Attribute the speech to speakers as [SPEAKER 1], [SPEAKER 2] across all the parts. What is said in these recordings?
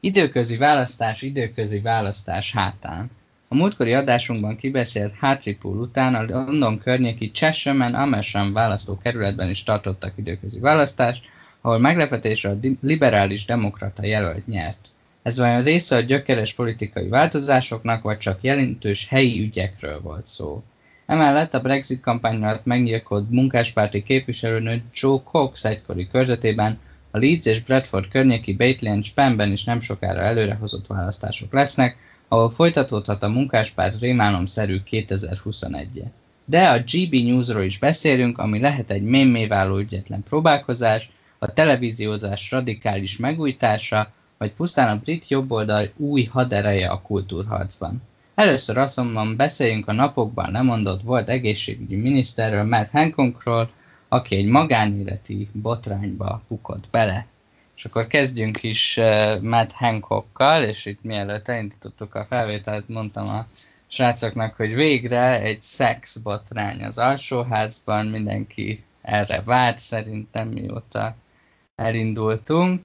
[SPEAKER 1] Időközi választás hátán. A múltkori adásunkban kibeszélt Hartlepool után a London környéki Chesham and Amersham választókerületben is tartottak időközi választást, ahol meglepetésre a liberális demokrata jelölt nyert. Ez vajon része a gyökeres politikai változásoknak, vagy csak jelentős helyi ügyekről volt szó? Emellett a Brexit kampány alatt megnyilkolt munkáspárti képviselőnő Joe Cox egykori körzetében a Leeds és Bradford környéki Bately and Spenben is nem sokára előrehozott választások lesznek, ahol folytatódhat a munkáspárt rémálomszerű 2021-je. De a GB Newsról is beszélünk, ami lehet egy mémmé váló ügyetlen próbálkozás, a televíziózás radikális megújítása, vagy pusztán a brit jobboldal új hadereje a kultúrharcban. Először azonban beszéljünk a napokban lemondott volt egészségügyi miniszterről, Matt Hancockról, aki egy magánéleti botrányba bukott bele. És akkor kezdjünk is Matt Hancockkal, és itt mielőtt elindítottuk a felvételt, mondtam a srácoknak, hogy végre egy szexbotrány az alsóházban, mindenki erre várt szerintem, mióta elindultunk.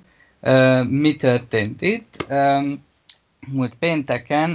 [SPEAKER 1] Mi történt itt? Múlt pénteken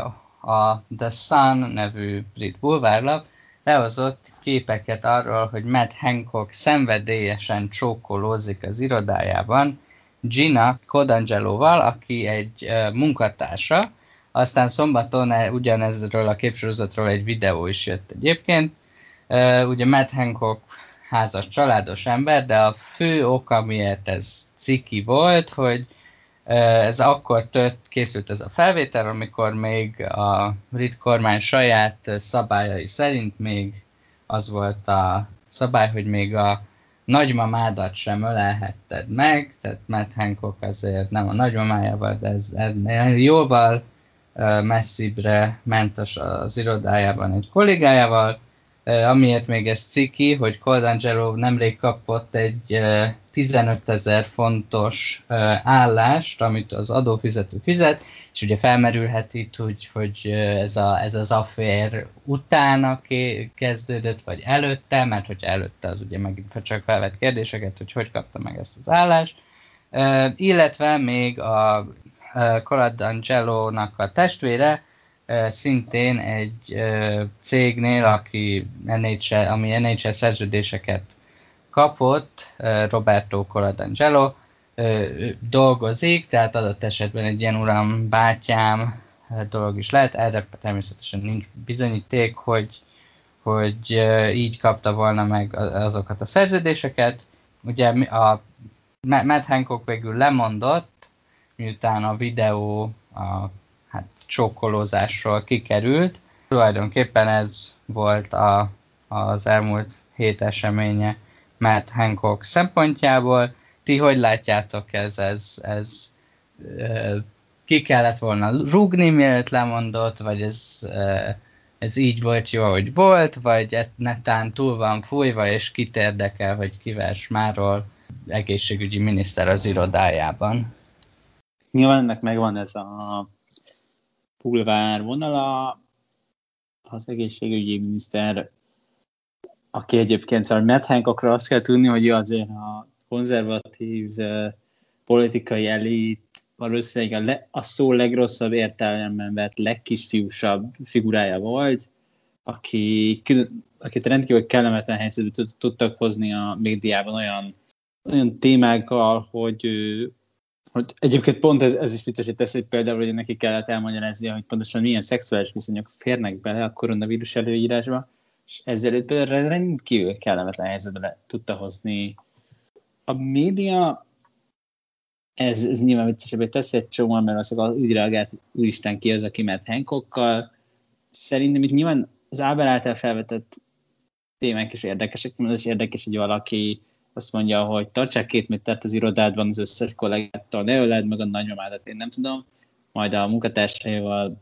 [SPEAKER 1] a The Sun nevű brit bulvárlap lehozott képeket arról, hogy Matt Hancock szenvedélyesen csókolózik az irodájában Gina Codangeloval, aki egy munkatársa. Aztán szombaton ugyanezről a képsorozatról egy videó is jött egyébként. Ugye Matt Hancock házas, családos ember, de a fő oka, miért ez ciki volt, hogy ez akkor készült ez a felvétel, amikor még a brit kormány saját szabályai szerint még az volt a szabály, hogy még a nagymamádat sem ölelhetted meg, tehát Matt Hancock azért nem a nagymamájával, de ez jóval messzibbre ment az irodájában egy kollégájával, amiért még ez ciki, hogy Colangelo nemrég kapott egy 15 000 fontos állást, amit az adófizető fizet, és ugye felmerülhet itt, hogy ez az affér utána kezdődött, vagy előtte, mert hogyha előtte, az ugye megint csak felvett kérdéseket, hogy kapta meg ezt az állást. Illetve még a Colangelo-nak a testvére, szintén egy cégnél, ami NHL szerződéseket kapott, Roberto Colangelo dolgozik, tehát adott esetben egy ilyen uram, bátyám dolog is lehet. Erre természetesen nincs bizonyíték, hogy így kapta volna meg azokat a szerződéseket. Ugye a Matt Hancock végül lemondott, miután a videó csókolózásról kikerült. Tulajdonképpen ez volt az elmúlt hét eseménye Matt Hancock szempontjából. Ti hogy látjátok, ez ki kellett volna rúgni, mielőtt lemondott, vagy ez így volt jó, ahogy volt, vagy netán túl van fújva, és kit érdekel, hogy kivers máról egészségügyi miniszter az irodájában?
[SPEAKER 2] Nyilván ennek megvan ez a bulvár vonala, az egészségügyi miniszter, aki egyébként szóval Matt Hancockra azt kell tudni, hogy ő azért a konzervatív politikai elit, valószínűleg a szó legrosszabb értelemben vett legkisfiúsabb figurája volt, akit rendkívül kellemetlen helyzetbe tudtak hozni a médiában olyan témákkal, hogy egyébként pont ez is viccesé tesz, hogy például hogy neki kellett elmagyarázni, hogy pontosan milyen szexuális viszonyok férnek bele a koronavírus előírásba, és ezzel például rendkívül kellemetlen helyzetbe tudta hozni. A média, ez nyilván viccesebbé teszi egy csomóan, mert azok úgy reagált, hogy úristen ki az, aki Matt Hancockkal. Szerintem itt nyilván az Ábel által felvetett témák is érdekesek, mert az is érdekes, hogy valaki azt mondja, hogy tartsák 2 métert az irodádban az összes kollégától, ne öleld meg a nagymamádat, én nem tudom. Majd a munkatársával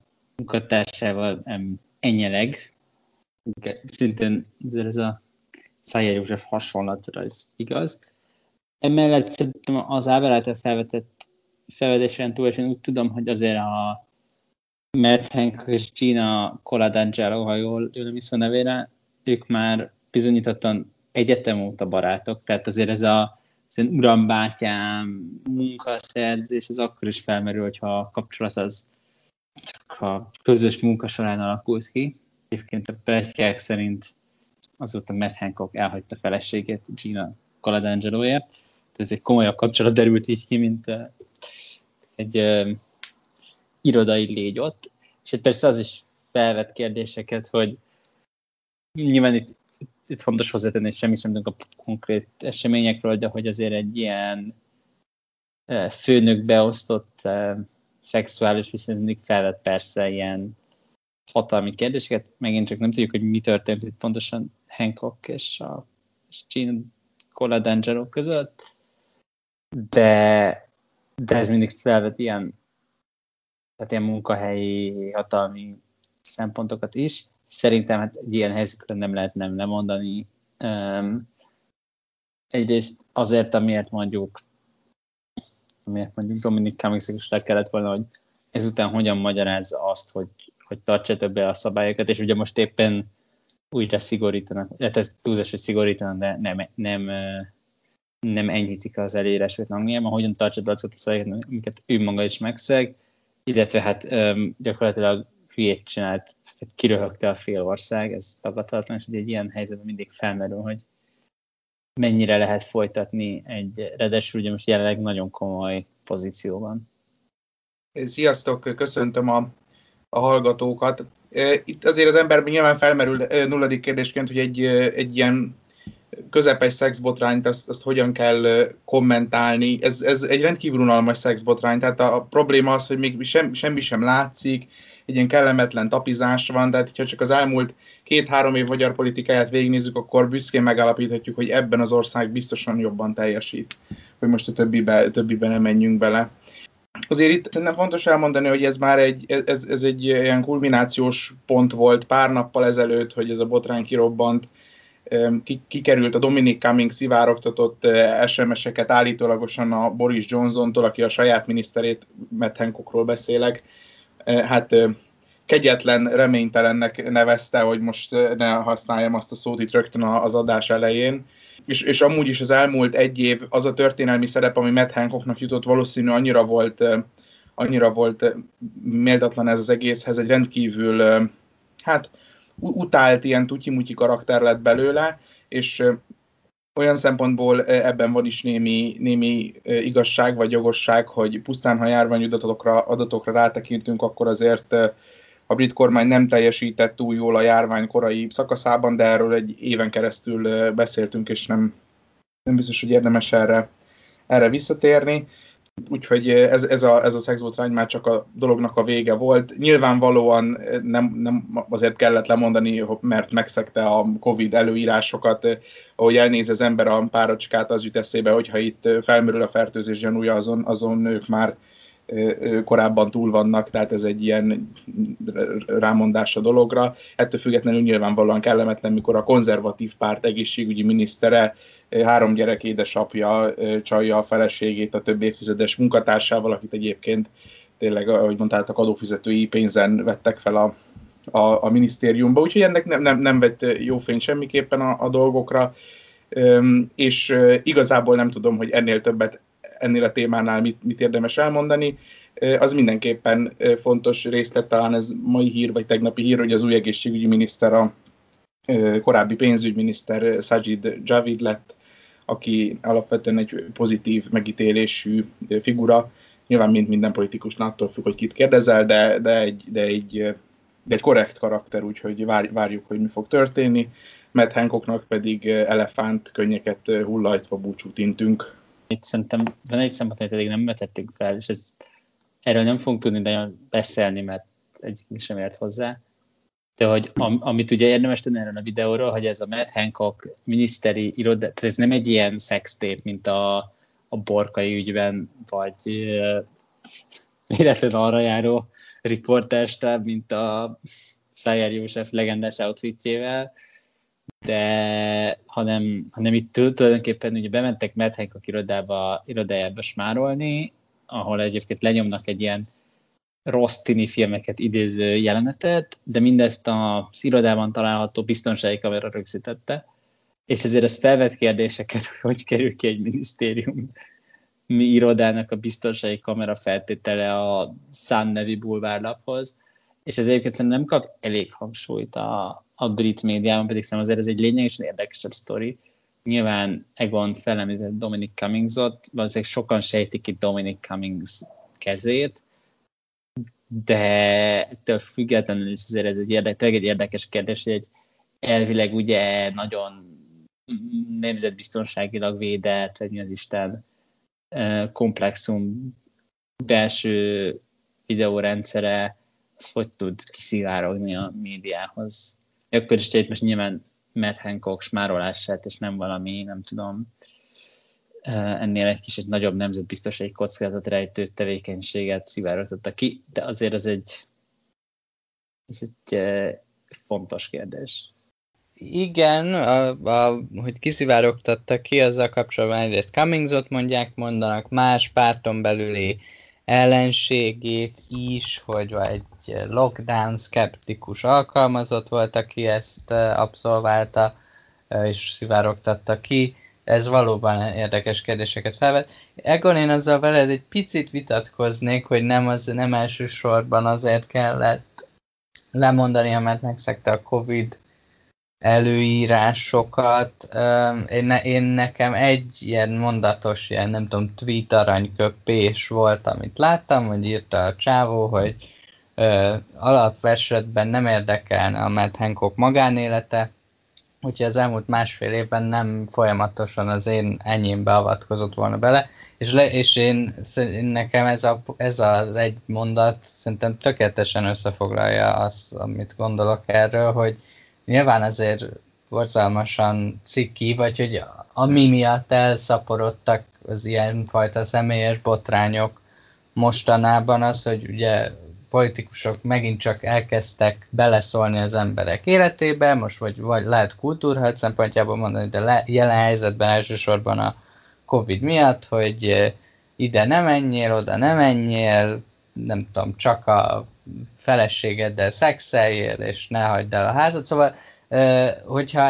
[SPEAKER 2] enyeleg. Szintén ez a Szájer József hasonlatra is igaz. Emellett szerintem az Ábel által felvetett felvetésen túl, és én úgy tudom, hogy azért a Matt Hancock és Gina Coladangelo, ha jól hiszem nevére, ők már bizonyítottan egyetem óta barátok, tehát azért ez a uram, bátyám, munkaszerzés, ez akkor is felmerül, hogyha a kapcsolat az csak a közös munka során alakult ki. Egyébként a pletykák szerint azóta Matt Hancock elhagyta feleségét Gina Coladangelo-ért. Ez egy komolyabb kapcsolat derült így ki, mint egy irodai légy ott. És persze az is felvet kérdéseket, hogy nyilván itt fontos hozzátenni, hogy semmi sem tudunk a konkrét eseményekről, de hogy azért egy ilyen főnök beosztott szexuális viszony mindig felvet persze ilyen hatalmi kérdéseket. Megint csak nem tudjuk, hogy mi történt itt pontosan Hancock és Gina Coladangelo között, de ez mindig felvet ilyen munkahelyi hatalmi szempontokat is. Szerintem hát egy ilyen helyzetre nem lehet nem lemondani. Egyrészt azért, amiért mondjuk Dominic Cummings is le kellett volna, hogy ezután hogyan magyarázza azt, hogy tartsátok be a szabályokat, és ugye most éppen újra szigorítanak, illetve ez túlzás, hogy szigorítanak, de nem enyhítik az elérését Angliában, hogyan tartsa be azokat a szabályokat, amiket ő maga is megszeg, illetve hát gyakorlatilag hülyét csinált, tehát kiröhögte a fél ország, ez tagadhatatlan, és egy ilyen helyzetben mindig felmerül, hogy mennyire lehet folytatni ráadásul ugye most jelenleg nagyon komoly pozícióban.
[SPEAKER 3] Sziasztok, köszöntöm a hallgatókat. Itt azért az emberben nyilván felmerül nulladik kérdésként, hogy egy ilyen közepes szexbotrányt, azt hogyan kell kommentálni. Ez egy rendkívül unalmas szexbotrány, tehát a probléma az, hogy még semmi sem látszik, egy ilyen kellemetlen tapizás van, tehát ha csak az elmúlt 2-3 év magyar politikáját végignézzük, akkor büszkén megállapíthatjuk, hogy ebben az ország biztosan jobban teljesít, hogy most a többibe nem menjünk bele. Azért itt szerintem fontos elmondani, hogy ez már egy ilyen kulminációs pont volt pár nappal ezelőtt, hogy ez a botrány kirobbant, kikerült a Dominic Cummings szivárogtatott SMS-eket állítólagosan a Boris Johnsontól, aki a saját miniszterét, Matt Hancockról beszélek, hát kegyetlen, reménytelennek nevezte, hogy most ne használjam azt a szót itt rögtön az adás elején. És amúgy is az elmúlt egy év az a történelmi szerep, ami Matt Hancocknak jutott, valószínű annyira volt méltatlan ez az egészhez, egy rendkívül utált ilyen tutyi-mutyi karakter lett belőle, és olyan szempontból ebben van is némi igazság vagy jogosság, hogy pusztán ha járványadatokra rátekintünk, akkor azért a brit kormány nem teljesített túl jól a járvány korai szakaszában, de erről egy éven keresztül beszéltünk, és nem biztos, hogy érdemes erre visszatérni. Úgyhogy ez a szexbotrány már csak a dolognak a vége volt. Nyilvánvalóan nem azért kellett lemondani, mert megszegte a Covid előírásokat. Ahogy elnéz az ember a párocskát, az jut eszébe, hogyha itt felmerül a fertőzés gyanúja, azon ők már korábban túl vannak, tehát ez egy ilyen rámondás a dologra. Ettől függetlenül nyilvánvalóan kellemetlen, mikor a konzervatív párt egészségügyi minisztere, 3 gyerek édesapja csalja a feleségét a több évtizedes munkatársával, akit egyébként tényleg, ahogy mondtátok, adófizetői pénzen vettek fel a minisztériumba, úgyhogy ennek nem vett jó fényt semmiképpen a dolgokra, és igazából nem tudom, hogy ennél többet ennél a témánál mit érdemes elmondani. Az mindenképpen fontos részlet, talán ez mai hír, vagy tegnapi hír, hogy az új egészségügyi miniszter, a korábbi pénzügyminiszter Sajid Javid lett, aki alapvetően egy pozitív megítélésű figura. Nyilván minden politikusnál attól függ, hogy kit kérdezel, de egy korrekt karakter, úgyhogy várjuk, hogy mi fog történni. Matt Hancocknak pedig elefánt könnyeket hullajtva búcsút intünk.
[SPEAKER 2] Itt szerintem van egy szempont, hogy pedig nem vetettünk fel, és erről nem fogunk tudni nagyon beszélni, mert egyik sem ért hozzá. De hogy amit ugye érdemes tudni erről a videóról, hogy ez a Matt Hancock miniszteri iroda, tehát ez nem egy ilyen szextép, mint a Borkai ügyben, vagy véletlen arra járó riporterstáb, mint a Szájer József legendás outfitjével, de hanem itt tulajdonképpen ugye bementek Matt Hancock irodájába smárolni, ahol egyébként lenyomnak egy ilyen rossz tini filmeket idéző jelenetet, de mindezt az irodában található biztonsági kamera rögzítette, és ezért ez felvet kérdéseket, hogy kerül ki egy minisztérium irodának a biztonsági kamera feltétele a Sun nevű bulvárlaphoz, és ez egyébként szerintem nem kap elég hangsúlyt a brit médiában, pedig szerintem azért ez egy lényegesen érdekesebb sztori. Nyilván Egon felemlített Dominic Cummingsot, valószínűleg sokan sejtik itt Dominic Cummings kezét, de ettől függetlenül is azért ez egy érdekes kérdés, hogy egy elvileg ugye nagyon nemzetbiztonságilag védett, vagy mi az Isten komplexum belső videórendszere, az hogy tud kiszivárogni a médiához. Akkor is itt most nyilván Matt Hancock smárolását, és nem valami, nem tudom, ennél egy kicsit nagyobb nemzetbiztonsági kockázatot rejtő tevékenységet szivárogtatta ki, de azért ez egy fontos kérdés.
[SPEAKER 1] Igen, hogy kiszivárogtatta ki, azzal kapcsolatban egyrészt Cummingsot mondanak, más párton belüli ellenségét is, hogy egy lockdown szkeptikus alkalmazott volt, aki ezt abszolválta, és szivárogtatta ki. Ez valóban érdekes kérdéseket felvet. Egon, én azzal veled egy picit vitatkoznék, hogy nem elsősorban azért kellett lemondania, mert megszegte a Covid előírásokat. Én nekem egy ilyen mondatos, ilyen nem tudom, tweet aranyköpés volt, amit láttam, hogy írta a csávó, hogy alapesetben nem érdekelne a Matt Hancock magánélete, úgyhogy az elmúlt másfél évben nem folyamatosan az én enyémbe avatkozott volna bele, és nekem ez az egy mondat szerintem tökéletesen összefoglalja azt, amit gondolok erről, hogy nyilván azért borzalmasan ciki, vagy hogy ami miatt elszaporodtak az ilyenfajta személyes botrányok mostanában az, hogy ugye politikusok megint csak elkezdtek beleszólni az emberek életébe, most vagy lehet kultúrharc szempontjából mondani, de jelen helyzetben elsősorban a Covid miatt, hogy ide nem menjél, oda nem menjél, nem tudom, csak a feleségeddel szexeljél, és ne hagyd el a házat. Szóval, hogyha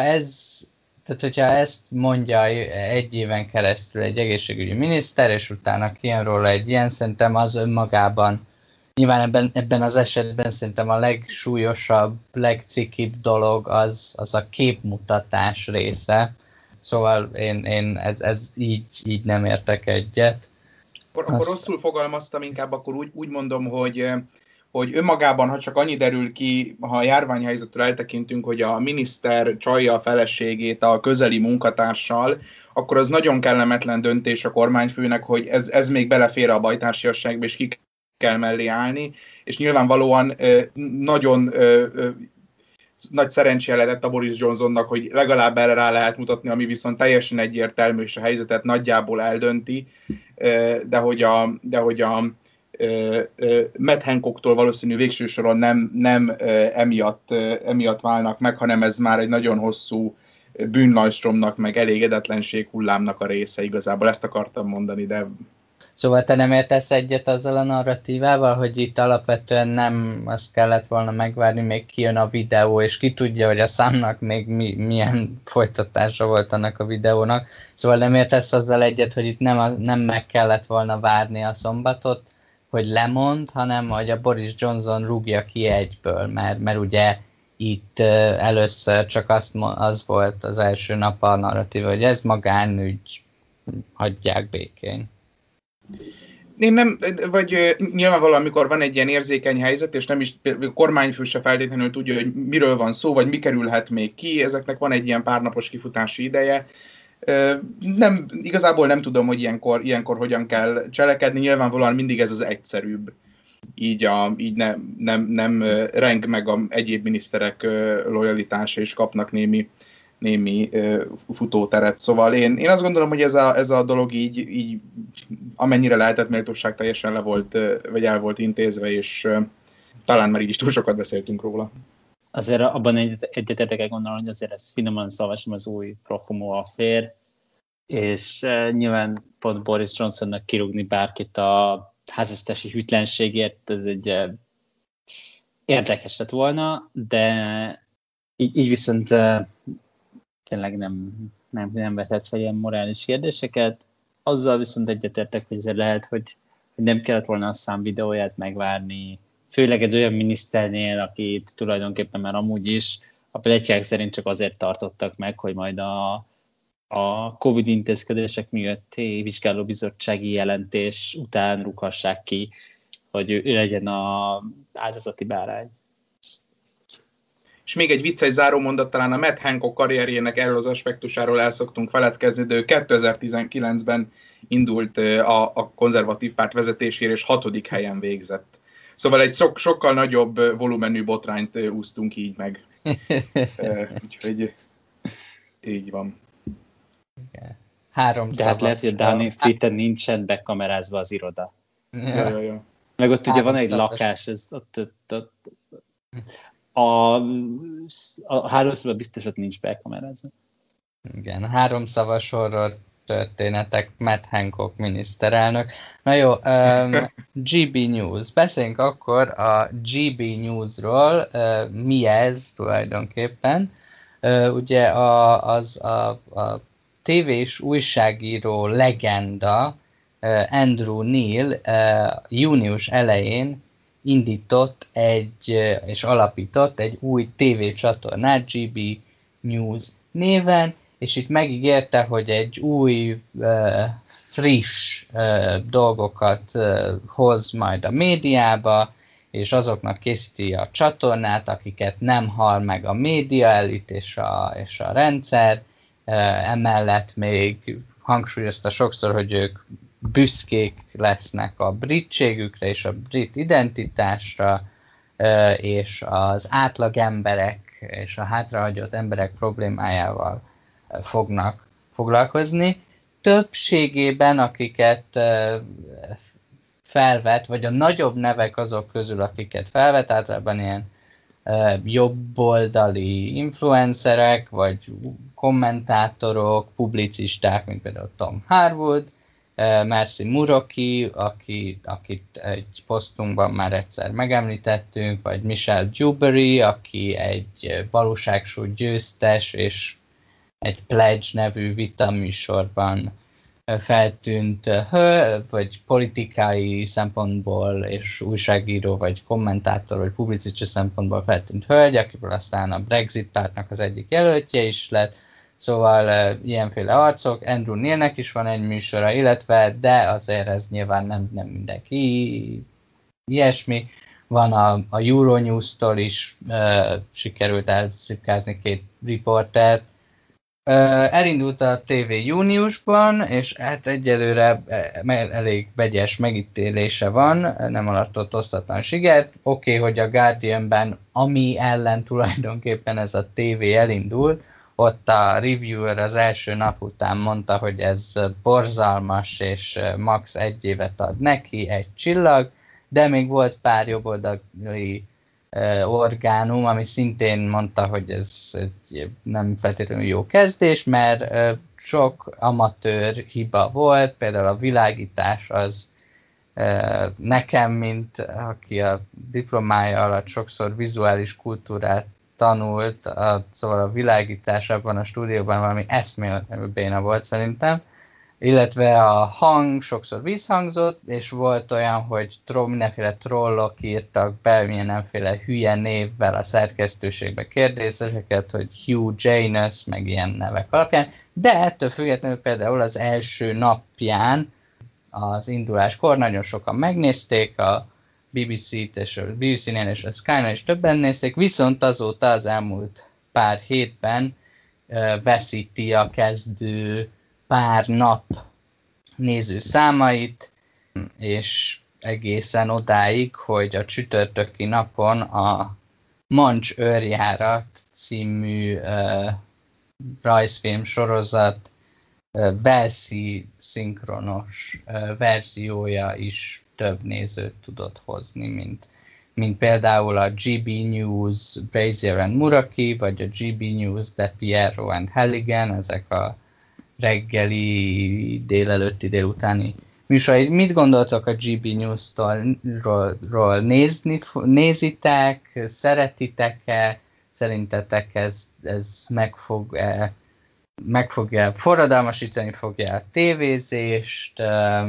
[SPEAKER 1] ezt mondja egy éven keresztül egy egészségügyi miniszter, és utána kijön róla egy ilyen, szerintem az önmagában, nyilván ebben az esetben szerintem a legsúlyosabb, legcikibb dolog az a képmutatás része. Szóval én ez így nem értek egyet.
[SPEAKER 3] Akkor rosszul fogalmaztam, inkább akkor úgy mondom, hogy önmagában, ha csak annyi derül ki, ha a járványhelyzetről eltekintünk, hogy a miniszter csalja a feleségét a közeli munkatársal, akkor az nagyon kellemetlen döntés a kormányfőnek, hogy ez még belefér a bajtársiasságba, és ki kell mellé állni, és nyilvánvalóan nagyon nagy szerencséje lett a Boris Johnsonnak, hogy legalább erre rá lehet mutatni, ami viszont teljesen egyértelmű, és a helyzetet nagyjából eldönti, de hogy a Matt Hancocktól valószínű végső soron nem emiatt válnak meg, hanem ez már egy nagyon hosszú bűnlajstromnak, meg elégedetlenség hullámnak a része igazából. Ezt akartam mondani, de...
[SPEAKER 1] Szóval te nem értesz egyet azzal a narratívával, hogy itt alapvetően nem azt kellett volna megvárni, még kijön a videó, és ki tudja, hogy a számnak még milyen folytatása volt annak a videónak. Szóval nem értesz azzal egyet, hogy itt nem meg kellett volna várni a szombatot, hogy lemond, hanem hogy a Boris Johnson rúgja ki egyből, mert ugye itt először csak az volt az első nap a narratíva, hogy ez magánügy, hagyják békén.
[SPEAKER 3] Én nem, vagy nyilvánvalóan, amikor van egy ilyen érzékeny helyzet, és nem is a kormányfő se feltétlenül tudja, hogy miről van szó, vagy mi kerülhet még ki, ezeknek van egy ilyen párnapos kifutási ideje. Igazából nem tudom, hogy ilyenkor hogyan kell cselekedni, nyilvánvalóan mindig ez az egyszerűbb. Így nem reng meg a egyéb miniszterek lojalitása, és kapnak némi futóteret. Szóval én azt gondolom, hogy ez a dolog így amennyire lehetett méltóság teljesen el volt intézve, és talán már így is túl sokat beszéltünk róla.
[SPEAKER 2] Azért abban egyetértek gondolom, hogy azért ez finoman szavasom az új Profumo affér, és nyilván pont Boris Johnsonnak kirúgni bárkit a házasztási hűtlenségért, ez egy érdekes lett volna, de így viszont tényleg nem vetett fel ilyen morális kérdéseket. Azzal viszont egyetértek, hogy ez lehet, hogy nem kellett volna a szám videóját megvárni, főleg egy olyan miniszternél, akit tulajdonképpen már amúgy is a pletykák szerint csak azért tartottak meg, hogy majd a Covid intézkedések miatti vizsgálóbizottsági jelentés után rúghassák ki, hogy ő legyen az áldozati bárány.
[SPEAKER 3] És még egy vicces zárómondat, talán a Matt Hancock karrierjének erről az aspektusáról el szoktunk feledkezni, de ő 2019-ben indult a konzervatív párt vezetésére, és 6. helyen végzett. Szóval egy sokkal nagyobb volumenű botrányt úsztunk így meg. Úgyhogy így van.
[SPEAKER 1] Igen. 3
[SPEAKER 2] de hát lehet, hogy a Downing Street-en nincsen bekamerázva az iroda.
[SPEAKER 3] Ja.
[SPEAKER 2] Meg ott ugye van egy lakás, ez ott a 3 szava biztos ott nincs bekamerázva.
[SPEAKER 1] Igen, 3 szavas horror történetek, Matt Hancock miniszterelnök. Na jó, GB News. Beszéljünk akkor a GB Newsról. Mi ez tulajdonképpen? Ugye a tévés újságíró legenda Andrew Neil június elején indított és alapított egy új tévécsatornát GB News néven, és itt megígérte, hogy egy új, friss dolgokat hoz majd a médiába, és azoknak készíti a csatornát, akiket nem hal meg a média elit és a rendszer. Emellett még hangsúlyozta sokszor, hogy ők büszkék lesznek a britségükre és a brit identitásra, és az átlag emberek és a hátrahagyott emberek problémájával fognak foglalkozni. Többségében, akiket felvet, vagy a nagyobb nevek azok közül, akiket felvet, általában ilyen jobboldali influencerek, vagy kommentátorok, publicisták, mint például Tom Harwood, Mercy Muroki, akit egy posztunkban már egyszer megemlítettünk, vagy Michelle Dewberry, aki egy valóságshow győztes, és egy Pledge nevű vitaműsorban feltűnt vagy politikai szempontból, és újságíró, vagy kommentátor, vagy publicista szempontból feltűnt hölgy, akiből aztán a Brexit pártnak az egyik jelöltje is lett. Szóval ilyenféle arcok, Andrew Neilnek is van egy műsora, illetve, de azért ez nyilván nem mindenki ilyesmi. Van a Euronews-tól is sikerült elszipkázni 2 riportert. Elindult a TV júniusban, és hát egyelőre elég vegyes megítélése van, nem alatt osztatlan sikert. Oké, hogy a Guardianben, ami ellen tulajdonképpen ez a TV elindult, ott a reviewer az első nap után mondta, hogy ez borzalmas, és max 1 évet ad neki, 1 csillag, de még volt pár jobboldali orgánum, ami szintén mondta, hogy ez nem feltétlenül jó kezdés, mert sok amatőr hiba volt, például a világítás az nekem, mint aki a diplomája alatt sokszor vizuális kultúrát tanult, szóval a világítás abban a stúdióban valami eszméletlenül béna volt szerintem, illetve a hang sokszor visszhangzott, és volt olyan, hogy mindenféle trollok írtak be mindenféle hülye névvel a szerkesztőségbe kérdéseket, hogy Hugh Janus, meg ilyen nevek alapján, de ettől függetlenül például az első napján az induláskor nagyon sokan megnézték, a BBC-t és a BBC-nél és a Sky-nál is többen nézték, viszont azóta az elmúlt pár hétben veszíti a kezdő pár nap néző számait, és egészen odáig, hogy a csütörtöki napon a Mancs őrjárat című rajzfilm sorozat walesi szinkronos verziója is több nézőt tudott hozni, mint például a GB News Brazier and Muraki, vagy a GB News De Piero and Halligan, ezek a reggeli, délelőtti, délutáni műsorai. Mit gondoltok a GB News-ról? Nézitek? Szeretitek-e? Szerintetek ez meg fog forradalmasítani fogja a tévézést,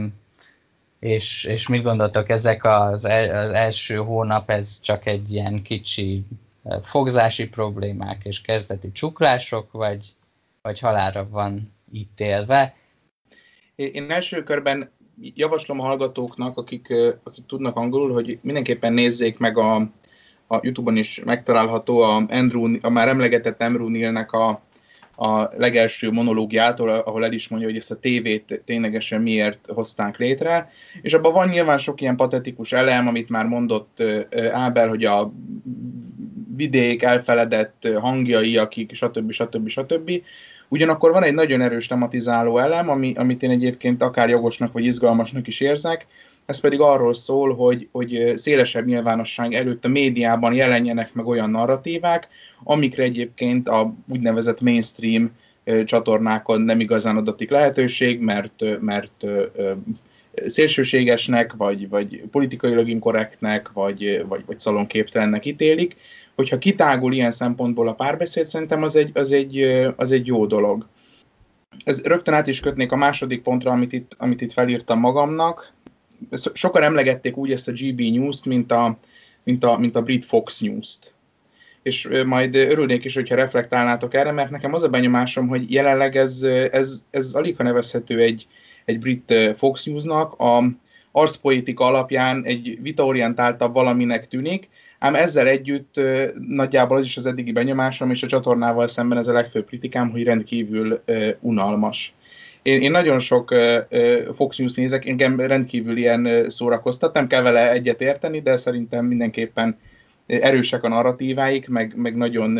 [SPEAKER 1] és mit gondoltok, ezek az első hónap, ez csak egy ilyen kicsi fogzási problémák és kezdeti csuklások, vagy halálra van ítélve?
[SPEAKER 3] Én első körben javaslom a hallgatóknak, akik tudnak angolul, hogy mindenképpen nézzék meg a YouTube-on is megtalálható a már emlegetett Andrew Neilnek a legelső monológiától, ahol el is mondja, hogy ezt a tévét ténylegesen miért hozták létre, és abban van nyilván sok ilyen patetikus elem, amit már mondott Ábel, hogy a vidék elfeledett hangjai, akik stb. Ugyanakkor van egy nagyon erős tematizáló elem, amit én egyébként akár jogosnak vagy izgalmasnak is érzek, ez pedig arról szól, hogy szélesebb nyilvánosság előtt a médiában jelenjenek meg olyan narratívák, amikre egyébként a úgynevezett mainstream csatornákon nem igazán adatik lehetőség, mert szélsőségesnek, vagy politikailag inkorrektnek, vagy szalonképtelennek ítélik. Hogyha kitágul ilyen szempontból a párbeszéd, szerintem az egy jó dolog. Ez rögtön át is kötnék a második pontra, amit itt felírtam magamnak. Sokan emlegették úgy ezt a GB News-t, mint a brit Fox News-t. És majd örülnék is, hogyha reflektálnátok erre, mert nekem az a benyomásom, hogy jelenleg ez aligha nevezhető egy brit Fox News-nak, a arszpolitika alapján egy vitaorientáltabb valaminek tűnik, ám ezzel együtt nagyjából az is az eddigi benyomásom, és a csatornával szemben ez a legfőbb kritikám, hogy rendkívül unalmas. Én nagyon sok Fox News nézek, engem rendkívül ilyen szórakoztat, nem kell vele egyet érteni, de szerintem mindenképpen erősek a narratíváik, meg nagyon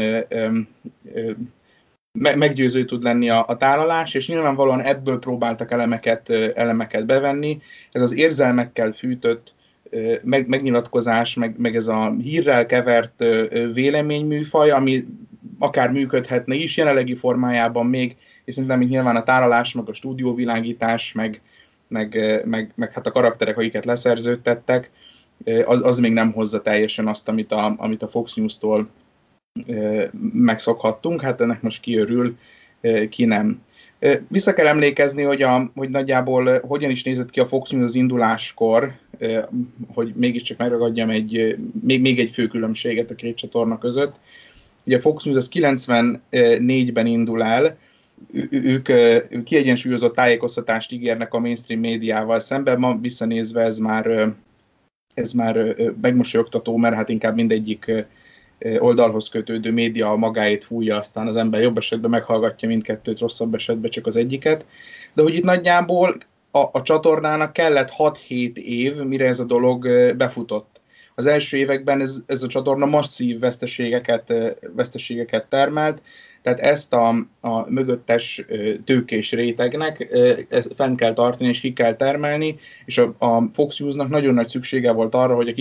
[SPEAKER 3] meggyőző tud lenni a tálalás, és nyilvánvalóan ebből próbáltak elemeket bevenni. Ez az érzelmekkel fűtött megnyilatkozás, meg ez a hírrel kevert véleményműfaj, ami akár működhetne is jelenlegi formájában még, és szerintem mint nyilván a tálalás, meg a stúdióvilágítás, meg hát a karakterek, akiket leszerződtettek, az még nem hozza teljesen azt, amit a Fox News-tól megszokhattunk, hát ennek most ki örül, ki nem. Vissza kell emlékezni, hogy nagyjából hogyan is nézett ki a Fox News az induláskor, hogy mégiscsak megragadjam még egy fő különbséget a két csatorna között. Ugye a Fox News az 94-ben indul el, ők kiegyensúlyozott tájékoztatást ígérnek a mainstream médiával szemben, ma visszanézve ez már megmosolyogtató, mert hát inkább mindegyik oldalhoz kötődő média a magáét fújja, aztán az ember jobb esetben meghallgatja mindkettőt, rosszabb esetben csak az egyiket. De hogy itt nagyjából a csatornának kellett 6-7 év, mire ez a dolog befutott. Az első években ez a csatorna masszív veszteségeket termelt, tehát ezt a mögöttes tőkés rétegnek fenn kell tartani és ki kell termelni, és a Fox News-nak nagyon nagy szüksége volt arra, hogy a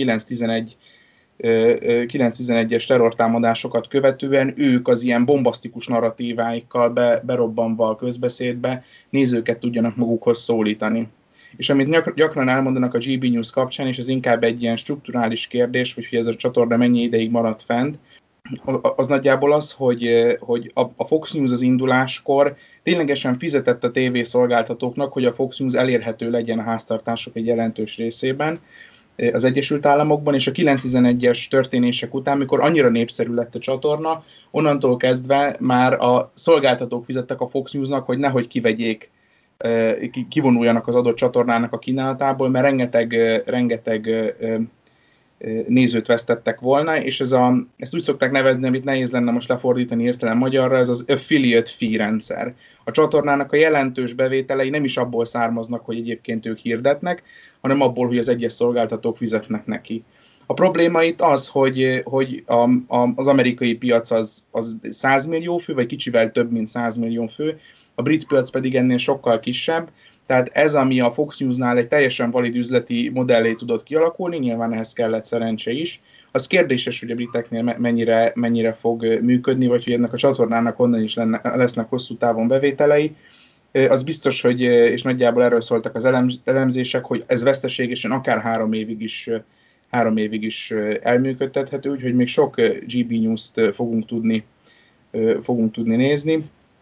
[SPEAKER 3] 9/11-es terrortámadásokat követően ők az ilyen bombasztikus narratíváikkal berobbanva a közbeszédbe nézőket tudjanak magukhoz szólítani. És amit gyakran elmondanak a GB News kapcsán, és ez inkább egy ilyen strukturális kérdés, hogy ez a csatorna mennyi ideig maradt fent, az nagyjából az, hogy a Fox News az induláskor ténylegesen fizetett a tévészolgáltatóknak, hogy a Fox News elérhető legyen a háztartások egy jelentős részében az Egyesült Államokban, és a 9/11-es történések után, mikor annyira népszerű lett a csatorna, onnantól kezdve már a szolgáltatók fizettek a Fox Newsnak, hogy nehogy kivonuljanak az adott csatornának a kínálatából, mert rengeteg nézőt vesztettek volna, és ezt úgy szokták nevezni, amit nehéz lenne most lefordítani hirtelen magyarra, ez az affiliate fee rendszer. A csatornának a jelentős bevételei nem is abból származnak, hogy egyébként ők hirdetnek, hanem abból, hogy az egyes szolgáltatók fizetnek neki. A probléma itt az, hogy az amerikai piac az 100 millió fő, vagy kicsivel több, mint 100 millió fő, a brit piac pedig ennél sokkal kisebb, tehát ez, ami a Fox News-nál egy teljesen valid üzleti modellé tudott kialakulni, nyilván ehhez kellett szerencse is. Az kérdéses, hogy a briteknél mennyire fog működni, vagy hogy ennek a csatornának onnan is lesznek hosszú távon bevételei. Az biztos, hogy, és nagyjából erről szóltak az elemzések, hogy ez veszteségesen akár 3 évig is elműködtethető, úgyhogy még sok GB News-t fogunk tudni nézni.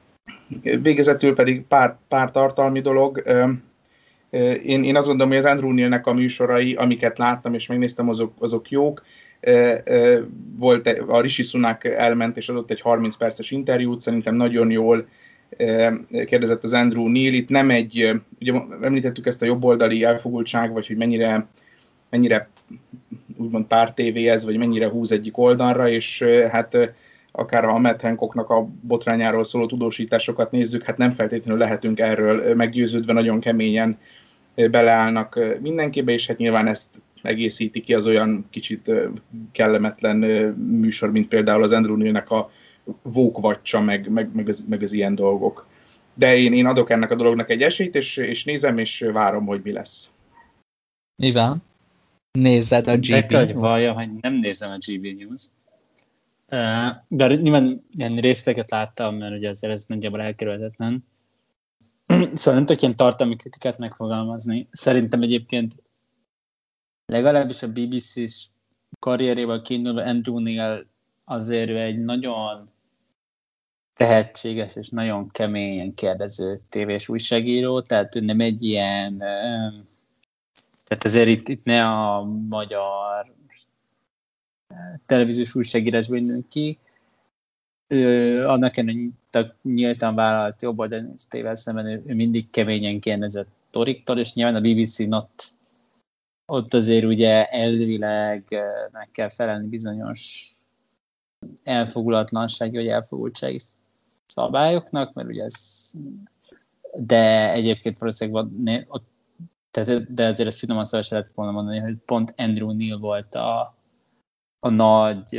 [SPEAKER 3] Végezetül pedig pár tartalmi dolog. Én azt gondolom, hogy az Andrew Neilnek a műsorai, amiket láttam és megnéztem, azok jók. Volt a Rishi Sunak elment és adott egy 30 perces interjút, szerintem nagyon jól kérdezett az Andrew Neil. Itt nem ugye említettük ezt a jobboldali elfogultság, vagy hogy mennyire úgymond pártévé ez, vagy mennyire húz egyik oldalra, és hát akár a Matt Hancocknak a botrányáról szóló tudósításokat nézzük, hát nem feltétlenül lehetünk erről meggyőződve, nagyon keményen beleállnak mindenkibe, és hát nyilván ezt egészíti ki az olyan kicsit kellemetlen műsor, mint például az Andrew Neilnek a Woke Watch-a, meg az ilyen dolgok. De én adok ennek a dolognak egy esélyt, és nézem, és várom, hogy mi lesz.
[SPEAKER 1] Iván, nézed a GB
[SPEAKER 2] News? Vallja, hogy nem nézem a GB News. De nyilván ilyen részleteket láttam, mert ugye azért ez nagyjából elkerülhetetlen. Szóval nem tudok ilyen tartalmi kritikát megfogalmazni. Szerintem egyébként legalábbis a BBC-s karrierével kiindulva Andrew Neil azért egy nagyon tehetséges és nagyon keményen kérdező tévés újságíró, tehát ő nem egy ilyen, tehát azért itt ne a magyar televíziós újságírásban indulunk ki, annak ellenére nyíltan vállalt jobboldali tével szemben ő mindig keményen kérdezett Toriktól, és nyilván a BBC-n ott azért ugye elvileg meg kell felelni bizonyos elfogulatlansági vagy elfogultsági szabályoknak, mert ugye ez, de egyébként valószínűleg de azért ezt finoman szóval se lehet volna mondani, hogy pont Andrew Neil volt a nagy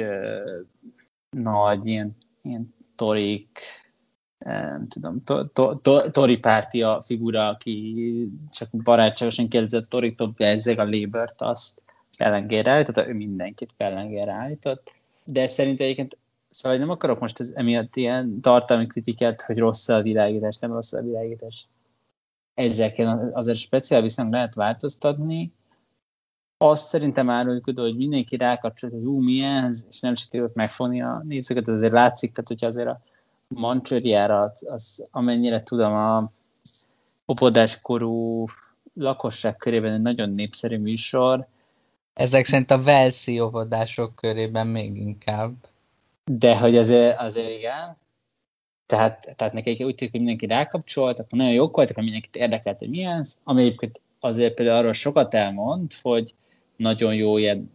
[SPEAKER 2] ilyen torik, nem tudom, tori pártia figura, aki csak barátságosan kérdezett Toriktól, bezzeg a Labourt, azt pellengérre állított, ő mindenkit pellengérre állított, de szerintem egyébként, szóval nem akarok most emiatt ilyen tartalmi kritikát, hogy rossz a világítás, nem rossz a világítás. Ezeken azért speciál viszont lehet változtatni. Azt szerintem árulkodó, hogy mindenki rákapcsolt, hogy milyen ez, és nem sikerült megfogni a nézőket, azért látszik, tehát hogyha azért a Mancsőriára, az amennyire tudom, a óvodáskorú lakosság körében egy nagyon népszerű műsor.
[SPEAKER 1] Ezek szerint a Walesi óvodások körében még inkább.
[SPEAKER 2] De hogy azért igen. Tehát nekik úgy tűnik, hogy mindenki rákapcsolt, akkor nagyon jók voltak, hogy mindenkit érdekelt, hogy milyen ez, ami egyébként azért például arról sokat elmond, hogy nagyon jó ilyen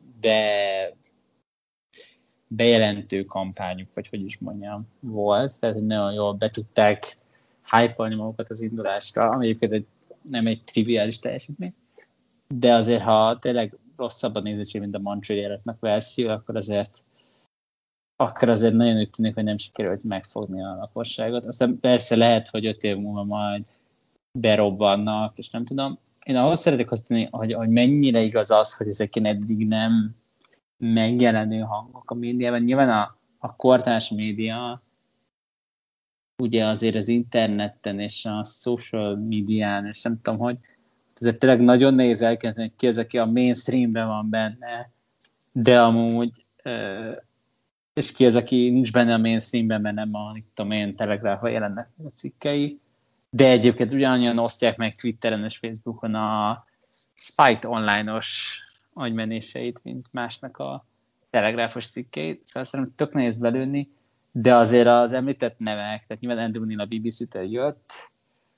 [SPEAKER 2] bejelentő kampányuk, vagy hogy is mondjam, volt, tehát hogy nagyon jól be tudták hype-olni magukat az indulásra, ami egyébként nem egy triviális teljesítmény, de azért, ha tényleg rosszabb a nézettség, mint a Mancsőriáratnak Walesi, akkor azért nagyon úgy tűnik, hogy nem sikerült megfogni a lakosságot. Aztán persze lehet, hogy 5 év múlva majd berobbannak, és nem tudom. Én ahhoz szeretek azt tenni, hogy mennyire igaz az, hogy ezek eddig nem megjelenő hangok a médiában. Nyilván a kortárs média ugye azért az interneten és a social médián, és nem tudom, hogy ezért tényleg nagyon nehéz elkezdeni, hogy ki az, aki a mainstreamben van benne, de amúgy és ki az, aki nincs benne a mainstreamben, mert nem a Telegráfban jelennek a cikkei, de egyébként ugyanannyian osztják meg Twitteren és Facebookon a Spite online-os agymenéseit, mint másnak a telegráfos cikkeit. Szóval szerintem tök nehéz belőni, de azért az említett nevek, tehát nyilván Andrew Neil a BBC-től jött,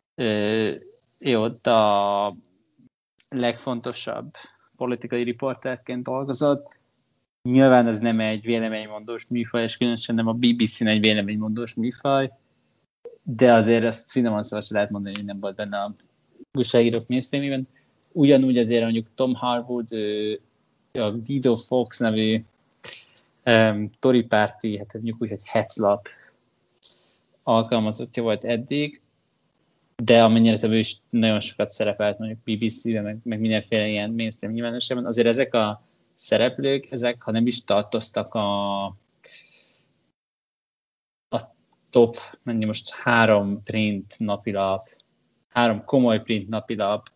[SPEAKER 2] ő ott a legfontosabb politikai riporterként dolgozott. Nyilván ez nem egy véleménymondós műfaj, és különösen nem a BBC-n egy véleménymondós műfaj, de azért azt finoman szóval se lehet mondani, hogy nem volt benne a újságírók mainstreamében. Ugyanúgy azért mondjuk Tom Harwood, a Guido Fawkes nevű Tory párti, hát mondjuk úgy, hogy Hetzlap alkalmazottja volt eddig, de amennyire több is nagyon sokat szerepelt mondjuk BBC-ben, meg mindenféle ilyen mainstream nyilvánosságban, azért ezek a szereplők, ezek, ha nem is tartoztak a top, most 3 komoly print napilap,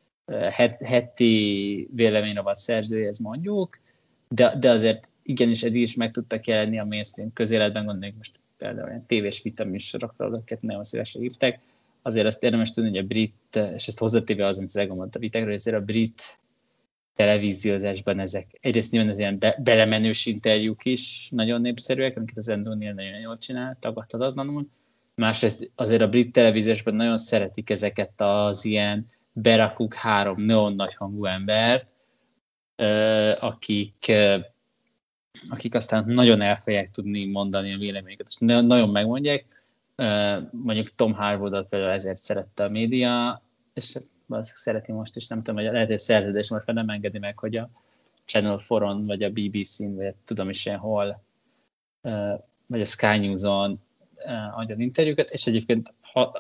[SPEAKER 2] heti véleményrovat szerzőjéhez mondjuk, de azért igenis eddig is meg tudtak jelenni a mainstream közéletben, gondoljuk most például ilyen tévés vitaműsorokra, amiket nagyon szívesen hívták. Azért azt érdemes tudni, hogy a brit, és ezt hozzátéve az, amit az Egon mondta a vitákról, hogy azért a brit televíziózásban ezek, egyrészt nyilván az ilyen belemenős interjúk is nagyon népszerűek, amiket az Andrew Neil nagyon jól csinál, tagadhatatlanul. Másrészt azért a brit televíziósban nagyon szeretik ezeket az ilyen berakuk 3 nagyon nagy hangú embert, akik aztán nagyon el fogják tudni mondani a véleményeket, és nagyon megmondják. Mondjuk Tom Harwoodot például ezért szerette a média, és szereti most is, nem tudom, hogy lehet, hogy szerződés most már nem engedi meg, hogy a Channel 4-on, vagy a BBC-n, vagy tudom is ilyen hol, vagy a Sky News-on adjon interjúkat, és egyébként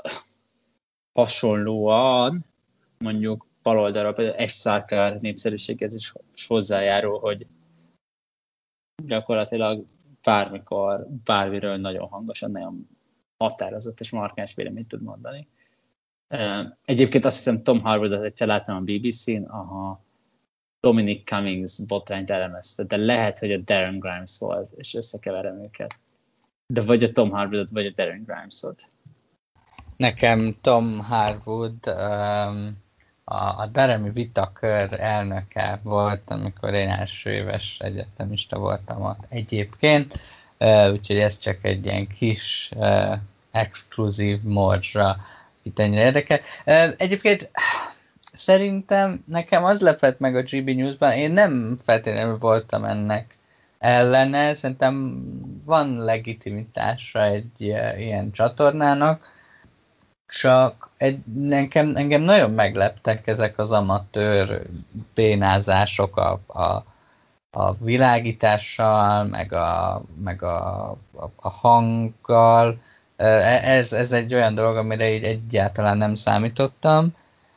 [SPEAKER 2] hasonlóan mondjuk baloldalra, például Ash Sarkar népszerűséghez is hozzájárul, hogy gyakorlatilag bármikor, bármiről nagyon hangosan, nagyon határozott és markáns véleményt tud mondani. Egyébként azt hiszem Tom Harwoodot egyszer láttam a BBC-n, a Dominic Cummings botrányt elemezte, de lehet, hogy a Darren Grimes volt, és összekeverem őket. De vagy a Tom Harwoodot, vagy a Darren Grimes-ot.
[SPEAKER 1] Nekem Tom Harwood a Daremi Vitakör elnöke volt, amikor én első éves egyetemista voltam ott egyébként, úgyhogy ez csak egy ilyen kis exkluzív morzsa, itt ennyire érdekel. Egyébként szerintem nekem az lepett meg a GB News-ban, én nem feltétlenül voltam ennek ellene, szerintem van legitimitása egy ilyen csatornának, csak engem nagyon megleptek ezek az amatőr bénázások a világítással, meg a hanggal. Ez egy olyan dolog, amire így egyáltalán nem számítottam.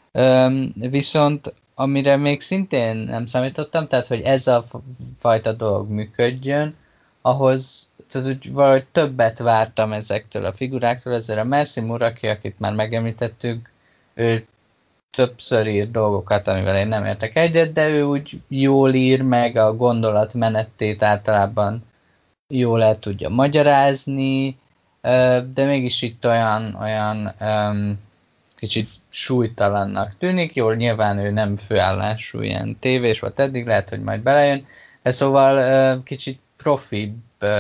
[SPEAKER 1] Viszont amire még szintén nem számítottam, tehát hogy ez a fajta dolog működjön, ahhoz tehát úgy valahogy többet vártam ezektől a figuráktól, ezzel a Mercy Muraki, akit már megemlítettük, ő többször ír dolgokat, amivel én nem értek egyet, de ő úgy jól ír, meg a gondolatmenetét általában jól el tudja magyarázni, de mégis itt olyan kicsit súlytalannak tűnik. Jól, nyilván ő nem főállású ilyen tévés volt eddig, lehet, hogy majd belejön, de szóval kicsit profibb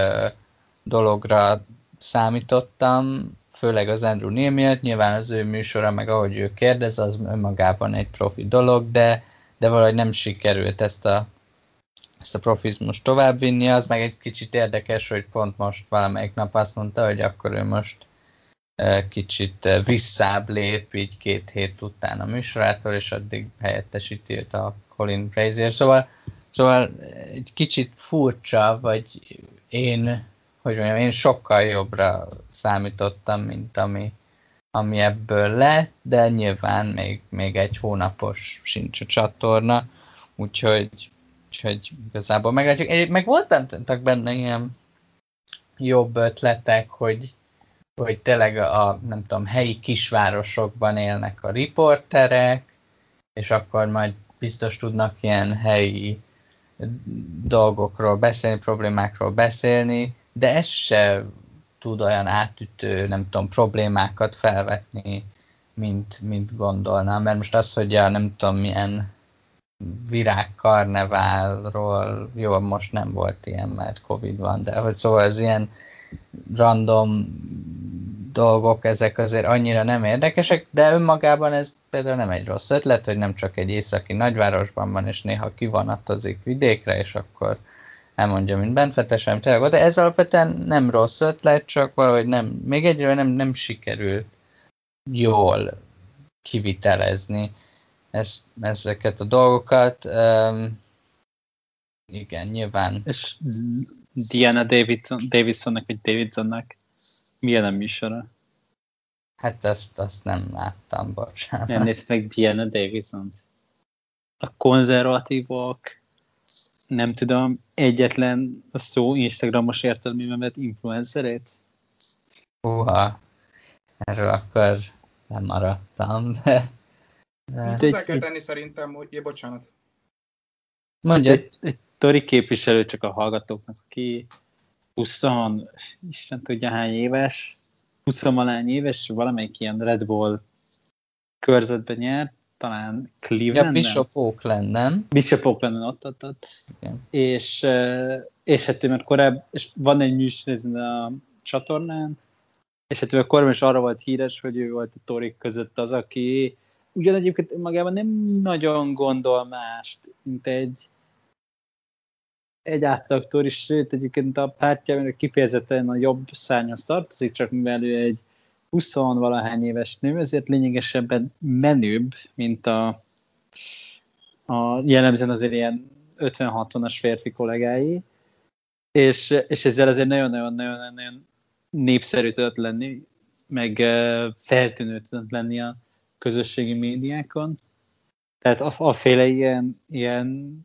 [SPEAKER 1] dologra számítottam, főleg az Andrew Neil miatt, nyilván az ő műsora, meg ahogy ő kérdez, az önmagában egy profi dolog, de valahogy nem sikerült ezt a profizmust továbbvinni, az meg egy kicsit érdekes, hogy pont most valamelyik nap azt mondta, hogy akkor ő most kicsit visszább lép, így 2 hét után a műsorától, és addig helyettesíti őt a Colin Brazier. Szóval egy kicsit furcsa, vagy én sokkal jobbra számítottam, mint ami ebből lett, de nyilván még egy hónapos sincs a csatorna, úgyhogy igazából meg volt benne ilyen jobb ötletek, hogy tényleg nem tudom, helyi kisvárosokban élnek a riporterek, és akkor majd biztos tudnak ilyen helyi dolgokról beszélni, problémákról beszélni, de ez se tud olyan átütő, nem tudom, problémákat felvetni, mint gondolnám. Mert most az, hogy nem tudom, milyen virágkarneválról, jó, most nem volt ilyen, mert Covid van, de hogy szóval az ilyen random dolgok, ezek azért annyira nem érdekesek, de önmagában ez például nem egy rossz ötlet, hogy nem csak egy északi nagyvárosban van, és néha kivonatozik vidékre, és akkor elmondja, mint benfetesen, tényleg, de ez alapvetően nem rossz ötlet, csak valahogy még egyre nem sikerült jól kivitelezni ezeket a dolgokat. Igen, nyilván.
[SPEAKER 2] És Diana Davidsonnak, vagy Davidsonnak milyen a műsora?
[SPEAKER 1] Hát azt nem láttam, bocsánat.
[SPEAKER 2] Nem nézd meg Diana Davidson-t. A konzervatívok, nem tudom, egyetlen a szó Instagramos értelmében vett influencerét?
[SPEAKER 1] Húha, erről akkor nem maradtam, de...
[SPEAKER 3] Hozzá kell tenni szerintem, hogy... Bocsánat.
[SPEAKER 1] Mondja.
[SPEAKER 2] Egy Tori képviselő csak a hallgatóknak, aki 20, Isten tudja hány éves, 20-valány éves, valamelyik ilyen Red Bull körzetben nyert, talán Cleveland.
[SPEAKER 1] Ja, Bishop Auckland, nem?
[SPEAKER 2] Bishop Auckland ott.
[SPEAKER 1] Igen.
[SPEAKER 2] És hát ő már korábban, és van egy műsor ezen a csatornán, és hát ő korábban is arra volt híres, hogy ő volt a torik között az, aki ugyan egyébként magában nem nagyon gondol mást, mint egy átlag tori, sőt egyébként a pártjában kifejezetten a jobb szárnyhoz tartozik, csak mivel ő egy 20-valahány éves nő, ezért lényegesebben menőbb, mint a jellemzően azért ilyen 50-60-as férfi kollégái, és ezzel azért nagyon-nagyon népszerű tudott lenni, meg feltűnő tudott lenni a közösségi médiákon. Tehát aféle ilyen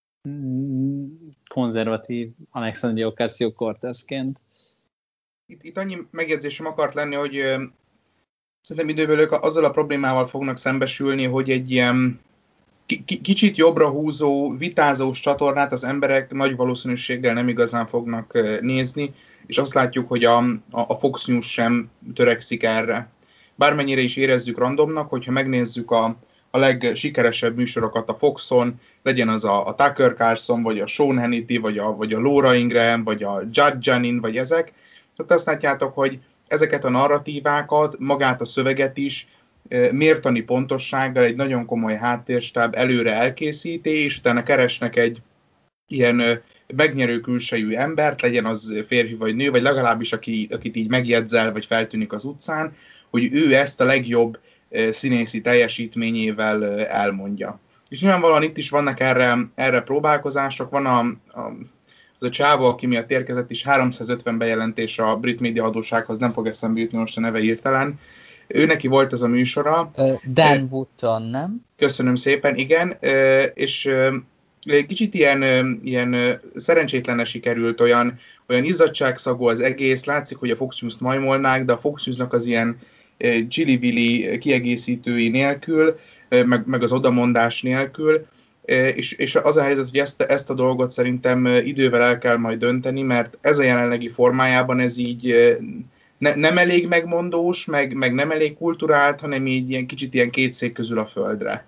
[SPEAKER 2] konzervatív Alexandria Ocasio-Cortezként.
[SPEAKER 3] Itt annyi megjegyzésem akart lenni, hogy szerintem időből ők azzal a problémával fognak szembesülni, hogy egy ilyen kicsit jobbra húzó, vitázós csatornát az emberek nagy valószínűséggel nem igazán fognak nézni, és azt látjuk, hogy a Fox News sem törekszik erre. Bármennyire is érezzük randomnak, hogyha megnézzük a legsikeresebb műsorokat a Foxon, legyen az a Tucker Carlson, vagy a Sean Hannity, vagy a Laura Ingraham, vagy a Judge Janin, vagy ezek, ott azt látjátok, hogy ezeket a narratívákat, magát a szöveget is mértani pontossággal egy nagyon komoly háttérstáb előre elkészíti, és utána keresnek egy ilyen megnyerő külsejű embert, legyen az férfi vagy nő, vagy legalábbis akit így megjegyzel, vagy feltűnik az utcán, hogy ő ezt a legjobb színészi teljesítményével elmondja. És nyilvánvalóan itt is vannak erre próbálkozások, van az a csávó, aki miatt érkezett is 350 bejelentés a brit média hatósághoz, nem fog eszembe jutni most a neve hirtelen. Ő neki volt ez a műsora.
[SPEAKER 1] Dan Wootton, nem?
[SPEAKER 3] Köszönöm szépen, igen. És kicsit ilyen szerencsétlenül sikerült, olyan izzadságszagú az egész, látszik, hogy a Fox News-t majmolnák, de a Fox News-nak az ilyen csili-vili kiegészítői nélkül, meg az odamondás nélkül, és az a helyzet, hogy ezt a dolgot szerintem idővel el kell majd dönteni, mert ez a jelenlegi formájában ez így nem elég megmondós, meg nem elég kulturált, hanem így ilyen kicsit ilyen két szék közül a földre.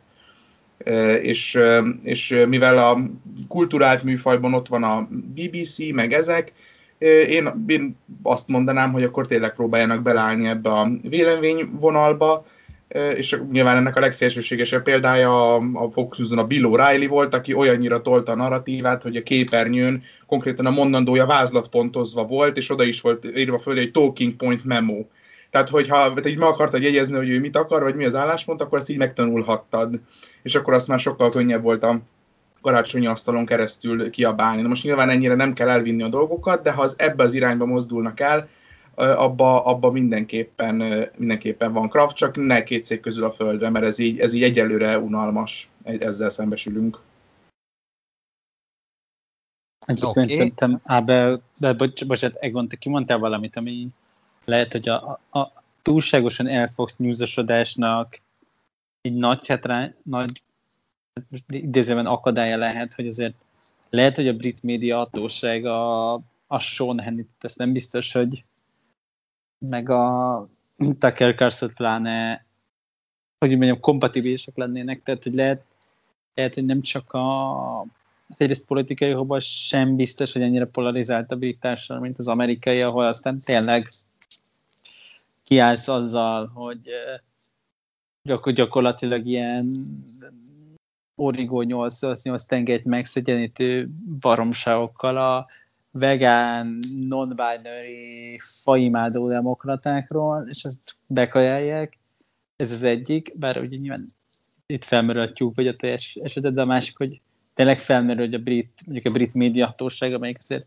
[SPEAKER 3] És mivel a kulturált műfajban ott van a BBC, meg ezek, én azt mondanám, hogy akkor tényleg próbáljanak beleállni ebbe a véleményvonalba, és nyilván ennek a legszélsőségesebb példája a Fox News-on a Bill O'Reilly volt, aki olyannyira tolta a narratívát, hogy a képernyőn konkrétan a mondandója vázlatpontozva volt, és oda is volt írva föl egy talking point memo. Tehát, hogyha te így meg akartad jegyezni, hogy ő mit akar, vagy mi az álláspont, akkor azt így megtanulhattad. És akkor azt már sokkal könnyebb volt a karácsonyi asztalon keresztül kiabálni. Na most nyilván ennyire nem kell elvinni a dolgokat, de ha az ebbe az irányba mozdulnak el, abba mindenképpen van kraft, csak ne két szék közül a földre, mert ez így egyelőre unalmas, ezzel szembesülünk.
[SPEAKER 2] Egyébként szerintem, bocsánat, Egon, te kimondtál valamit, ami lehet, hogy a túlságosan elfogsz newsosodásnak egy nagy idézőben akadálya lehet, hogy azért lehet, hogy a brit média hatóság a Sean Hannity, ezt nem biztos, hogy meg a Tucker Carlson pláne, hogy mondjam, kompatibilisek lennének, tehát hogy lehet, hogy nem csak egyrészt politikai hova sem biztos, hogy ennyire polarizált a brit társadalom, mint az amerikai, ahol aztán tényleg kiállsz azzal, hogy gyakorlatilag ilyen origó 8 tengelyt megszegyenítő baromságokkal a vegán, non-binary, faimádó demokratákról, és ezt bekajálják. Ez az egyik, bár ugye nyilván itt felmerül a tyúk, vagy a teljes esetet, de a másik, hogy tényleg felmerül, hogy mondjuk a brit médiahatóság, amelyik azért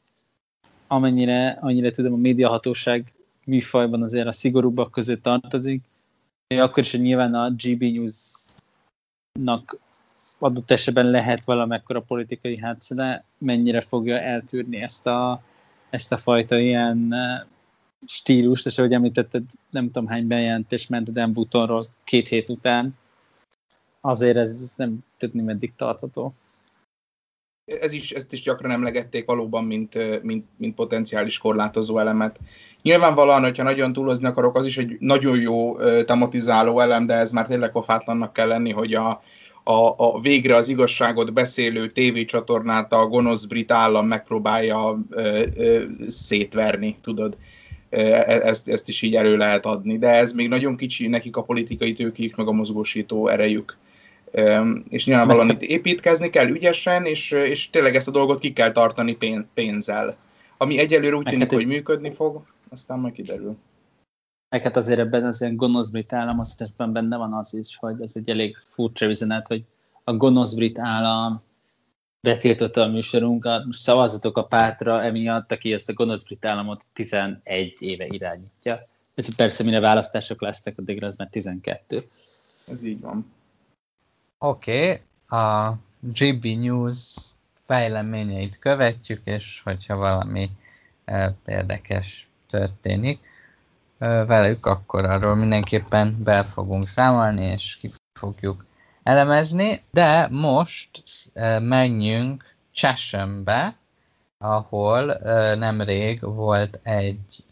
[SPEAKER 2] annyira tudom, a médiahatóság műfajban azért a szigorúbbak között tartozik, akkor is, hogy nyilván a GB News-nak adott esetben lehet valamekkora politikai hátszere, mennyire fogja eltűrni ezt a fajta ilyen stílust, és ahogy említetted, nem tudom hány bejelentés ment a Dan Woottonról 2 hét után, azért ez nem tudni meddig tartható.
[SPEAKER 3] ezt is gyakran emlegették valóban, mint potenciális korlátozó elemet. Nyilvánvalóan, hogyha nagyon túlozni akarok, az is egy nagyon jó tematizáló elem, de ez már tényleg pofátlannak kell lenni, hogy a végre az igazságot beszélő tévécsatornát a gonosz brit állam megpróbálja szétverni, tudod. Ezt is így elő lehet adni, de ez még nagyon kicsi nekik a politikai tőkéjük, meg a mozgósító erejük. És nyilvánvalóan itt építkezni kell ügyesen, és tényleg ezt a dolgot ki kell tartani pénzzel. Ami egyelőre úgy tűnik, hogy működni fog, aztán majd kiderül.
[SPEAKER 2] Meg hát azért ebben az ilyen gonosz brit állam, aztán benne van az is, hogy ez egy elég furcsa üzenet, hogy a gonosz brit állam betiltotta a műsorunkat, most szavazatok a pártra emiatt, aki ezt a gonosz brit államot 11 éve irányítja. Persze, mire választások lesznek, addigra az már 12.
[SPEAKER 3] Ez így van.
[SPEAKER 1] Oké, a GB News fejleményeit követjük, és hogyha valami érdekes történik velük, akkor arról mindenképpen be fogunk számolni, és ki fogjuk elemezni, de most menjünk Cheshambe, ahol nemrég volt egy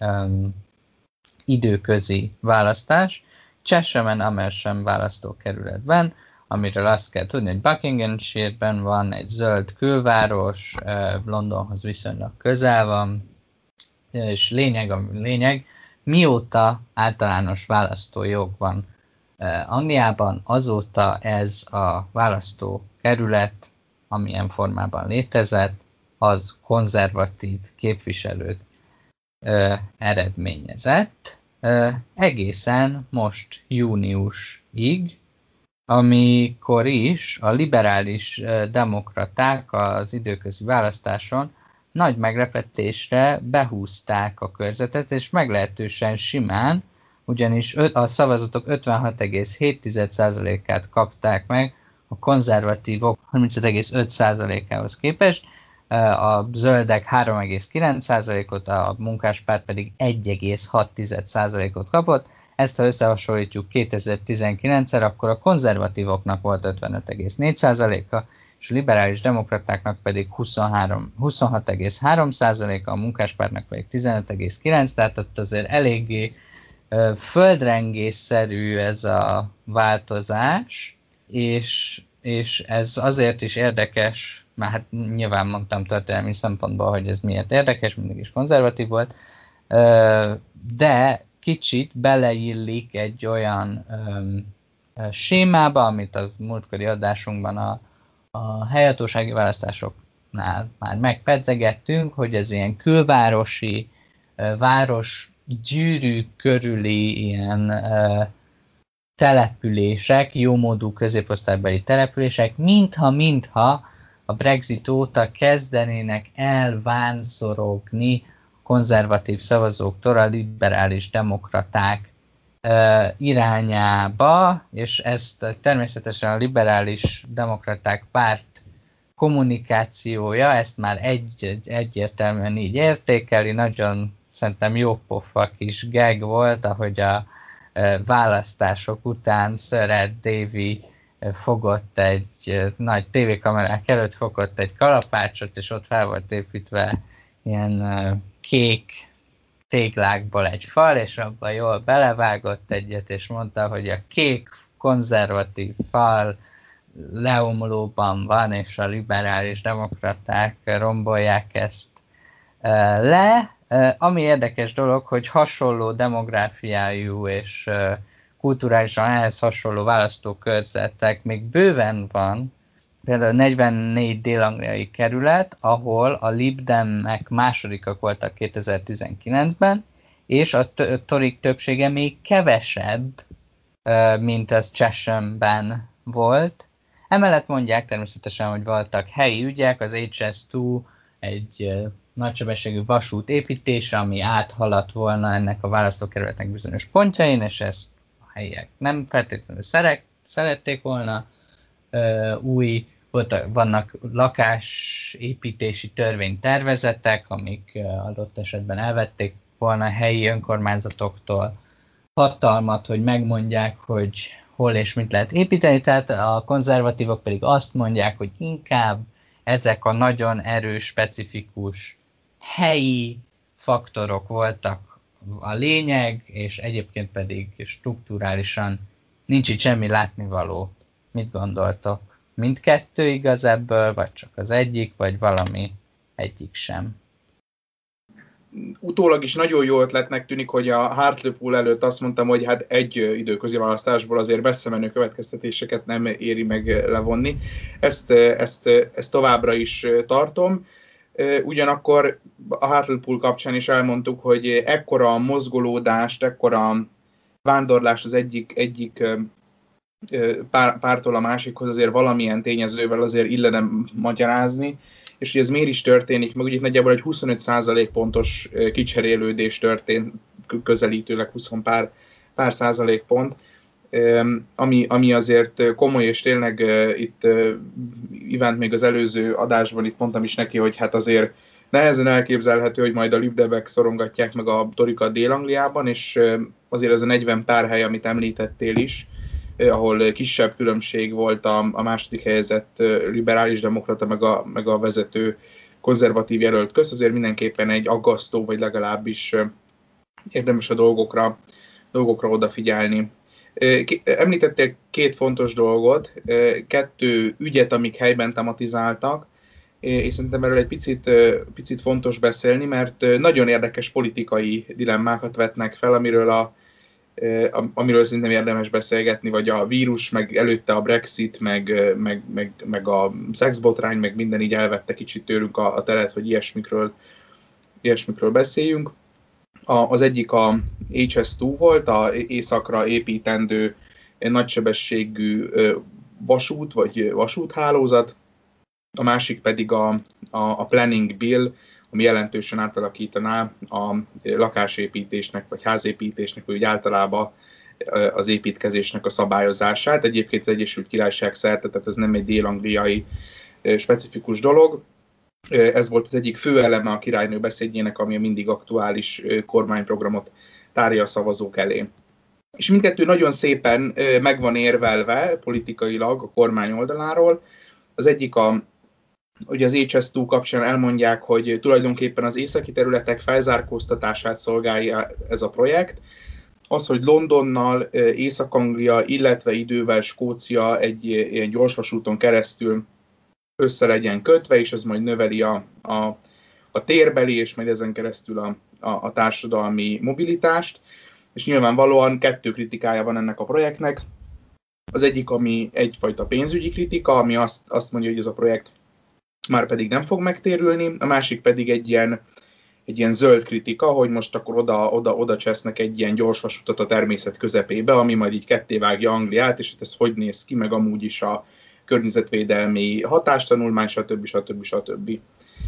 [SPEAKER 1] időközi választás, Chesham and Amersham választókerületben, amiről azt kell tudni, hogy Buckinghamshire-ben van egy zöld külváros, Londonhoz viszonylag közel van, és lényeg, mióta általános választójog van Angliában, azóta ez a választókerület, amilyen formában létezett, az konzervatív képviselőt eredményezett, egészen most júniusig, amikor is a liberális demokraták az időközi választáson nagy meglepetésre behúzták a körzetet, és meglehetősen simán, ugyanis a szavazatok 56,7%-át kapták meg a konzervatívok 35,5%-ához képest, a zöldek 3,9%-ot, a munkáspárt pedig 1,6%-ot kapott. Ezt ha összehasonlítjuk 2019-re, akkor a konzervatívoknak volt 55,4%-a, és a liberális demokratáknak pedig 26,3%-a, a munkáspártnak pedig 15,9%, tehát ott azért eléggé földrengésszerű ez a változás, és ez azért is érdekes, mert hát nyilván mondtam történelmi szempontból, hogy ez miért érdekes, mindig is konzervatív volt, de kicsit beleillik egy olyan sémába, amit az múltkori adásunkban a helyhatósági választásoknál már megpedzegettünk, hogy ez ilyen külvárosi, városgyűrű körüli ilyen települések, jómódú középosztálybeli települések, mintha a Brexit óta kezdenének elvánszorogni konzervatív szavazóktól a liberális demokraták irányába, és ezt természetesen a liberális demokraták párt kommunikációja, ezt már egyértelműen így értékeli, nagyon szerintem jópofa kis gag volt, ahogy a választások után Sir Ed Davey fogott egy nagy tévékamerák előtt fogott egy kalapácsot, és ott fel volt építve ilyen kék téglákból egy fal, és abban jól belevágott egyet, és mondta, hogy a kék konzervatív fal leomlóban van, és a liberális demokraták rombolják ezt le. Ami érdekes dolog, hogy hasonló demográfiájú és kulturálisan ehhez hasonló választókörzetek még bőven van, például 44 dél-angliai kerület, ahol a Lib Demek másodikak voltak 2019-ben, és a torik többsége még kevesebb, mint az Cheshamben volt. Emellett mondják természetesen, hogy voltak helyi ügyek, az HS2 egy nagysebességű vasút építése, ami áthaladt volna ennek a választókerületnek bizonyos pontjain, és ezt a helyiek nem feltétlenül szerették volna. Vannak lakásépítési törvénytervezetek, amik adott esetben elvették volna a helyi önkormányzatoktól hatalmat, hogy megmondják, hogy hol és mit lehet építeni, tehát a konzervatívok pedig azt mondják, hogy inkább ezek a nagyon erős, specifikus helyi faktorok voltak a lényeg, és egyébként pedig strukturálisan nincs itt semmi látnivaló. Mit gondoltok? Mindkettő igaz ebből, vagy csak az egyik, vagy valami egyik sem?
[SPEAKER 3] Utólag is nagyon jó ötletnek tűnik, hogy a Hartlepool Pool előtt azt mondtam, hogy hát egy időközi választásból azért messze menő következtetéseket nem éri meg levonni. Ezt továbbra is tartom. Ugyanakkor a Hartlepool Pool kapcsán is elmondtuk, hogy ekkora mozgolódást, ekkora vándorlást az egyik pártól a másikhoz azért valamilyen tényezővel azért illene magyarázni, és hogy ez miért is történik, meg ugye nagyjából egy 25% pontos kicserélődés történt, közelítőleg 20 pár százalékpont, ami azért komoly, és tényleg itt Ivánt még az előző adásban itt mondtam is neki, hogy hát azért nehezen elképzelhető, hogy majd a libdebek szorongatják meg a torikat Dél-Angliában, és azért ez a 40 pár hely, amit említettél is, ahol kisebb különbség volt a második helyezett liberális demokrata meg a vezető konzervatív jelölt közt, azért mindenképpen egy aggasztó, vagy legalábbis érdemes a dolgokra odafigyelni. Említettél két fontos dolgot, kettő ügyet, amik helyben tematizáltak, és szerintem erről egy picit fontos beszélni, mert nagyon érdekes politikai dilemmákat vetnek fel, amiről szerintem érdemes beszélgetni, vagy a vírus, meg előtte a Brexit, meg a szexbotrány, meg minden így elvette kicsit tőlünk a teret, hogy ilyesmikről beszéljünk. Az egyik a HS2 volt, a északra építendő nagysebességű vasút, vagy vasúthálózat, a másik pedig a Planning Bill, ami jelentősen átalakítaná a lakásépítésnek, vagy házépítésnek, vagy úgy általában az építkezésnek a szabályozását. Egyébként az Egyesült Királyság szerte, tehát ez nem egy dél-angliai specifikus dolog. Ez volt az egyik fő eleme a királynő beszédjének, ami a mindig aktuális kormányprogramot tárja a szavazók elé. És mindkettő nagyon szépen meg van érvelve politikailag a kormány oldaláról. Az egyik ugye az HS2 kapcsán elmondják, hogy tulajdonképpen az északi területek felzárkóztatását szolgálja ez a projekt. Az, hogy Londonnal, Észak-Anglia, illetve idővel Skócia egy ilyen gyorsvasúton keresztül össze legyen kötve, és ez majd növeli a térbeli, és majd ezen keresztül a társadalmi mobilitást. És nyilvánvalóan kettő kritikája van ennek a projektnek. Az egyik, ami egyfajta pénzügyi kritika, ami azt mondja, hogy ez a projekt már pedig nem fog megtérülni, a másik pedig egy ilyen zöld kritika, hogy most akkor oda csesznek egy ilyen gyorsvasutat a természet közepébe, ami majd így kettévágja Angliát, és ez hogy néz ki, meg amúgy is a környezetvédelmi hatástanulmány, stb.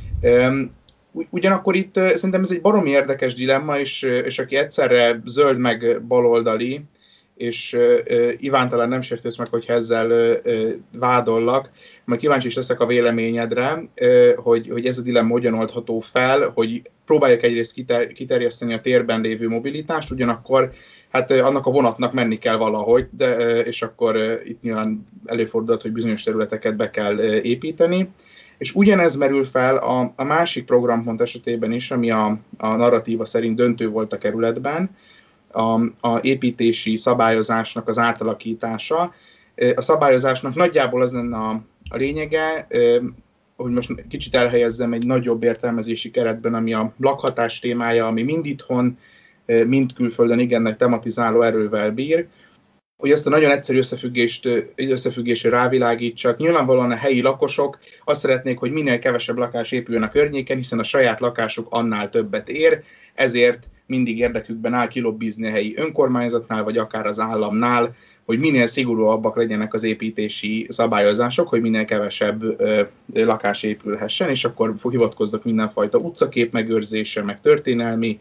[SPEAKER 3] Ugyanakkor itt szerintem ez egy baromi érdekes dilemma, és aki egyszerre zöld meg baloldali, és Iván, talán nem sértődsz meg, hogyha ezzel vádollak, majd kíváncsi is leszek a véleményedre, hogy ez a dilemma hogyan oldható fel, hogy próbálják egyrészt kiterjeszteni a térben lévő mobilitást, ugyanakkor hát annak a vonatnak menni kell valahogy, és akkor itt nyilván előfordulhat, hogy bizonyos területeket be kell építeni. És ugyanez merül fel a másik programpont esetében is, ami a narratíva szerint döntő volt a kerületben, a építési szabályozásnak az átalakítása. A szabályozásnak nagyjából az lenne a lényege, hogy most kicsit elhelyezzem egy nagyobb értelmezési keretben, ami a lakhatás témája, ami mind itthon, mind külföldön igen nagy tematizáló erővel bír, hogy ezt a nagyon egyszerű összefüggésre rávilágítsak. Nyilvánvalóan a helyi lakosok azt szeretnék, hogy minél kevesebb lakás épüljön a környéken, hiszen a saját lakásuk annál többet ér, ezért mindig érdekükben áll kilobbizni a helyi önkormányzatnál, vagy akár az államnál, hogy minél szigorúabbak legyenek az építési szabályozások, hogy minél kevesebb lakás épülhessen, és akkor hivatkoznak mindenfajta utcakép megőrzése, meg történelmi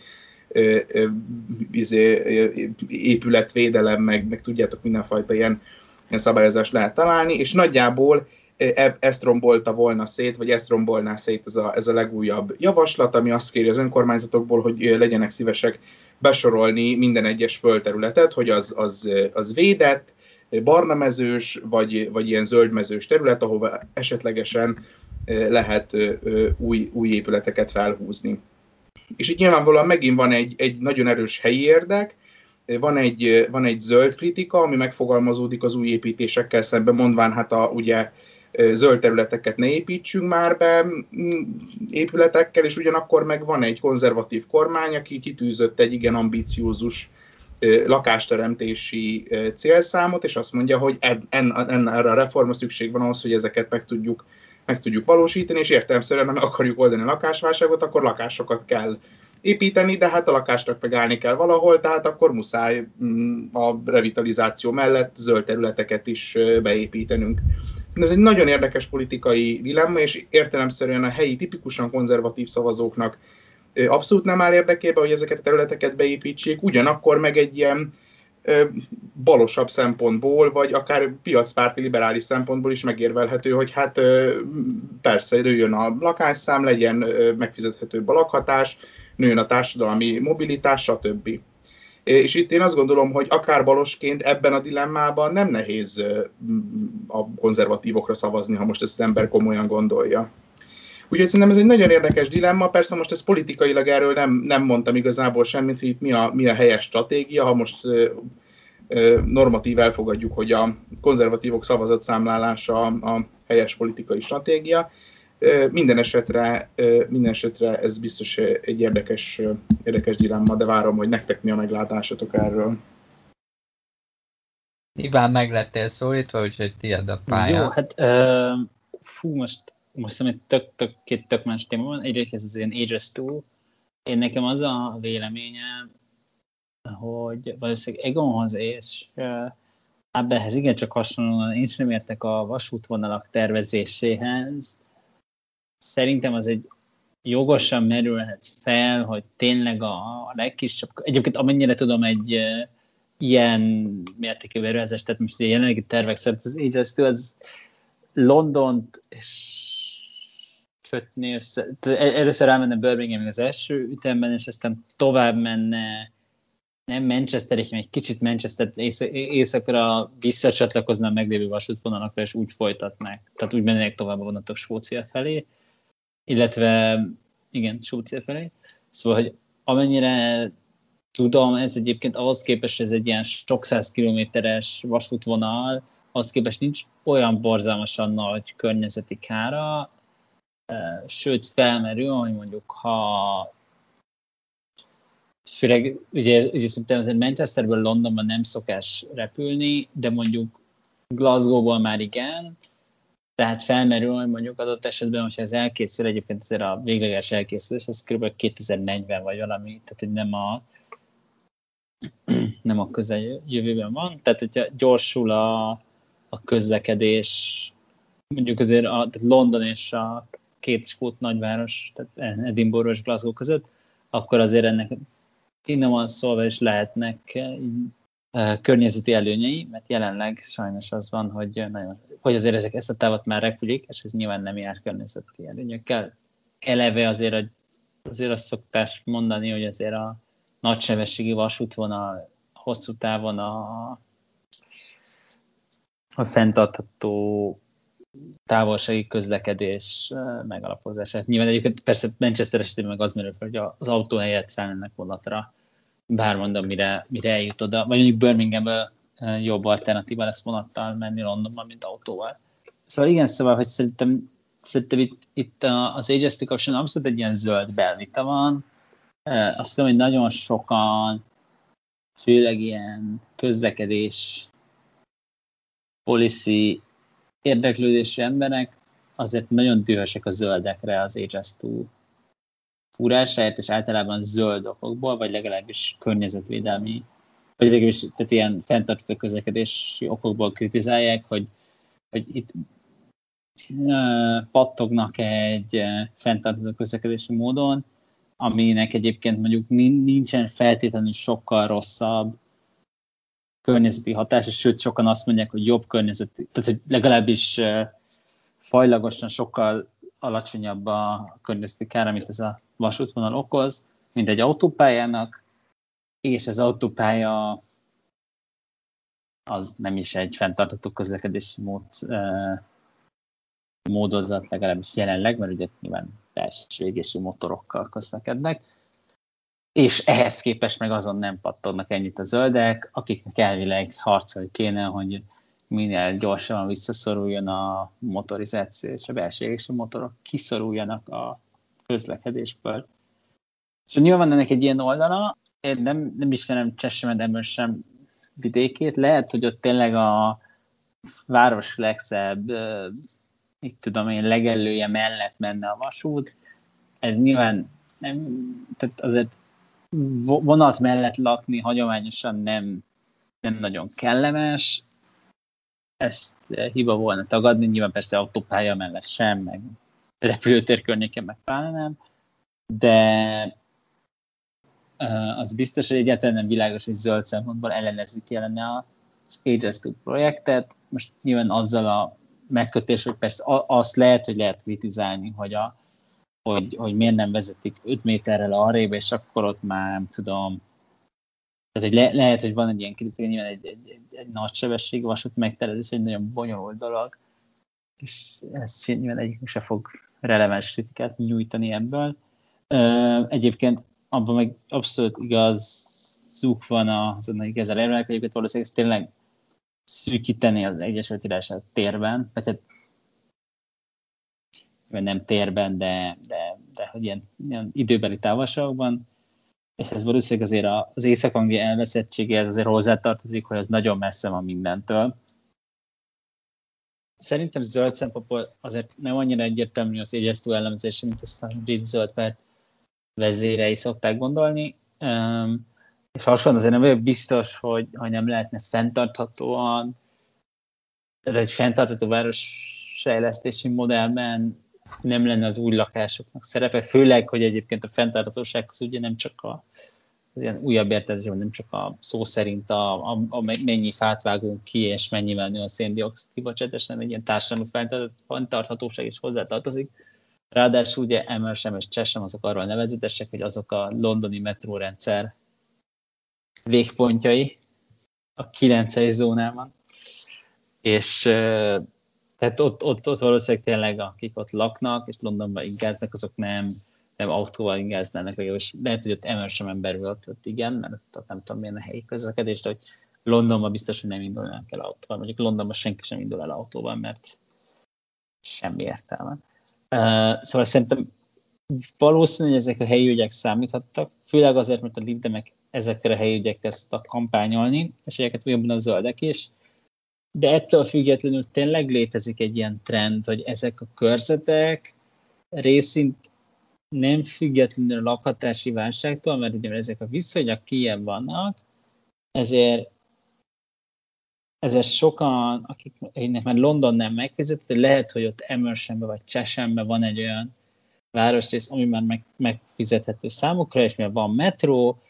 [SPEAKER 3] épületvédelem, meg tudjátok, mindenfajta ilyen szabályozást lehet találni, és nagyjából ezt rombolta volna szét, vagy ezt rombolná szét ez a legújabb javaslat, ami azt kéri az önkormányzatokból, hogy legyenek szívesek besorolni minden egyes földterületet, hogy az védett, barnamezős, vagy ilyen zöldmezős terület, ahova esetlegesen lehet új épületeket felhúzni. És itt nyilvánvalóan megint van egy nagyon erős helyi érdek, van egy zöld kritika, ami megfogalmazódik az új építésekkel szemben, mondván hát ugye zöld területeket ne építsünk már be épületekkel, és ugyanakkor meg van egy konzervatív kormány, aki kitűzött egy igen ambiciózus lakásteremtési célszámot, és azt mondja, hogy erre a reformra szükség van ahhoz, hogy ezeket meg tudjuk valósítani, és értelemszerűen, ha meg akarjuk oldani a lakásválságot, akkor lakásokat kell építeni, de hát a lakásnak meg állni kell valahol, tehát akkor muszáj a revitalizáció mellett zöld területeket is beépítenünk. Ez egy nagyon érdekes politikai dilemma, és értelemszerűen a helyi, tipikusan konzervatív szavazóknak abszolút nem áll érdekébe, hogy ezeket a területeket beépítsék, ugyanakkor meg egy ilyen balosabb szempontból, vagy akár piacpárti liberális szempontból is megérvelhető, hogy hát persze nőjön a lakásszám, legyen megfizethetőbb a lakhatás, nőjön a társadalmi mobilitás, stb. És itt én azt gondolom, hogy akár balosként ebben a dilemmában nem nehéz a konzervatívokra szavazni, ha most ezt az ember komolyan gondolja. Úgyhogy szerintem ez egy nagyon érdekes dilemma, persze most ez politikailag erről nem mondtam igazából semmit, hogy itt mi a helyes stratégia, ha most normatív elfogadjuk, hogy a konzervatívok szavazatszámlálása a helyes politikai stratégia. Minden esetre ez biztos egy érdekes dilemma, de várom, hogy nektek mi a meglátásatok erről.
[SPEAKER 1] Iván, meg lettél szólítva, úgyhogy tiéd a pálya.
[SPEAKER 2] Jó, hát most szerintem két tök más téma van. Egyrészt ez az ilyen Ages 2. Én nekem az a véleményem, hogy valószínűleg Egonhoz és Abelhez igencsak hasonlóan én sem értek a vasútvonalak tervezéséhez. Szerintem az egy jogosan merülhet fel, hogy tényleg a legkisebb, egyébként amennyire tudom, egy ilyen mértékű beruházás, tehát most a jelenlegi tervek szerint az Ages 2 az Londont és kötni össze. Először elmenne Birmingham az első ütemben, és aztán tovább menne nem Manchesterig, hanem egy kicsit Manchester északra visszacsatlakozna a meglévő vasútvonalakra, és úgy folytatnák. Tehát úgy mennének tovább a vonatok Skócia felé, illetve igen, Skócia felé. Szóval, hogy amennyire tudom, ez egyébként ahhoz képest, ez egy ilyen sok száz kilométeres vasútvonal, ahhoz képest nincs olyan borzalmasan nagy környezeti kára, sőt felmerül, hogy mondjuk ha főleg, ugye szerintem azért Manchesterből Londonban nem szokás repülni, de mondjuk Glasgow-ból már igen, tehát felmerül, hogy mondjuk adott esetben, hogyha ez elkészül, egyébként azért a végleges elkészülés, az kb. 2040 vagy valami, tehát hogy nem a közeljövőben van, tehát hogyha gyorsul a közlekedés, mondjuk azért tehát London és a két skót nagyváros, tehát Edinburgh és Glasgow között, akkor azért ennek finoman szólva is lehetnek környezeti előnyei, mert jelenleg sajnos az van, hogy azért ezt a távot már repülik, és ez nyilván nem jár környezeti előnyökkel. Eleve azért azt szokták mondani, hogy azért a nagysebességi vasútvonal hosszú távon a fenntartható távolsági közlekedés megalapozását. Nyilván egyébként persze Manchester esetében meg az merül, hogy az autó helyett szállnak vonatra, bár mondom, mire eljut oda. Vagy mondjuk Birminghamben jobb alternatíva lesz vonattal menni Londonban, mint autóval. Szóval igen, hogy szerintem itt az Ages kapcsolatban abszolút egy ilyen zöld belvita van. Azt tudom, hogy nagyon sokan, főleg ilyen közlekedés, policy érdeklődésű emberek azért nagyon dühösek a zöldekre az HS2 fúrásáért, és általában zöld okokból, vagy legalábbis környezetvédelmi, vagy legalábbis tehát ilyen fenntartható közlekedési okokból kritizálják, hogy itt pattognak egy fenntartható közlekedési módon, aminek egyébként mondjuk nincsen feltétlenül sokkal rosszabb környezeti hatása, sőt sokan azt mondják, hogy jobb környezeti, tehát hogy legalábbis fajlagosan sokkal alacsonyabb a környezeti kár, amit ez a vasútvonal okoz, mint egy autópályának, és az autópálya az nem is egy fenntartható közlekedési mód módozat legalábbis jelenleg, mert ugye nyilván belső égésű motorokkal közlekednek, és ehhez képest meg azon nem pattognak ennyit a zöldek, akiknek elvileg harcolni kéne, hogy minél gyorsabban visszaszoruljon a motorizáció, és a belső égésű motorok kiszoruljanak a közlekedésből. Szóval nyilván van ennek egy ilyen oldala, én nem ismerem Csesseme sem vidékét, lehet, hogy ott tényleg a város legszebb, legelője mellett menne a vasút. Ez nyilván nem, tehát azért vonat mellett lakni hagyományosan nem nagyon kellemes. Ezt hiba volna tagadni, nyilván persze autópálya mellett sem, meg repülőtér környéken meg pláne nem, de az biztos, hogy egyáltalán nem világos, hogy zöld szempontból ellenezni kellene az Ages2 projektet. Most nyilván azzal a megkötés, hogy persze azt lehet kritizálni, hogy miért nem vezetik 5 méterrel arrébb, és akkor ott már nem tudom. Tehát, hogy lehet, hogy van egy ilyen kritika, nyilván egy nagy sebességű vasút megtervezés, egy nagyon bonyolult dolog, és ez nyilván egyikünk se fog releváns kritikát nyújtani ebből. Egyébként abban meg abszolút igazuk van azonnak ezzel érvelek, hogy egyébként valószínűleg ez tényleg szűkíteni az Egyesült Királyság térben, vagy nem térben, de hogy ilyen időbeli távolságokban, és ez valószínűleg azért az Észak-Anglia elveszettsége azért hozzátartozik, hogy az nagyon messze van mindentől. Szerintem zöld szempontból azért nem annyira egyértelmű az Ages2 elemzése, mint ezt a brit zöld per vezérei szokták gondolni. És hasonlóan azért nem vagyok biztos, hogy nem lehetne fenntarthatóan, tehát egy fenntartható városfejlesztési modellben nem lenne az új lakásoknak szerepe, főleg, hogy egyébként a fenntarthatósághoz ugye nem csak az ilyen újabb értelmezésben, nem csak a szó szerint a mennyi fát vágunk ki, és mennyivel nő a szén-dioxid kibocsátás, hanem egy ilyen társadalmi fenntarthatóság is hozzátartozik. Ráadásul ugye Amersham és Chesham azok arról nevezetesek, hogy azok a londoni metrórendszer végpontjai a 9-es zónában. És tehát ott valószínűleg tényleg, akik ott laknak, és Londonban ingáznak, azok nem autóval ingáznának, és lehet, hogy ott Amershamen belül ott igen, mert ott nem tudom milyen a helyi közlekedés, de hogy Londonban biztos, hogy nem indulnak el autóval. Mondjuk Londonban senki sem indul el autóval, mert semmi értelme. Szóval szerintem valószínű, hogy ezek a helyi ügyek számíthattak, főleg azért, mert a libdemek ezekre a helyi ügyekkel kezdtek kampányolni, és egyébként ugyanabban a zöldek is. De ettől függetlenül tényleg létezik egy ilyen trend, hogy ezek a körzetek részint nem függetlenül a lakhatási válságtól, mert ugye ezek a viszonylag kijebb vannak, ezért sokan, akiknek már London nem megfizetett, lehet, hogy ott Amershamben vagy Cheshamben van egy olyan városrész, ami már megfizethető számukra, és mivel van metró,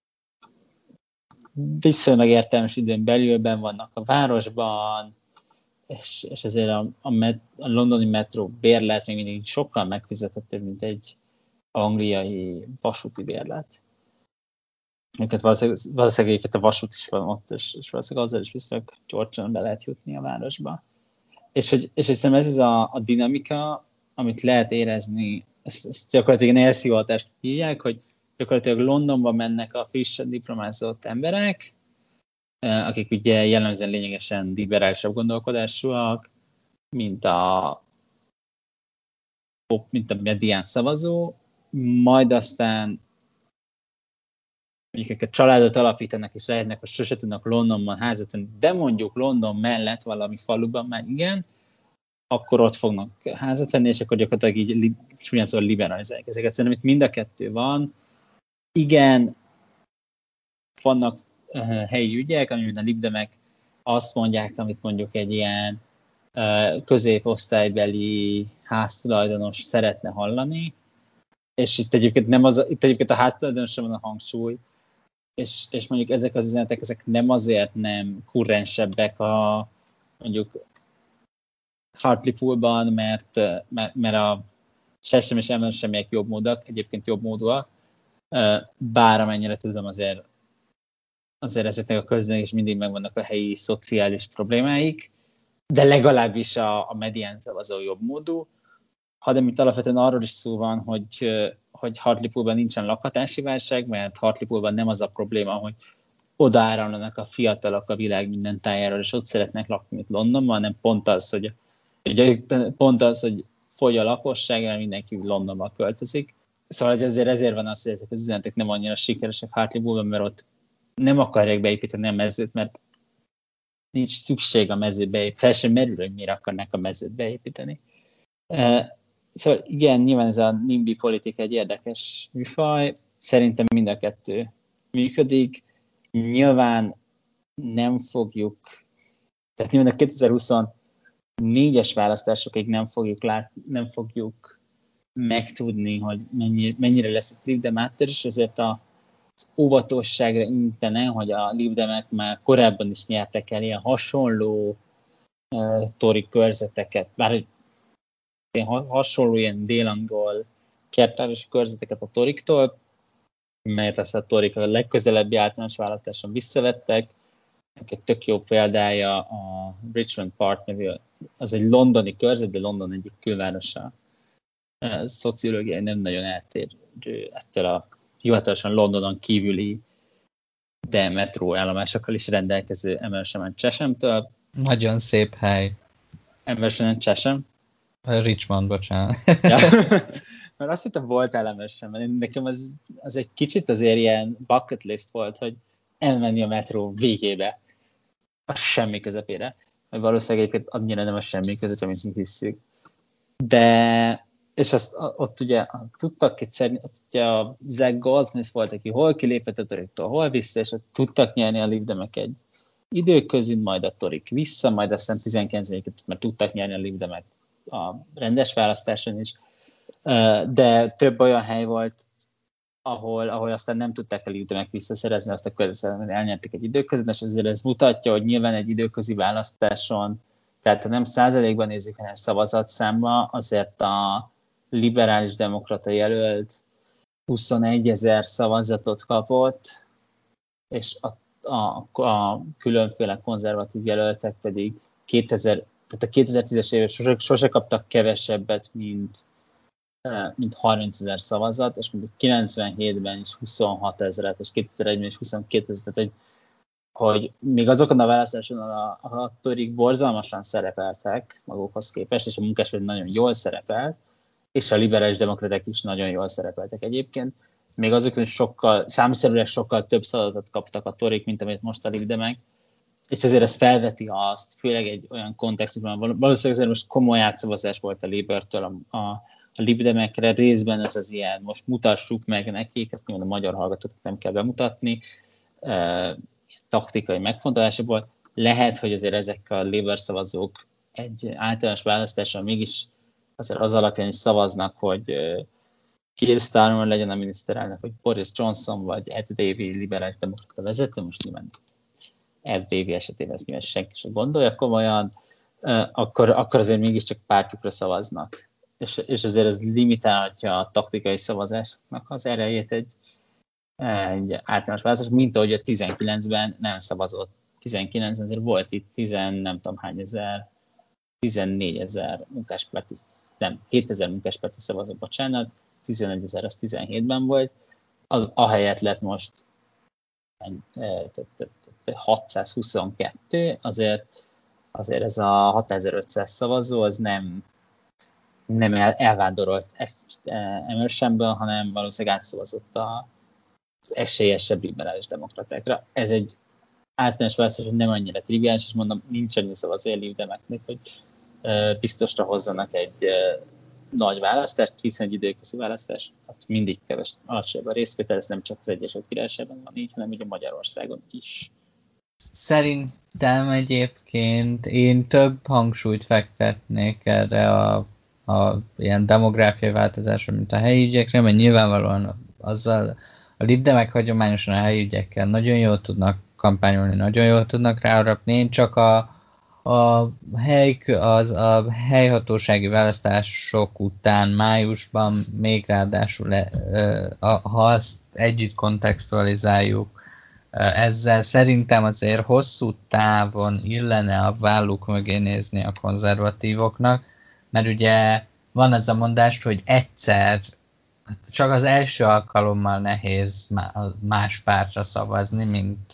[SPEAKER 2] viszonylag értelmes időn belülben vannak a városban, és ezért a londoni metró bérlet még mindig sokkal megfizethetőbb, mint egy angliai vasúti bérlet. Őket valószínűleg a vasút is van ott, és valószínűleg azzal is viszonylag gyorsan be lehet jutni a városba. És hiszem ez az a dinamika, amit lehet érezni, ezt gyakorlatilag ilyen elszivatást hívják, hogy gyakorlatilag Londonba mennek a frissen diplomázott emberek, akik ugye jellemzően lényegesen liberálisabb gondolkodásúak, mint a medián szavazó, majd aztán mondjuk a családot alapítanak, és lehetnek, hogy sose tudnak Londonban házat venni, de mondjuk London mellett valami faluban már igen, akkor ott fognak házat venni, és akkor gyakorlatilag így súlyan szóval liberalizálják ezeket. Szerintem itt mind a kettő van. Igen, vannak helyi ügyek, amiben a libdemek azt mondják, amit mondjuk egy ilyen középosztálybeli háztulajdonos szeretne hallani, és itt egyébként a háztulajdonosra van a hangsúly, és mondjuk ezek az üzenetek, ezek nem azért nem kurrensebbek a mondjuk Hartlepoolban, mert a Chesham és Amershamiek jobb módak, egyébként jobb módúak, bár amennyire tudom, azért ezeknek a közösségnek is mindig megvannak a helyi szociális problémáik, de legalábbis a medián szavazó jobb módú. hanem itt alapvetően arról is szó van, hogy Hartlepoolban nincsen lakhatási válság, mert Hartlepoolban nem az a probléma, hogy odaáramlanak a fiatalok a világ minden tájáról, és ott szeretnek lakni, mint Londonban, hanem pont az, hogy fogy a lakosság, mert mindenki Londonba költözik. Szóval ezért van az, hogy ezek az üzenetek nem annyira sikeresek Hartlepoolban, mert ott nem akarják beépíteni a mezőt, mert nincs szükség a mezőbe, fel sem merül, hogy miért akarnak a mezőt beépíteni. Szóval igen, nyilván ez a NIMBY politika egy érdekes műfaj, szerintem mind a kettő működik. Nyilván nem fogjuk, tehát nyilván a 2024-es választásokig nem fogjuk megtudni, hogy mennyire lesz a Lib Dem áttörés, és ezért az óvatosságra intene, hogy a Lib Demek már korábban is nyertek el ilyen hasonló tori körzeteket, bár hasonló ilyen dél-angol kertvárosi körzeteket a toriktól, melyet aztán a torik a legközelebbi általános választáson visszavettek. Egy tök jó példája a Richmond Park nevű, az egy londoni körzet, de London egyik külvárosa. Szociológiai nem nagyon eltérő ettől a hivatalosan Londonon kívüli, de metróállomásokkal is rendelkező Emerson and Chesham-től.
[SPEAKER 1] Nagyon szép hely.
[SPEAKER 2] Emerson and Chesham?
[SPEAKER 1] Richmond, bocsánat.
[SPEAKER 2] Ja. Mert azt hittem voltál Emersonben, nekem az egy kicsit azért ilyen bucket list volt, hogy elmenni a metró végébe, a semmi közepére. Vagy valószínűleg egyébként annyira nem a semmi közepére, mint mi hisszük. De, és azt ott ugye tudtak egyszer, ugye a Zach Goldsmith volt, aki hol kilépett a toriktól, hol vissza, és tudtak nyerni a Lib Demek egy időközön, majd a torik vissza, majd aztán 19-et, mert tudtak nyerni a Lib Demek a rendes választáson is. De több olyan hely volt, ahol aztán nem tudták a Lib Demek visszaszerezni, azt a közben elnyerték egy időközben, és ezért ez mutatja, hogy nyilván egy időközi választáson, tehát ha nem százalékban nézzük, hanem szavazatszámba, azért a liberális demokrata jelölt 21 000 szavazatot kapott, és a különféle konzervatív jelöltek pedig 2000, tehát a 2010-es évek sose kaptak kevesebbet, mint 30 000 szavazat, és mondjuk 97-ben is 26 000, és 2001-ben is 22 000, tehát hogy még azokon a választáson a torik borzalmasan szerepeltek magukhoz képest, és a Munkáspárt nagyon jól szerepelt, és a liberális demokraták is nagyon jól szerepeltek egyébként. Még azokon is számszerűleg sokkal több szavazatot kaptak a torik, mint amit most a Lib Demek, és ezért ez felveti azt, főleg egy olyan kontextusban, valószínűleg azért most komoly átszavazás volt a Labourtől a Lib Demekre, részben ez az ilyen, most mutassuk meg nekik, ezt nyilván a magyar hallgatóknak nem kell bemutatni, taktikai megfontolásból. Lehet, hogy azért ezek a Labour szavazók egy általános választáson mégis azért az alapján is szavaznak, hogy Keir Starmer legyen a miniszterelnök, hogy Boris Johnson vagy Ed Davey liberális demokrata vezető, most nyilván Ed Davey esetében ezt nyilván senki sem gondolja komolyan, akkor azért mégiscsak pártjukra szavaznak. És azért ez limitálhatja a taktikai szavazásnak az erejét egy általános választás, mint ahogy a 19-ben nem szavazott. 19-ben azért volt itt 14 000 munkáspárti, nem, 7 000 munkáspárti szavazott, bocsánat, 11 000 az 17-ben volt, az ahelyett lett most 622, azért ez a 6500 szavazó, az nem elvándorolt Emersonből, hanem valószínűleg átszavazott az esélyesebb liberális demokratákra. Ez egy általános választás, hogy nem annyira triviális, és mondom, nincs annyi szavazó a Lib Demeknek, hogy biztosra hozzanak egy nagy választást, hiszen egy időközi választás, hát mindig alacsonyabb a részvétel, ez nem csak az Egyesült Királyságban van így, hanem ugye Magyarországon is.
[SPEAKER 1] Szerintem egyébként én több hangsúlyt fektetnék erre a ilyen demográfiai változásra, mint a helyi ügyekre, mert nyilvánvalóan azzal a Lib Demek hagyományosan a helyi ügyekkel nagyon jól tudnak kampányolni, nagyon jól tudnak ráharapni. Én csak a helyhatósági választások után májusban még ráadásul, ha azt együtt kontextualizáljuk Ezzel szerintem azért hosszú távon illene a válluk mögé nézni a konzervatívoknak, mert ugye van az a mondás, hogy egyszer, csak az első alkalommal nehéz más pártra szavazni, mint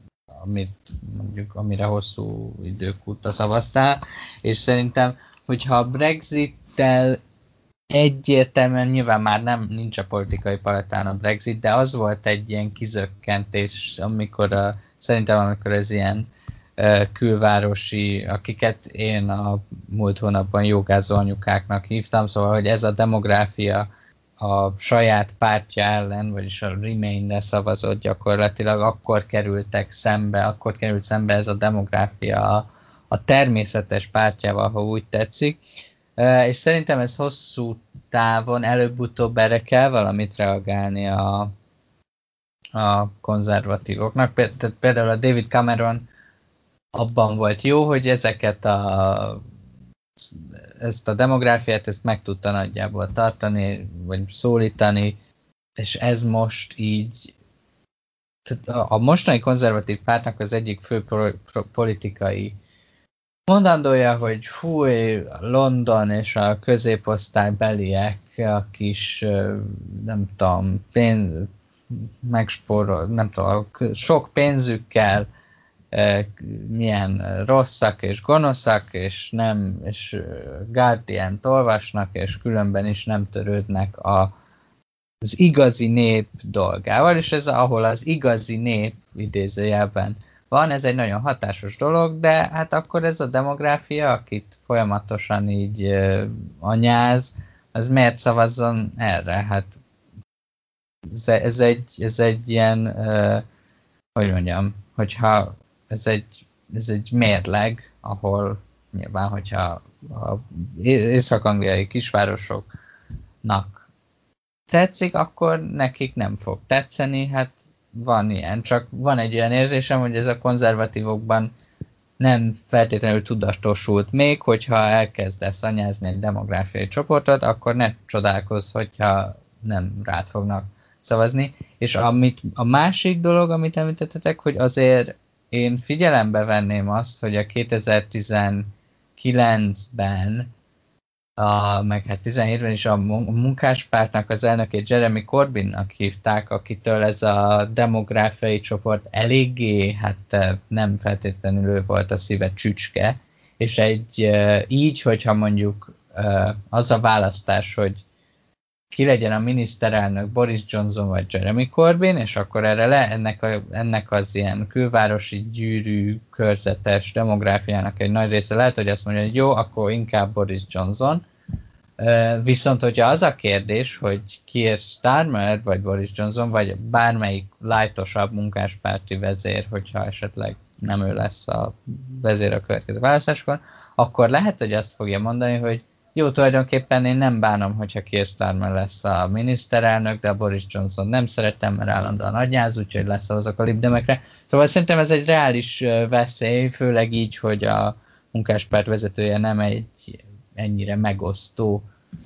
[SPEAKER 1] amire hosszú idők óta szavaztál, és szerintem, hogyha a Brexit-tel egyértelműen nyilván már nincs a politikai palettán a Brexit, de az volt egy ilyen kizökkentés, szerintem amikor ez ilyen külvárosi, akiket én a múlt hónapban jogázó anyukáknak hívtam, szóval, hogy ez a demográfia a saját pártja ellen, vagyis a Remainre szavazott gyakorlatilag, akkor került szembe ez a demográfia a természetes pártjával, ha úgy tetszik. És szerintem ez hosszú távon előbb-utóbb erre kell valamit reagálni a konzervatívoknak. Tehát például a David Cameron abban volt jó, hogy ezt a demográfiát ezt meg tudta nagyjából tartani, vagy szólítani, és ez most így tehát a mostani konzervatív pártnak az egyik fő politikai mondandója, hogy fúj, London és a középosztálybeliek a kis, nem tudom, megspórol, nem tudom, sok pénzükkel milyen rosszak és gonoszak, és Guardian-t olvasnak, és különben is nem törődnek az igazi nép dolgával, és ez ahol az igazi nép idézőjelben van, ez egy nagyon hatásos dolog, de hát akkor ez a demográfia, akit folyamatosan így anyáz, az miért szavazzon erre? Hát ez egy ilyen, hogy mondjam, hogyha ez egy mérleg, ahol nyilván, hogyha az észak-angliai kisvárosoknak tetszik, akkor nekik nem fog tetszeni, hát van ilyen, csak van egy olyan érzésem, hogy ez a konzervatívokban nem feltétlenül tudatosult még, hogyha elkezdesz anyázni egy demográfiai csoportot, akkor ne csodálkozz, hogyha nem rád fognak szavazni. És a másik dolog, amit említettetek, hogy azért én figyelembe venném azt, hogy a 2019-ben meg hát 17-ben is a munkáspártnak az elnökét Jeremy Corbynnak hívták, akitől ez a demográfiai csoport eléggé, hát nem feltétlenül ő volt a szíve csücske, és így, hogyha mondjuk az a választás, hogy ki legyen a miniszterelnök, Boris Johnson vagy Jeremy Corbyn, és akkor ennek az ilyen külvárosi gyűrű, körzetes demográfiának egy nagy része lehet, hogy azt mondja, hogy jó, akkor inkább Boris Johnson. Viszont, hogyha az a kérdés, hogy Keir Starmer vagy Boris Johnson, vagy bármelyik lightosabb munkáspárti vezér, hogyha esetleg nem ő lesz a vezér a következő választáskor, akkor lehet, hogy azt fogja mondani, hogy jó, tulajdonképpen én nem bánom, hogyha Keir Starmer lesz a miniszterelnök, de a Boris Johnson nem szeretem, mert állandóan anyáz, úgyhogy leszavazok a libdemekre. Szóval szerintem ez egy reális veszély, főleg így, hogy a munkáspárt vezetője nem egy ennyire megosztó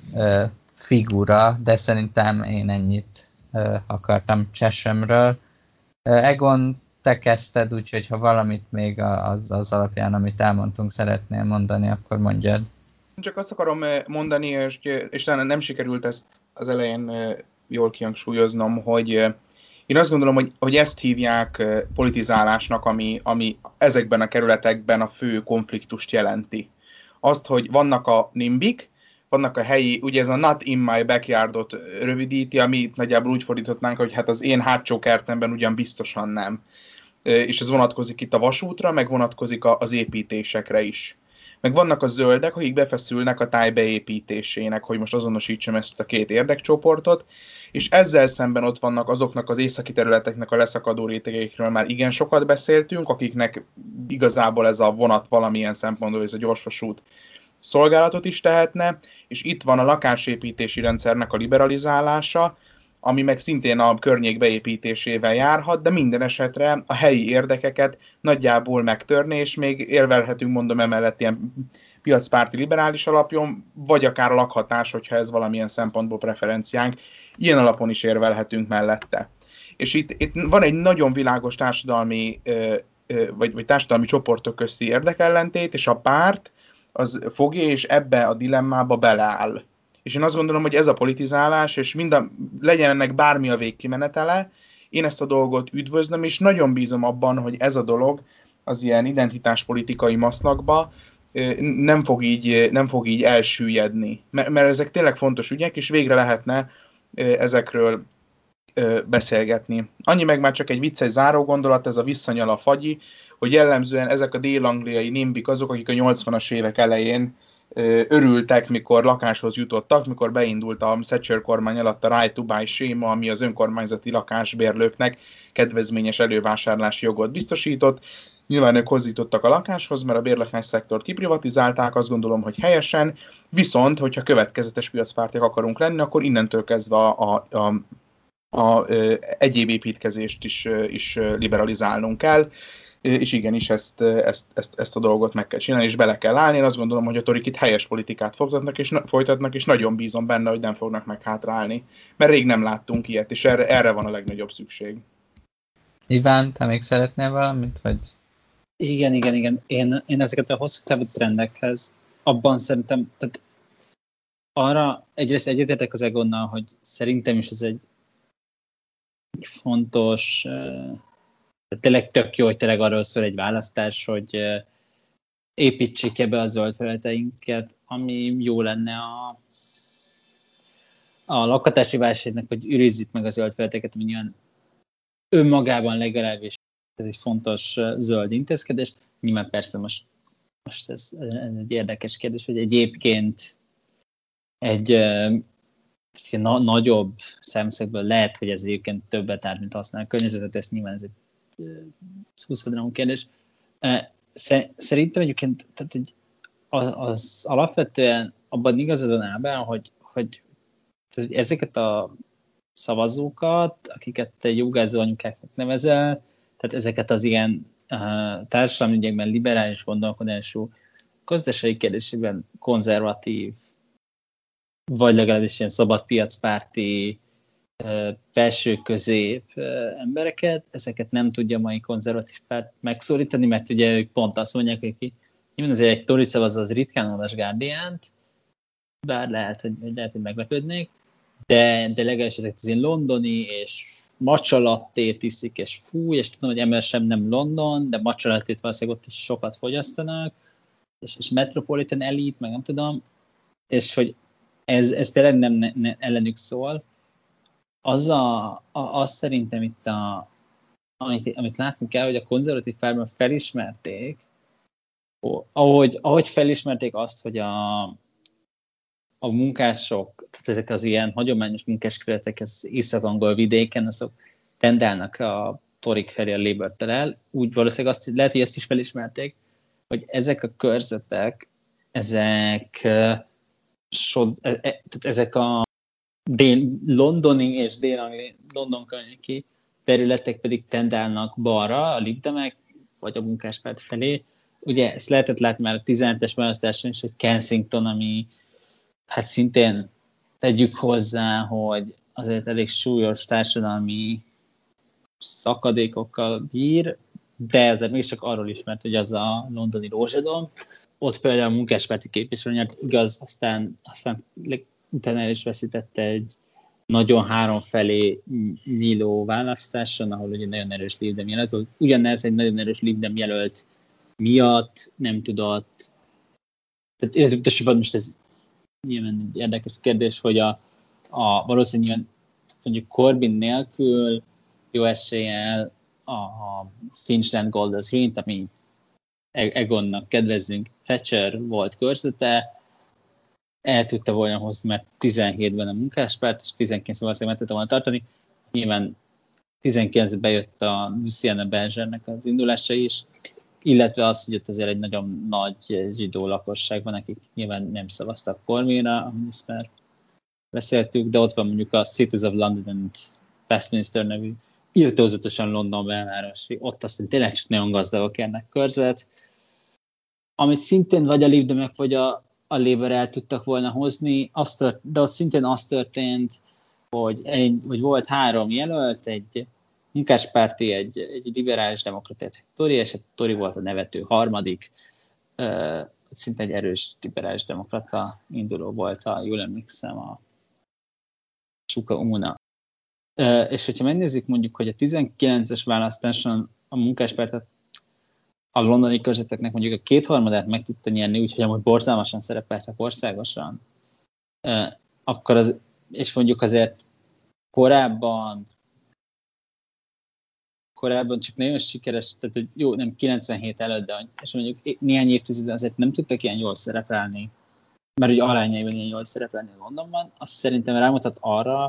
[SPEAKER 1] figura, de szerintem én ennyit akartam Cheshamről. Egon, te kezdted, úgyhogy ha valamit még az alapján, amit elmondtunk, szeretnél mondani, akkor mondjad.
[SPEAKER 3] Csak azt akarom mondani, és talán nem sikerült ezt az elején jól kihangsúlyoznom, hogy én azt gondolom, hogy ezt hívják politizálásnak, ami ezekben a kerületekben a fő konfliktust jelenti. Azt, hogy vannak a nimbik, vannak a helyi, ugye ez a not in my backyardot rövidíti, ami nagyjából úgy fordíthatnánk, hogy hát az én hátsó kertemben ugyan biztosan nem. És ez vonatkozik itt a vasútra, meg vonatkozik az építésekre is. Meg vannak a zöldek, akik befeszülnek a táj beépítésének, hogy most azonosítsam ezt a két érdekcsoportot, és ezzel szemben ott vannak azoknak az északi területeknek a leszakadó rétegeikről már igen sokat beszéltünk, akiknek igazából ez a vonat valamilyen szempontból, ez a gyorsvasút szolgálatot is tehetne, és itt van a lakásépítési rendszernek a liberalizálása, ami meg szintén a környék beépítésével járhat, de minden esetre a helyi érdekeket nagyjából megtörni, és még érvelhetünk, mondom, emellett ilyen piacpárti liberális alapjon, vagy akár a lakhatás, hogyha ez valamilyen szempontból preferenciánk, ilyen alapon is érvelhetünk mellette. és itt van egy nagyon világos társadalmi, vagy társadalmi csoportok közti érdekellentét, és a párt az fogja, és ebbe a dilemmába beleáll. És én azt gondolom, hogy ez a politizálás, és legyen ennek bármi a végkimenetele, én ezt a dolgot üdvözlöm, és nagyon bízom abban, hogy ez a dolog az ilyen identitáspolitikai maszlakba nem fog így elsüllyedni. Mert ezek tényleg fontos ügyek, és végre lehetne ezekről beszélgetni. Annyi meg már csak egy vicces záró gondolat, ez a visszanyal a fagyi, hogy jellemzően ezek a dél-angliai nimbik azok, akik a 80-as évek elején örültek, mikor lakáshoz jutottak, mikor beindult a Thatcher kormány alatt a Right to Buy séma, ami az önkormányzati lakásbérlőknek kedvezményes elővásárlási jogot biztosított. Nyilván ők hozzítottak a lakáshoz, mert a bérlakás szektort kiprivatizálták, azt gondolom, hogy helyesen, viszont, hogyha következetes piacpártiak akarunk lenni, akkor innentől kezdve a egyéb építkezést is liberalizálnunk kell, és igenis ezt a dolgot meg kell csinálni, és bele kell állni. Én azt gondolom, hogy a torik itt helyes politikát folytatnak, és nagyon bízom benne, hogy nem fognak meghátrálni. Mert rég nem láttunk ilyet, és erre van a legnagyobb szükség.
[SPEAKER 1] Iván, te még szeretnél valamit? Vagy?
[SPEAKER 2] Igen. Én ezeket a hosszú távú trendekhez abban szerintem, tehát arra egyrészt egyetértek az Egonnal, hogy szerintem is ez egy fontos, tényleg tök jó, hogy tényleg arról szól egy választás, hogy építsék ebbe a zöld területeinket, ami jó lenne a lakhatási válságnak, hogy őrizzük meg a zöld területeket, ami nyilván önmagában legalábbis ez egy fontos zöld intézkedés. Nyilván persze most ez egy érdekes kérdés, hogy egyébként egy nagyobb szemszögből lehet, hogy ez egyébként többet árt, mint használ a környezetet, ez nyilván ez egy 20 kérdés. Szerintem egyébként tehát az alapvetően abban igazadon áll be, hogy ezeket a szavazókat, akiket te jogázó anyukáknak nevezel, tehát ezeket az ilyen társadalmi ügyekben liberális gondolkodású, gazdasági kérdésekben konzervatív, vagy legalábbis ilyen szabadpiacpárti, felső-közép embereket, ezeket nem tudja a mai konzervatív párt megszólítani, mert ugye ők pont azt mondják, hogy nyilván azért egy Tory szavazó az ritkán olvas Guardiant, bár lehet, hogy meglepődnék, de legalábbis ezek az ilyen londoni és matcha lattét iszik, és fúj, és tudom, hogy ember sem nem London, de matcha lattét valószínűleg ott is sokat fogyasztanak, és metropolitan elite, meg nem tudom, és hogy ez tényleg nem ellenük szól. Az szerintem itt amit látni kell, hogy a konzervatív pártban felismerték, ahogy felismerték azt, hogy a munkások, tehát ezek az ilyen hagyományos munkáskerületek az észak-angol vidéken, azok tendálnak a torik felé a Labour-tel el, úgy valószínűleg lehet, hogy ezt is felismerték, hogy ezek a körzetek, ezek a londoni és London környéki területek pedig tendálnak balra, a libdemek, vagy a munkáspárt felé. Ugye ezt lehetett látni már a 17-es választáson is, hogy Kensington, ami hát szintén tegyük hozzá, hogy azért elég súlyos társadalmi szakadékokkal bír, de azért mégiscsak arról ismert, hogy az a londoni rózsadom. Ott például a munkáspárti képviselő nyert, igaz, aztán utána el is veszítette egy nagyon háromfelé nyíló választáson, ahol ugye nagyon erős Lib Dem jelölt, ugyanez egy nagyon erős Lib Dem jelölt miatt nem tudott. Tehát illetve most ez nyilván egy érdekes kérdés, hogy valószínűleg mondjuk Corbyn nélkül jó eséllyel a Finchland Golders Green-t, ami Egonnak kedvezzünk, Thatcher volt körzete, el tudta volna hozni, mert 17-ben a munkáspárt, és 19-ben valószínűleg meg tudta volna tartani. Nyilván 19-ben bejött a Luciana Bergernek az indulása is, illetve az, hogy ott azért egy nagyon nagy zsidó lakosság van, akik nyilván nem szavaztak Corbynra, amit ezt már beszéltük, de ott van mondjuk a Cities of London and Westminster nevű irtózatosan London belvárosi, ott aztán tényleg csak nagyon gazdagok érnek körzet, amit szintén vagy a Lib Demek, vagy a Labour el tudtak volna hozni, de ott szintén az történt, hogy volt 3 jelölt, egy munkáspárti, egy liberális demokrata, egy Tory, és egy Tory volt a nevető harmadik, szinte egy erős liberális demokrata induló volt, jól emlékszem, a Chuka Umunna. És hogyha megnézzük mondjuk, hogy a 19-es választáson a munkáspárt a londoni körzeteknek mondjuk a kétharmadát meg tudta nyerni, úgyhogy amúgy borzalmasan szerepeltek országosan, akkor és mondjuk azért korábban csak nagyon sikeres, tehát jó, nem 97 előtt, de és mondjuk néhány évtizeden azért nem tudtak ilyen jól szerepelni, mert ugye arányaiban ilyen jól szerepelni Londonban, azt szerintem rámutat arra,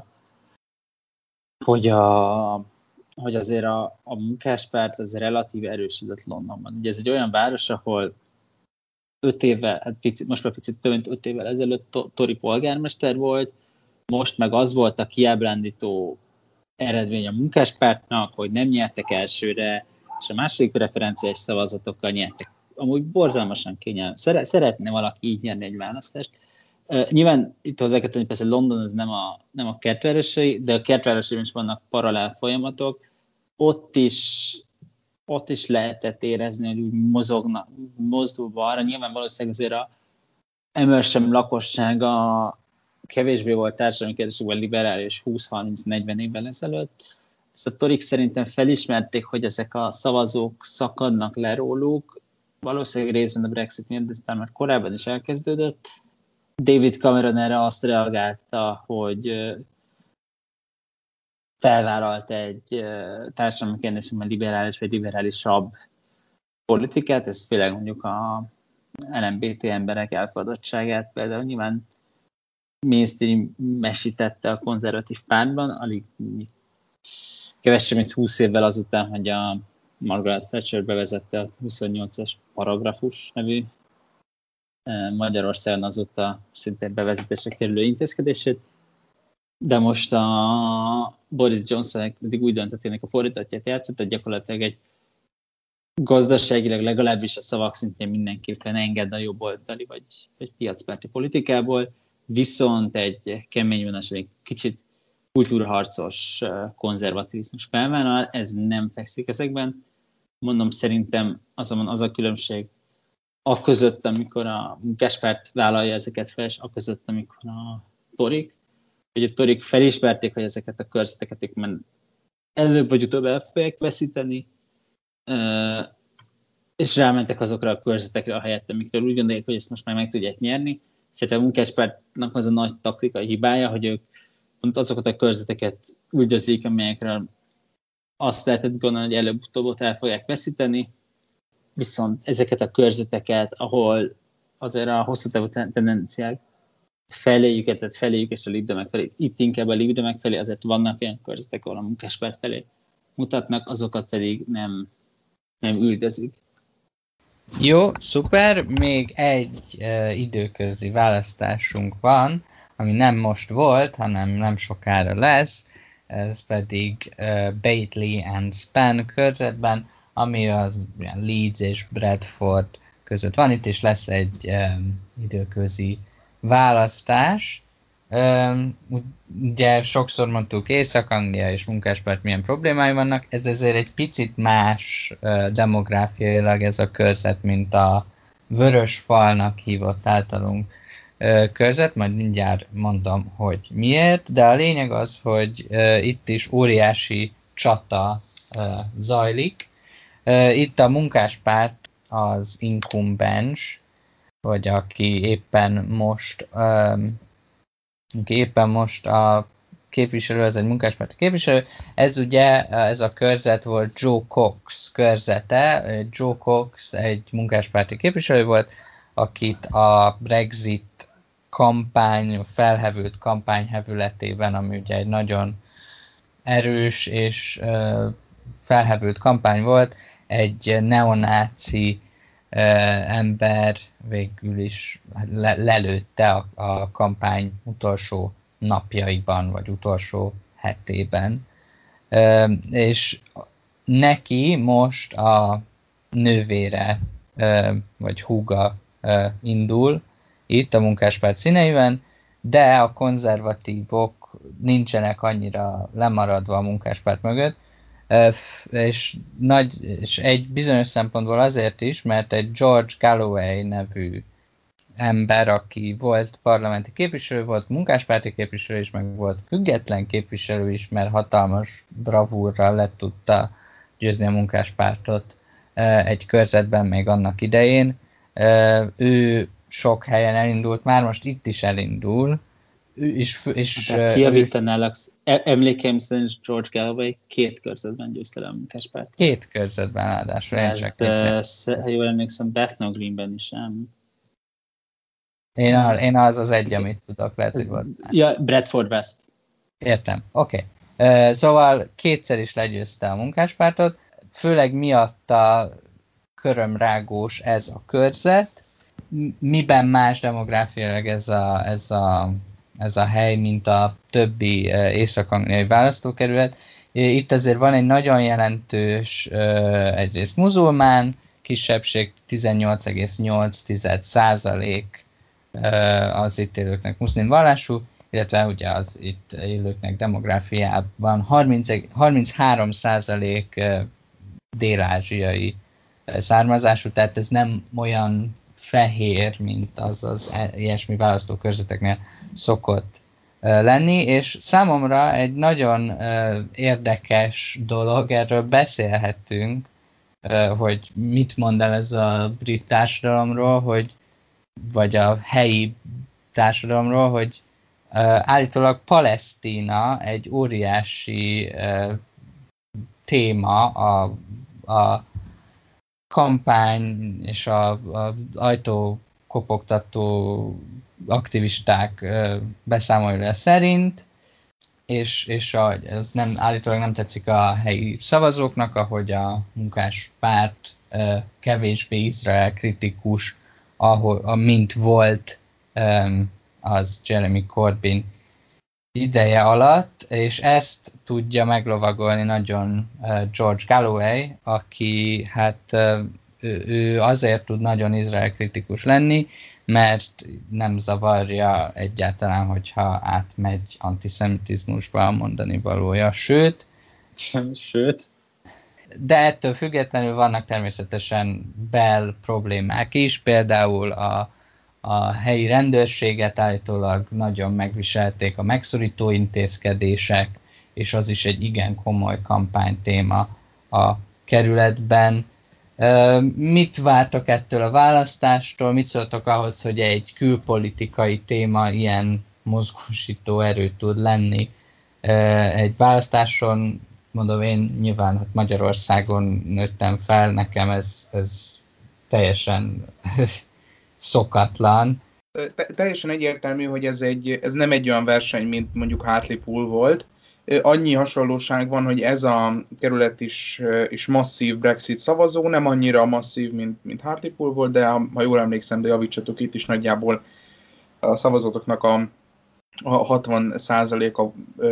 [SPEAKER 2] hogy azért a munkáspárt az relatív erősödött Londonban. Ugye ez egy olyan város, ahol 5 évvel, most már picit több mint 5 évvel ezelőtt Tory polgármester volt, most meg az volt a kiábrándító eredmény a munkáspártnak, hogy nem nyertek elsőre, és a második preferenciás szavazatokkal nyertek. Amúgy borzalmasan kényelmes. Szeretne valaki így nyerni egy választást. Nyilván itt hozzá kell tenni, persze London az nem a kertvárosai, de a kertvárosaiban is vannak paralel folyamatok. Ott is lehetett érezni, hogy úgy mozdulva arra. Nyilván valószínűleg azért a Emersham lakossága kevésbé volt társadalmi kérdésekben liberális 20-30-40 évvel ezelőtt. Ezt a Torik szerintem felismerték, hogy ezek a szavazók szakadnak le róluk, valószínűleg részben a Brexit miatt, de aztán már korábban is elkezdődött. David Cameron erre azt reagálta, hogy felvállalt egy társadalmi kérdésekben liberális vagy liberálisabb politikát, ez főleg mondjuk a LMBT emberek elfogadottságát például nyilván mainstream-mesítette a konzervatív pártban, alig kevesebb, mint 20 évvel azután, hogy a Margaret Thatcher bevezette a 28-as paragrafus nevű Magyarországon azóta szintén bevezetésre kerülő intézkedését, de most a Boris Johnson pedig úgy döntöttének a fordítottját játszott, hogy gyakorlatilag egy gazdaságilag legalábbis a szavak szintén mindenképpen enged a jobboldali vagy piacpárti politikából, viszont egy keményvonalas, egy kicsit kultúraharcos konzervativizmus felvállalal, ez nem fekszik ezekben. Mondom, szerintem azonban az a különbség aközött, amikor a munkáspárt vállalja ezeket fel, és aközött, amikor a Torik. Hogy a Torik felismerték, hogy ezeket a körzeteket ők már előbb vagy utóbb el fogják veszíteni, és rámentek azokra a körzetekre a helyett, amikről úgy gondolják, hogy ezt most már meg tudják nyerni. Szerintem a munkáspártnak az a nagy taktikai hibája, hogy ők pont azokat a körzeteket üldözik, amelyekről azt lehetett gondolni, hogy előbb-utóbb ott el fogják veszíteni, viszont ezeket a körzeteket, ahol azért a hosszú távú tendenciák feléjük és a libdemek felé, itt inkább a libdemek felé, azért vannak olyan körzetek, ahol a munkáspárt felé mutatnak, azokat pedig nem üldözik.
[SPEAKER 1] Jó, szuper, még egy időközi választásunk van, ami nem most volt, hanem nem sokára lesz, ez pedig Bately and Span körzetben, ami az Leeds és Bradford között van. Itt is lesz egy időközi választás. Ugye sokszor mondtuk, Észak-Anglia és munkáspárt milyen problémái vannak, ez ezért egy picit más demográfiailag ez a körzet, mint a vörös falnak hívott általunk körzet, majd mindjárt mondom, hogy miért, de a lényeg az, hogy itt is óriási csata zajlik. Itt a munkáspárt az incumbens, vagy aki éppen most a képviselő, az egy munkáspárti képviselő. Ez ugye, ez a körzet volt Joe Cox körzete. Joe Cox egy munkáspárti képviselő volt, akit a Brexit kampány, felhevült kampány hevületében, ami ugye egy nagyon erős és felhevült kampány volt, egy neonáci ember végül is lelőtte a kampány utolsó napjaiban, vagy utolsó hetében. És neki most a nővére, vagy húga indul itt a munkáspárt színeiben, de a konzervatívok nincsenek annyira lemaradva a munkáspárt mögött, és egy bizonyos szempontból azért is, mert egy George Galloway nevű ember, aki volt parlamenti képviselő, volt munkáspárti képviselő is, meg volt független képviselő is, mert hatalmas bravúrral le tudta győzni a munkáspártot egy körzetben még annak idején. Ő sok helyen elindult, már most itt is elindul.
[SPEAKER 2] Kijavítanálak, emlékeim szerint George Galloway 2 körzetben győzte le a munkáspárt.
[SPEAKER 1] 2 körzetben ráadásul.
[SPEAKER 2] Ha jól emlékszem, Bethnal Greenben is, nem?
[SPEAKER 1] Én az egy, amit tudok, lehet, hogy volt.
[SPEAKER 2] Ja, Bradford West.
[SPEAKER 1] Értem, oké. Szóval 2-szer is legyőzte a munkáspártot, főleg miatta körömrágós ez a körzet. Miben más demográfiailag ez a hely, mint a többi észak-angliai választókerület. Itt azért van egy nagyon jelentős, egyrészt muzulmán kisebbség, 18,8% az itt élőknek muszlim vallású, illetve ugye az itt élőknek demográfiában 33% dél-ázsiai származású, tehát ez nem olyan fehér, mint az ilyesmi választókörzeteknél szokott lenni, és számomra egy nagyon érdekes dolog, erről beszélhetünk, hogy mit mond el ez a brit társadalomról, vagy a helyi társadalomról, hogy állítólag Palesztina egy óriási téma a kampány és az ajtókopogtató aktivisták beszámolója szerint, és ez állítólag nem tetszik a helyi szavazóknak, ahogy a munkáspárt kevésbé Izrael kritikus, mint volt az Jeremy Corbyn ideje alatt, és ezt tudja meglovagolni nagyon George Galloway, aki hát ő azért tud nagyon Izrael kritikus lenni, mert nem zavarja egyáltalán, hogyha átmegy antiszemitizmusba a mondani valója, sőt. De ettől függetlenül vannak természetesen problémák is, például a helyi rendőrséget állítólag nagyon megviselték a megszorító intézkedések, és az is egy igen komoly kampánytéma a kerületben. Mit vártok ettől a választástól? Mit szóltok ahhoz, hogy egy külpolitikai téma ilyen mozgósító erő tud lenni egy választáson? Mondom, én nyilván hát Magyarországon nőttem fel, nekem ez teljesen szokatlan.
[SPEAKER 3] Teljesen egyértelmű, hogy ez nem egy olyan verseny, mint mondjuk Hartlepool volt. Annyi hasonlóság van, hogy ez a kerület is masszív Brexit szavazó, nem annyira masszív, mint Hartlepool volt, de ha jól emlékszem, de javítsatok, itt is nagyjából a szavazatoknak a 60%-a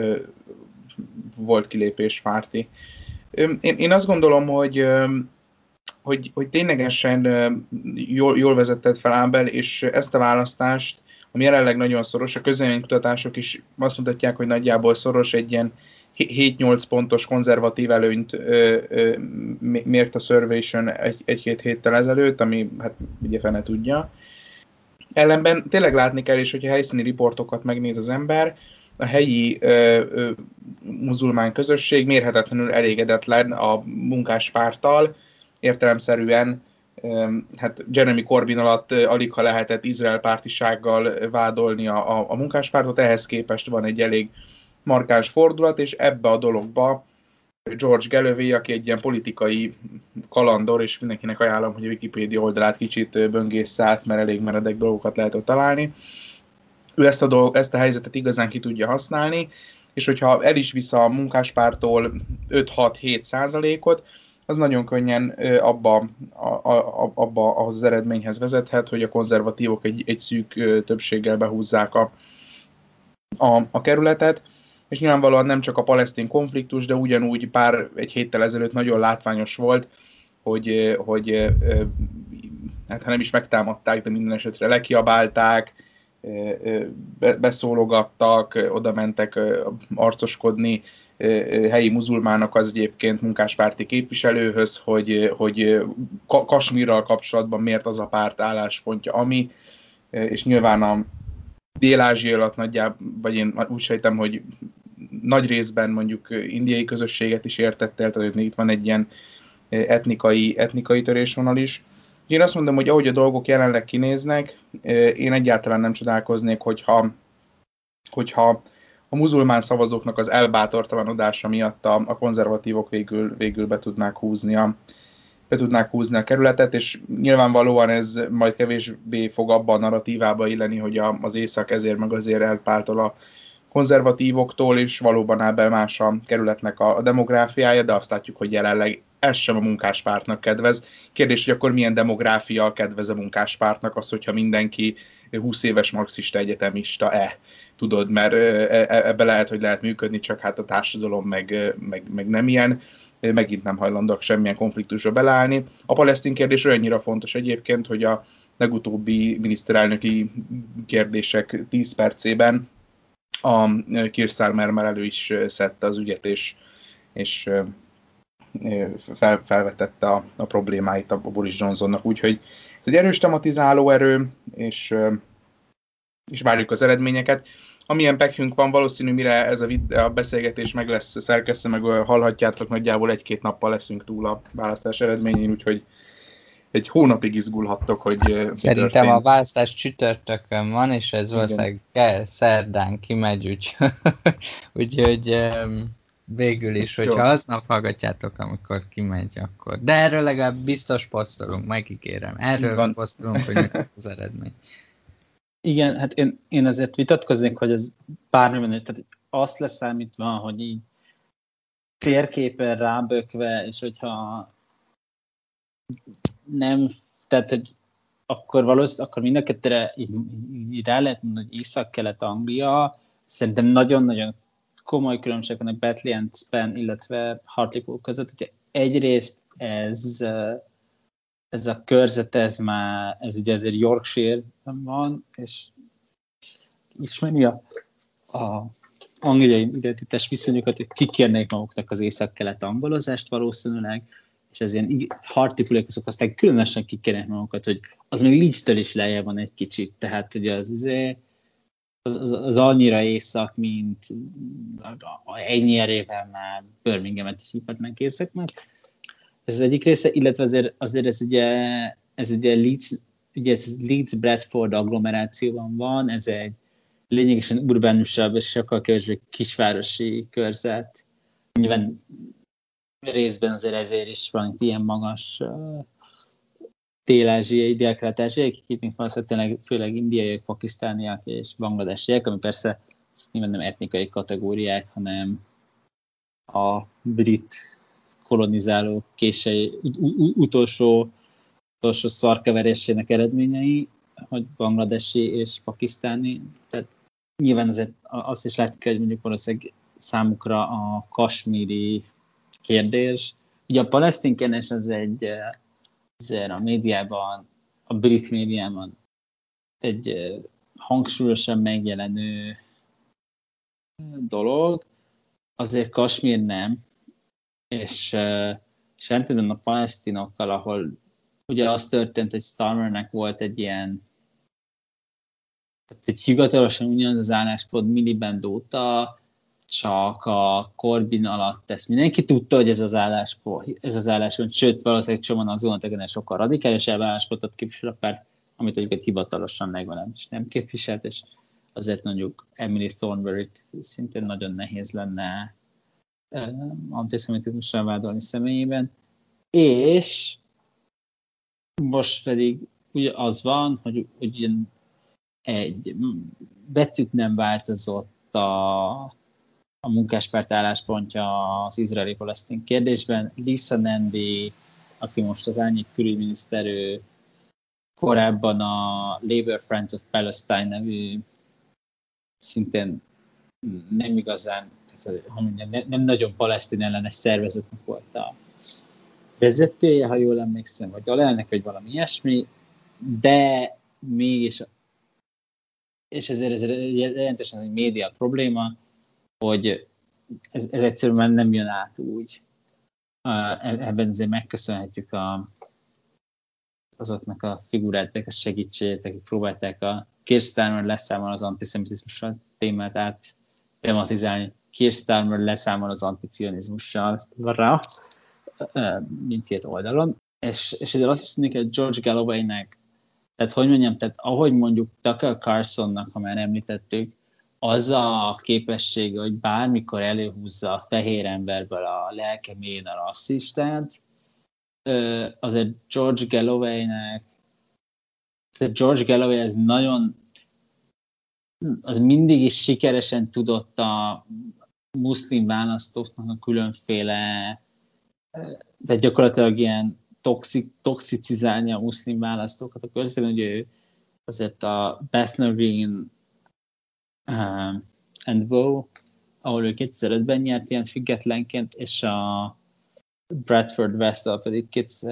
[SPEAKER 3] volt kilépéspárti. Én azt gondolom, hogy ténylegesen jól vezetted fel, Ábel, és ezt a választást, ami jelenleg nagyon szoros, a közvéleménykutatások is azt mutatják, hogy nagyjából szoros, egy ilyen 7-8 pontos konzervatív előnyt mért a Survation egy-két héttel ezelőtt, ami hát ugye fene tudja. Ellenben tényleg látni kell, és hogyha helyszíni riportokat megnéz az ember, a helyi muzulmán közösség mérhetetlenül elégedetlen a munkáspárttal, értelemszerűen hát Jeremy Corbyn alatt aligha lehetett Izrael pártisággal vádolni a munkáspártot, ehhez képest van egy elég markáns fordulat, és ebbe a dologba George Galloway, aki egy ilyen politikai kalandor, és mindenkinek ajánlom, hogy a Wikipédia oldalát kicsit böngéssze át, mert elég meredek dolgokat lehet ott találni. Ő ezt a helyzetet igazán ki tudja használni, és hogyha el is visz a munkáspártól 5-6-7%-ot, az nagyon könnyen abba az eredményhez vezethet, hogy a konzervatívok egy szűk többséggel behúzzák a kerületet, és nyilvánvalóan nem csak a palesztin konfliktus, de ugyanúgy egy héttel ezelőtt nagyon látványos volt, hogy hát ha nem is megtámadták, de minden esetre lekiabálták, beszólogattak, oda mentek arcoskodni helyi muzulmánok az egyébként munkáspárti képviselőhöz, hogy Kasmírral kapcsolatban miért az a párt álláspontja, ami, és nyilván a Dél-Ázsia alatt nagyjából, vagy én úgy sejtem, hogy nagy részben mondjuk indiai közösséget is értett el, tehát itt van egy ilyen etnikai törésvonal is. Én azt mondom, hogy ahogy a dolgok jelenleg kinéznek, én egyáltalán nem csodálkoznék, hogyha a muzulmán szavazóknak az elbátortalanodása miatt a konzervatívok végül be tudnák húzni a kerületet, és nyilvánvalóan ez majd kevésbé fog abban a narratívába illeni, hogy az észak ezért meg azért elpáltol a konzervatívoktól, és valóban áll más a kerületnek a demográfiája, de azt látjuk, hogy jelenleg ez sem a munkáspártnak kedvez. Kérdés, hogy akkor milyen demográfia kedvez a munkáspártnak, az, hogyha mindenki 20 éves marxista egyetemista-e. Tudod, mert ebbe lehet működni, csak hát a társadalom meg nem ilyen, megint nem hajlandóak semmilyen konfliktusba beleállni. A palesztin kérdés olyannyira fontos egyébként, hogy a legutóbbi miniszterelnöki kérdések 10 percében a Keir Starmer már elő is szedte az ügyet, és felvetette a problémáit a Boris Johnsonnak, úgyhogy ez egy erős tematizáló erő, és várjuk az eredményeket. Amilyen pekünk van, valószínű, mire ez a beszélgetés meg lesz szerkesztve, meg hallhatjátok, nagyjából 1-2 nappal leszünk túl a választás eredményén, úgyhogy egy hónapig izgulhattok, hogy
[SPEAKER 1] szerintem a választás csütörtökön van, és ez valószínűleg szerdán kimegy, úgyhogy végül is, hogyha aznap hallgatjátok, amikor kimegy, akkor. De erről legalább biztos posztolunk, megígérem. Erről posztolunk, hogy mi az eredmény.
[SPEAKER 2] Igen, hát én azért vitatkoznék, hogy ez bármiben is, tehát azt leszámítva, hogy így térképen rábökve, és hogyha nem, tehát hogy akkor valószínűleg, akkor mind a kettőre így rá lehet mondani, hogy Észak-Kelet-Anglia, szerintem nagyon-nagyon komoly különbség van a Batley and Spen, illetve Hartlepool között. Ugye egyrészt ez a körzet, ez ugye azért Yorkshire-ben van, és ismeri a angliai identitás viszonyokat, hogy kikérnék maguknak az észak-kelet angolozást valószínűleg, és ez ilyen Hartlepool-ek aztán különösen kikérnék magukat, hogy az még Leeds-től is lejjebb van egy kicsit, tehát ugye az annyira észak, mint ennyi erével már Birminghamet is hívhatnánk északnak. Ez az egyik része, illetve azért ez ugye Leeds Bradford agglomerációban van, ez egy lényegesen urbánusabb és sokkal kevésbé kisvárosi körzet. Nyilván részben azért ezért is van ilyen magas dél-ázsiai, dél-kelet-ázsiai, akik valószínűleg főleg indiaiak, pakisztániak és bangladesiek, ami persze nyilván nem etnikai kategóriák, hanem a brit kolonizálók késői utolsó szarkeverésének eredményei, hogy bangladesi és pakisztáni. Tehát nyilván azért azt is látjuk, hogy mondjuk valószínűleg számukra a kasmíri kérdés. Ugye a palesztin kérdés az azért a médiában, a brit médiában egy hangsúlyosan megjelenő dolog, azért Kasmír nem, és ellentétben a palesztinokkal, ahol ugye az történt, hogy Starmernek volt egy ilyen, egy hivatalosan ugyanaz az álláspont Miliband óta, csak a Corbyn alatt ezt mindenki tudta, hogy ez az álláspont, sőt, valószínűleg csomóan az unategen sokkal radikálisabb álláspontot képvisel a párt, amit egyébként hivatalosan legalábbis nem képviselt, és azért mondjuk Emily Thornberry-t szintén nagyon nehéz lenne antiszemitizmussal vádolni személyében. És most pedig ugye az van, hogy egy betűt nem változott a munkáspárt álláspontja az izraeli-palesztin kérdésben. Lisa Nandy, aki most az árnyék külügyminiszter, ő korábban a Labour Friends of Palestine nevű szintén nem igazán, nem nagyon palesztin ellenes szervezetnek volt a vezetője, ha jól emlékszem, vagy alelnök, vagy valami ilyesmi, de mégis, és ezért jelentősen egy média probléma, hogy ez egyszerűen nem jön át úgy. Ebben azért megköszönhetjük azoknak a figuráknak a segítségét, akik próbálták a Keir Starmer leszámol az antiszemitizmussal témát át tematizálni. Keir Starmer leszámol az anticionizmussal mindkét oldalon. És ezzel azt is tűnik, hogy George Galloway-nek, tehát hogy mondjam, tehát ahogy mondjuk Tucker Carlsonnak, ha már említettük, az a képessége, hogy bármikor előhúzza a fehér emberből a lelke mélyén a rasszistát, azért George Galloway-nek, tehát George Galloway ez nagyon, az mindig is sikeresen tudott a muszlim választóknak a különféle, de gyakorlatilag ilyen toxicizálni a muszlim választókat a körzetben, hogy ő azért a Bethnal Green and Woe, ahol ő 2005-ben nyert ilyen függetlenként, és a Bradford West-al pedig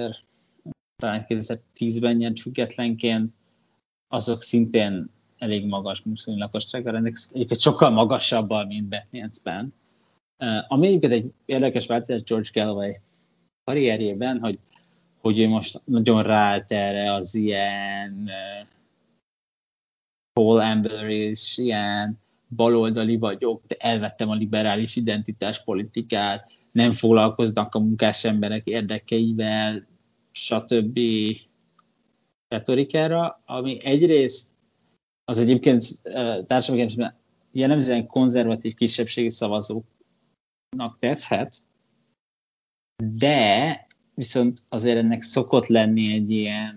[SPEAKER 2] 2010-ben nyert függetlenként, azok szintén elég magas muszlim lakossággal rendelkeznek, egyébként sokkal magasabbal, mint Bethniansben. Ami egyébként egy érdekes változás George Galloway karrierjében, hogy ő most nagyon ráállt erre az ilyen Paul Amber és ilyen baloldali vagyok, de elvettem a liberális identitáspolitikát, nem foglalkoznak a munkás emberek érdekeivel, stb. Retorikára, ami egyrészt az egyébként társadalmi jellemzően konzervatív kisebbségi szavazóknak tetszhet, de viszont azért ennek szokott lenni egy ilyen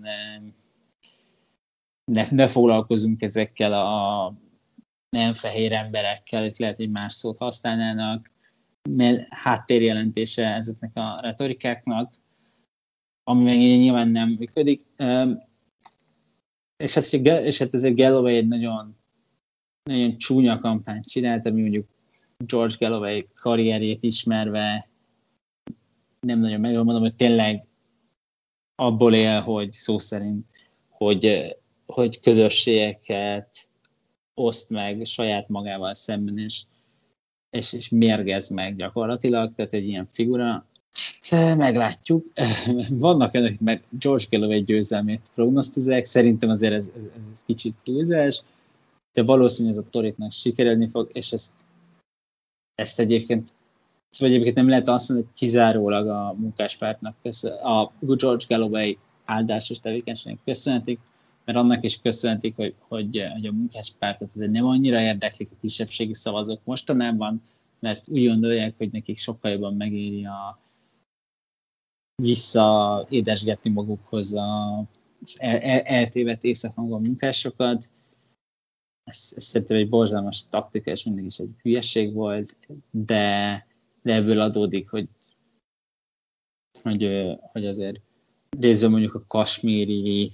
[SPEAKER 2] ne foglalkozunk ezekkel a nem fehér emberekkel, itt lehet, hogy más szót használnának, mert háttérjelentése ezeknek a retorikáknak, ami meg nyilván nem működik. És hát ezért Galloway egy nagyon, nagyon csúnya kampányt csinált, ami mondjuk George Galloway karrierjét ismerve nem nagyon megmondom, hogy tényleg abból él, hogy szó szerint, hogy közösségeket oszt meg saját magával szemben, és mérgez meg gyakorlatilag, tehát egy ilyen figura. Meglátjuk. Vannak önök, mert George Galloway győzelmét prognosztizálják, szerintem azért ez kicsit túlzás, de valószínűleg ez a Toryoknak sikerülni fog, és ezt egyébként nem lehet azt mondani, hogy kizárólag a munkáspártnak a George Galloway áldásos tevékenységnek köszönhetik, mert annak is köszönhetik, hogy a munkáspártot azért nem annyira érdeklik a kisebbségi szavazók mostanában, mert úgy gondolják, hogy nekik sokkal jobban megéri visszaédesgetni magukhoz az eltévedt északhangon munkásokat. Ez szerintem egy borzalmas taktika, és mindig is egy hülyeség volt, de ebből adódik, hogy azért részben mondjuk a kasmíri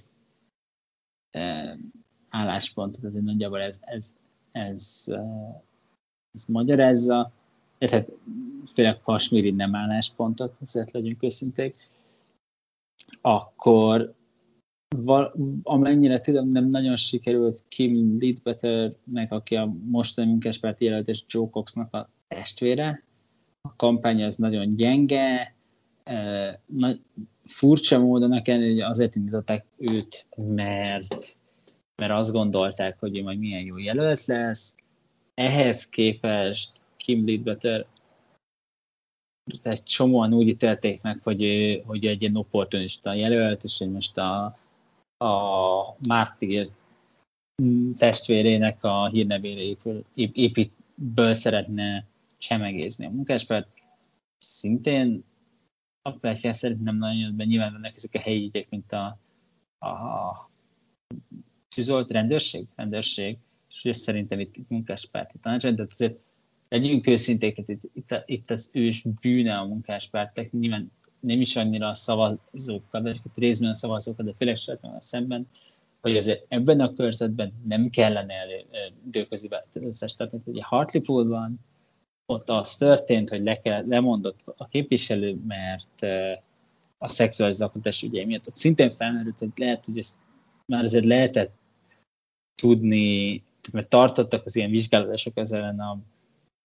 [SPEAKER 2] álláspontot, azért nagyjából ez magyarázza, tehát főleg kasmíri nem álláspontot, ezért legyünk őszinték, akkor amennyire tudom, nem nagyon sikerült Kim Leadbetternek, aki a mostani munkáspárti jelölt, és Joe Coxnak a testvére. A kampány az nagyon gyenge, furcsa módon azért indították őt, mert azt gondolták, hogy ő majd milyen jó jelölt lesz. Ehhez képest Kim Leadbetter egy csomóan úgy ítélték meg, hogy egy ilyen opportunista jelölt, és hogy most a mártír testvérének a hírnevére építből szeretne csemegézni a munkáspárt. Szintén a pletykán szerint nem nagyon jött be, nyilván vannak ezek a helyi ügyek, mint a tűzolt rendőrség, és ugye szerintem itt munkáspárti tanácsban, de azért legyünk őszinték, tehát itt az ős bűne a munkáspártnak, nyilván nem is annyira a szavazókkal, de részben a szavazókkal, de főleg a szemben, hogy azért ebben a körzetben nem kellene időközi változás. Tehát ugye Hartlepoolban ott az történt, hogy lemondott a képviselő, mert a szexuális zaklatás ügyei miatt ott szintén felmerült, hogy lehet, hogy ezt már azért lehetett tudni, mert tartottak az ilyen vizsgálatások ezzel a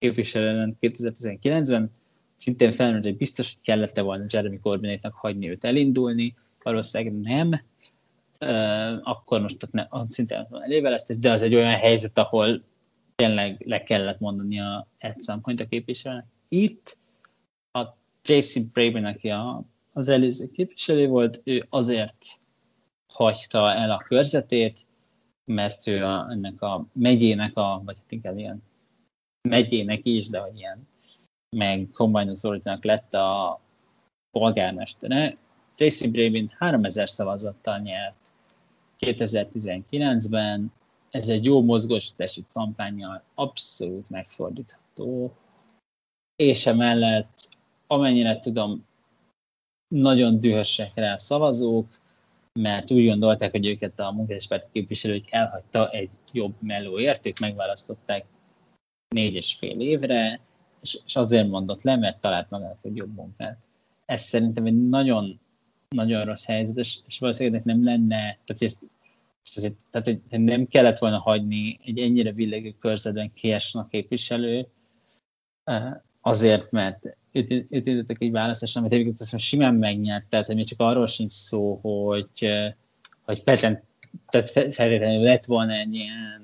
[SPEAKER 2] képviselő ellen 2019-ben, szintén felmerült, hogy biztos, hogy kellett volna Jeremy Corbynéknak hagyni őt elindulni, valószínűleg nem, akkor most ott szintén elévelesztés, de az egy olyan helyzet, ahol tényleg le kellett mondani at some point a képviselőnek. Itt a Tracy Brabin, aki az előző képviselő volt, ő azért hagyta el a körzetét, mert ő ennek a megyének, vagy inkább ilyen megyének is, de hogy ilyen meg Combined Authority-nak lett a polgármestere. Tracy Brabin 3000 szavazattal nyert 2019-ben, ez egy jó mozgósítási kampánnyal abszolút megfordítható, és emellett, amennyire tudom, nagyon dühösek rá a szavazók, mert úgy gondolták, hogy őket a munkáspárti képviselők elhagyta egy jobb melóért, ők megválasztották 4,5 évre, és azért mondott le, mert talált magának egy jobb munkát. Ez szerintem egy nagyon, nagyon rossz helyzet, és valószínűleg nem lenne, tehát hogy nem kellett volna hagyni egy ennyire villegő körzetben kiesni a képviselő, azért, mert őt indítottak egy választáson, amit egyébként azt mondom, simán megnyert, tehát hogy még csak arról sincs szó, hogy feltétlenül lett volna egy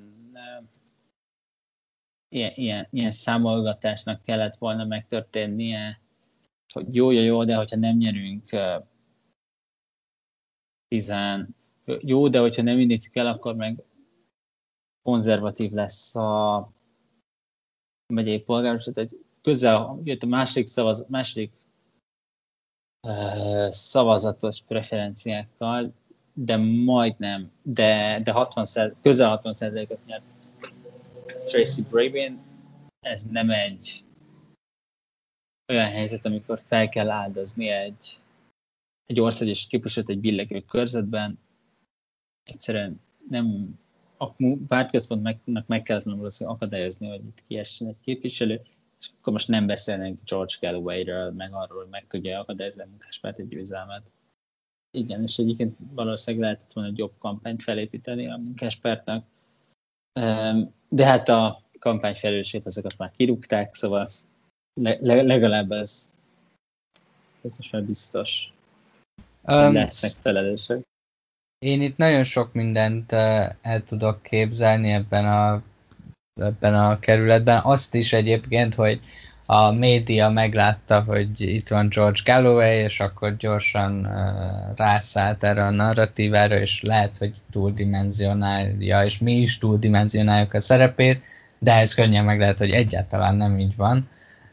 [SPEAKER 2] ilyen számolgatásnak kellett volna megtörténnie, hogy jó, de hogyha nem nyerünk jó, de hogyha nem indítjuk el, akkor meg konzervatív lesz a megyei polgárosat. Tehát közel jött a második szavazatos preferenciákkal, de majdnem, de közel 60%-ot nyert Tracy Brabin. Ez nem egy olyan helyzet, amikor fel kell áldozni egy országos képviselőt egy billegő körzetben. Egyszerűen nem a pártközpontnak meg kellett volna akadályozni, hogy itt kiessen egy képviselő, és akkor most nem beszélnénk George Galloway-ről, meg arról, hogy meg tudja akadályozni a munkáspárti győzelmet. Igen, és egyébként valószínűleg lehetett volna egy jobb kampányt felépíteni a munkáspártnak, de hát a kampányfelelősségét azokat már kirúgták, szóval legalább ez most már biztos, hogy lesznek felelősek.
[SPEAKER 1] Én itt nagyon sok mindent el tudok képzelni ebben a kerületben. Azt is egyébként, hogy a média meglátta, hogy itt van George Galloway, és akkor gyorsan rászállt erre a narratívára, és lehet, hogy túldimenzionálja, és mi is túldimenzionáljuk a szerepét, de ez könnyen meg lehet, hogy egyáltalán nem így van.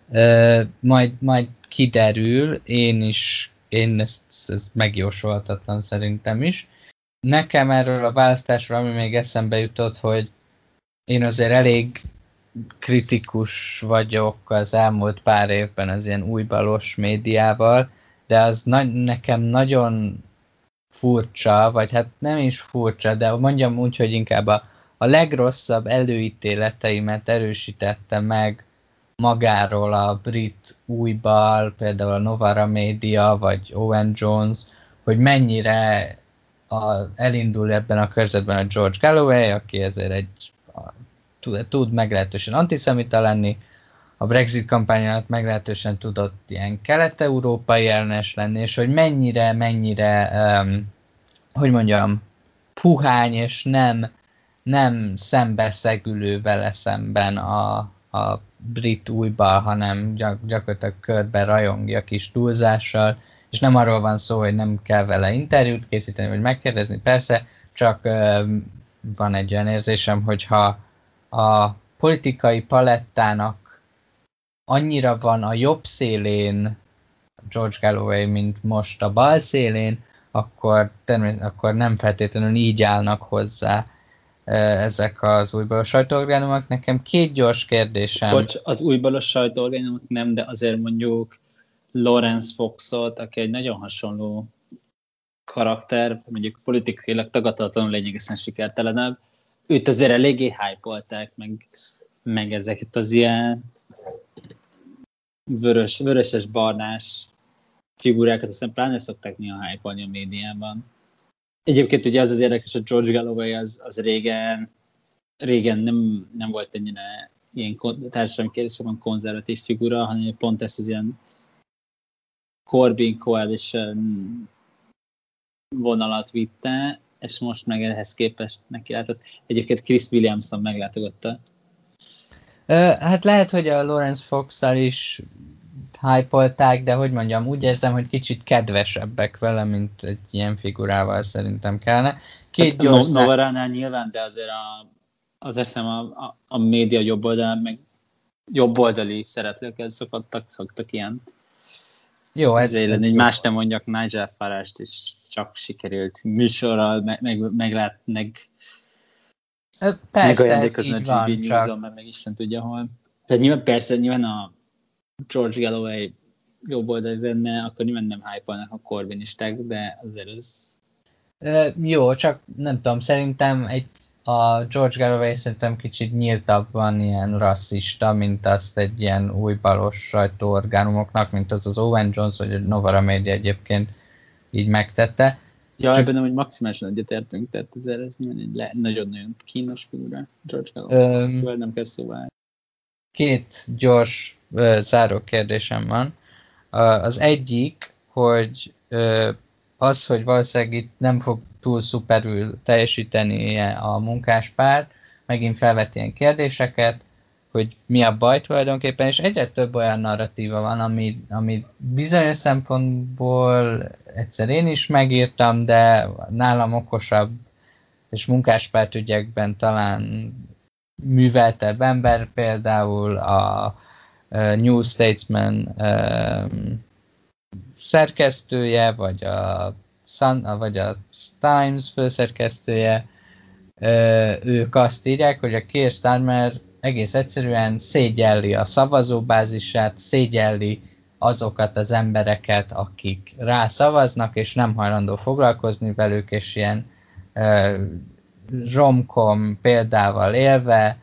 [SPEAKER 1] Majd kiderül, én ezt megjósolhatatlan szerintem is. Nekem erről a választásról, ami még eszembe jutott, hogy én azért elég kritikus vagyok az elmúlt pár évben az ilyen újbalos médiával, de az nekem nagyon furcsa, vagy hát nem is furcsa, de mondjam úgy, hogy inkább a legrosszabb előítéleteimet erősítette meg magáról a brit újbal, például a Novara Media, vagy Owen Jones, hogy mennyire elindul ebben a körzetben a George Galloway, aki ezért tud meglehetősen antiszemita lenni, a Brexit kampány alatt meglehetősen tudott ilyen kelet-európai ellenes lenni, és hogy mennyire hogy mondjam, puhány, és nem szembeszegülő vele szemben a brit újbal, hanem gyakorlatilag körbe rajongja kis túlzással, és nem arról van szó, hogy nem kell vele interjút készíteni, vagy megkérdezni, persze, csak van egy olyan érzésem, hogyha a politikai palettának annyira van a jobb szélén George Galloway, mint most a bal szélén, akkor nem feltétlenül így állnak hozzá ezek az újbalos sajtóorgánumok. Nekem 2 gyors kérdésem.
[SPEAKER 2] Bocs, az újbalos sajtóorgánumok nem, de azért mondjuk Lawrence Foxot, aki egy nagyon hasonló karakter, mondjuk politikailag tagadhatatlanul lényegesen sikertelenebb, őt azért eléggé hype-olták, meg ezeket az ilyen vöröses-barnás figurákat, aztán pláne szokták néha hype-olni a médiában. Egyébként ugye az érdekes, hogy George Galloway az régen nem volt ennyire ilyen társadalmi kérdésekben konzervatív figura, hanem pont ezt az ilyen Corbyn Coalition vonalat vitte, és most meg ehhez képest neki látott. Egyébként Chris Williamson meglátogatta.
[SPEAKER 1] Hát lehet, hogy a Lawrence Fox-szal is hype-olták, de hogy mondjam, úgy érzem, hogy kicsit kedvesebbek vele, mint egy ilyen figurával szerintem kellene.
[SPEAKER 2] Hát Novaránál nyilván, de azért az eszem a média jobb oldalán, meg jobboldali szereplőket szoktak ilyen.
[SPEAKER 1] Jó, ez
[SPEAKER 2] egy más nem mondjak, Nigel Farage-t is csak sikerült műsorral megajándékozni a GB News-on, mert meg Isten tudja hol. Tehát nyilván a George Galloway jobb oldali lenne, akkor nyilván nem hype-olnak a Corbynisták, de azért ez...
[SPEAKER 1] Jó, csak nem tudom, szerintem a George Galloway szerintem kicsit nyíltabban ilyen rasszista, mint azt egy ilyen új balos sajtóorgánumoknak, mint az Owen Jones vagy a Novara Media egyébként így megtette.
[SPEAKER 2] Ja, ebben nem, hogy maximálisan egyetértünk, tehát ezért ez nyilván egy nagyon-nagyon kínos figura, George Galloway, nem kell szóval. Két
[SPEAKER 1] gyors záró kérdésem van. Az egyik, hogy az, hogy valószínűleg itt nem fog túl szuperül teljesíteni a munkáspárt, megint felvet ilyen kérdéseket, hogy mi a baj tulajdonképpen, és egyre több olyan narratíva van, ami bizonyos szempontból egyszer én is megírtam, de nálam okosabb és munkáspárt ügyekben talán műveltebb ember, például a New Statesman szerkesztője, vagy a Times főszerkesztője, ők azt írják, hogy a Keir Starmer egész egyszerűen szégyelli a szavazóbázisát, szégyelli azokat az embereket, akik rá szavaznak, és nem hajlandó foglalkozni velük, és ilyen romcom példával élve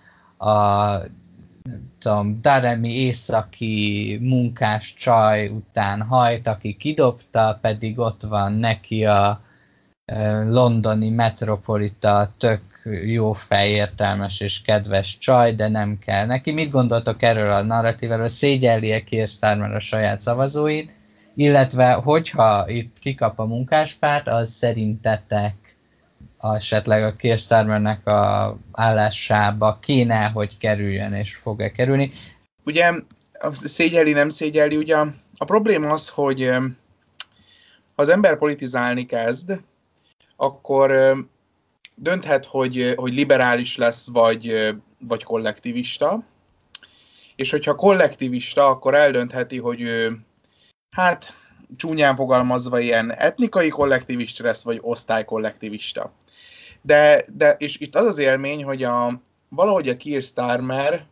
[SPEAKER 1] Daremi északi munkás csaj után hajt, aki kidobta, pedig ott van neki a londoni metropolita tök jó fej, értelmes és kedves csaj, de nem kell neki. Mit gondoltok erről a narratíváról? Szégyelli-e Keir Starmer a saját szavazóit? Illetve, hogyha itt kikap a munkáspárt, az szerintetek esetleg a Keir Starmernek a állásába kéne, hogy kerüljön, és fog-e kerülni?
[SPEAKER 3] Ugye szégyelli, nem szégyelli, ugye a probléma az, hogy ha az ember politizálni kezd, akkor dönthet, hogy liberális lesz, vagy kollektivista, és hogyha kollektivista, akkor eldöntheti, hogy hát csúnyán fogalmazva ilyen etnikai kollektivista lesz, vagy osztálykollektivista. De és itt az élmény, hogy valahogy a Keir Starmer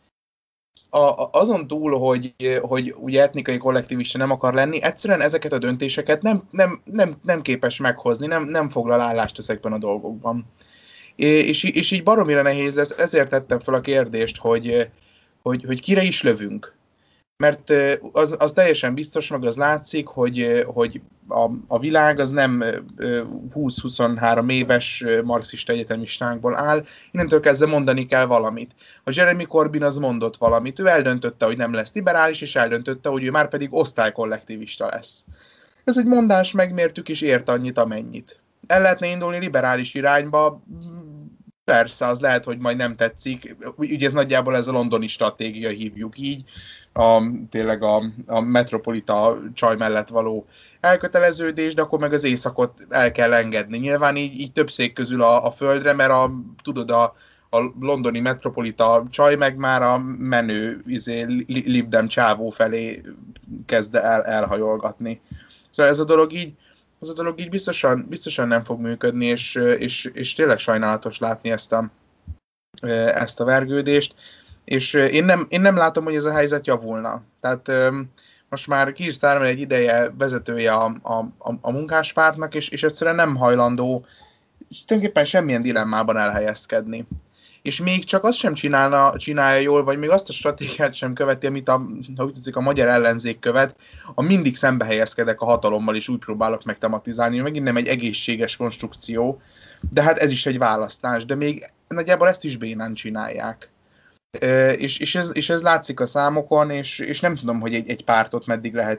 [SPEAKER 3] azon túl, hogy ugye etnikai kollektivista nem akar lenni, egyszerűen ezeket a döntéseket nem képes meghozni, nem foglal állást ezekben a dolgokban. És így baromira nehéz lesz, ezért tettem fel a kérdést, hogy kire is lövünk. Mert az teljesen biztos, meg az látszik, hogy a világ az nem 20-23 éves marxista egyetemistákból áll, innentől kezdve mondani kell valamit. A Jeremy Corbyn az mondott valamit, ő eldöntötte, hogy nem lesz liberális, és eldöntötte, hogy ő már pedig osztálykollektivista lesz. Ez egy mondás, megmértük, és ért annyit, amennyit. El lehetne indulni liberális irányba, persze, az lehet, hogy majd nem tetszik. Ugye ez nagyjából ez a londoni stratégia, hívjuk így. Tényleg a metropolita csaj mellett való elköteleződés, de akkor meg az északot el kell engedni. Nyilván így több szék közül a földre, mert tudod, a londoni metropolita csaj meg már a menő Lib Dem csávó felé kezd elhajolgatni. Szóval ez a dolog így biztosan nem fog működni, és tényleg sajnálatos látni ezt a vergődést. És én nem látom, hogy ez a helyzet javulna. Tehát most már Keir Starmer egy ideje vezetője a munkáspártnak, és egyszerűen nem hajlandó tulajdonképpen semmilyen dilemmában elhelyezkedni. És még csak azt sem csinálja jól, vagy még azt a stratégiát sem követi, amit a magyar ellenzék követ, mindig szembe helyezkedek a hatalommal, és úgy próbálok megtematizálni, megint nem egy egészséges konstrukció, de hát ez is egy választás, de még nagyjából ezt is bénán csinálják. És ez látszik a számokon, és nem tudom, hogy egy pártot meddig lehet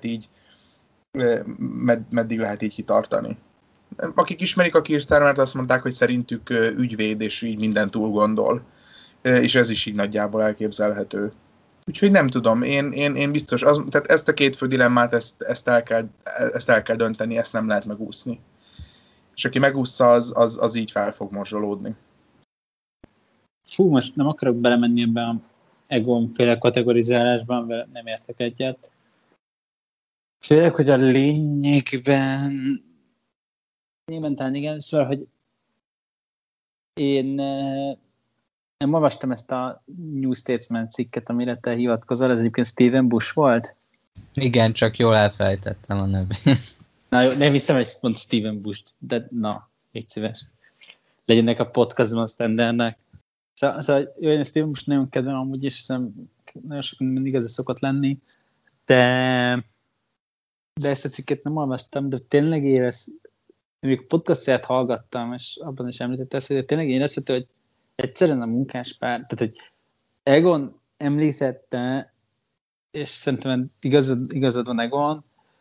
[SPEAKER 3] így kitartani. Akik ismerik a Keir Starmert, azt mondták, hogy szerintük ügyvéd, és így mindent túl gondol. És ez is így nagyjából elképzelhető. Úgyhogy nem tudom, én biztos, tehát ezt a két fő dilemmát, ezt el kell dönteni, ezt nem lehet megúszni. És aki megúszza, az így fel fog morzsolódni.
[SPEAKER 2] Fú, most nem akarok belemenni ebbe a Egon-féle kategorizálásban, mert nem értek egyet. Félek, hogy a lényegben talán igen, szóval, hogy én nem olvastam ezt a New Statesman cikket, amire te hivatkozol, ez egyébként Steven Bush volt?
[SPEAKER 1] Igen, csak jól elfelejtettem a nevét.
[SPEAKER 2] Na jó, nem hiszem, hogy mond Steven Bush, de na, légy szíves. Legyenek a podcastban a Standardnek. Szóval én Steven Bush nagyon kedvem amúgy is, hiszem nagyon sok minden igazi szokott lenni, de ezt a cikket nem olvastam, de tényleg amikor podcastját hallgattam, és abban is említette ezt, hogy tényleg érezhető, hogy egyszerűen a munkáspár, tehát hogy Egon említette, és szerintem igazad van Egon,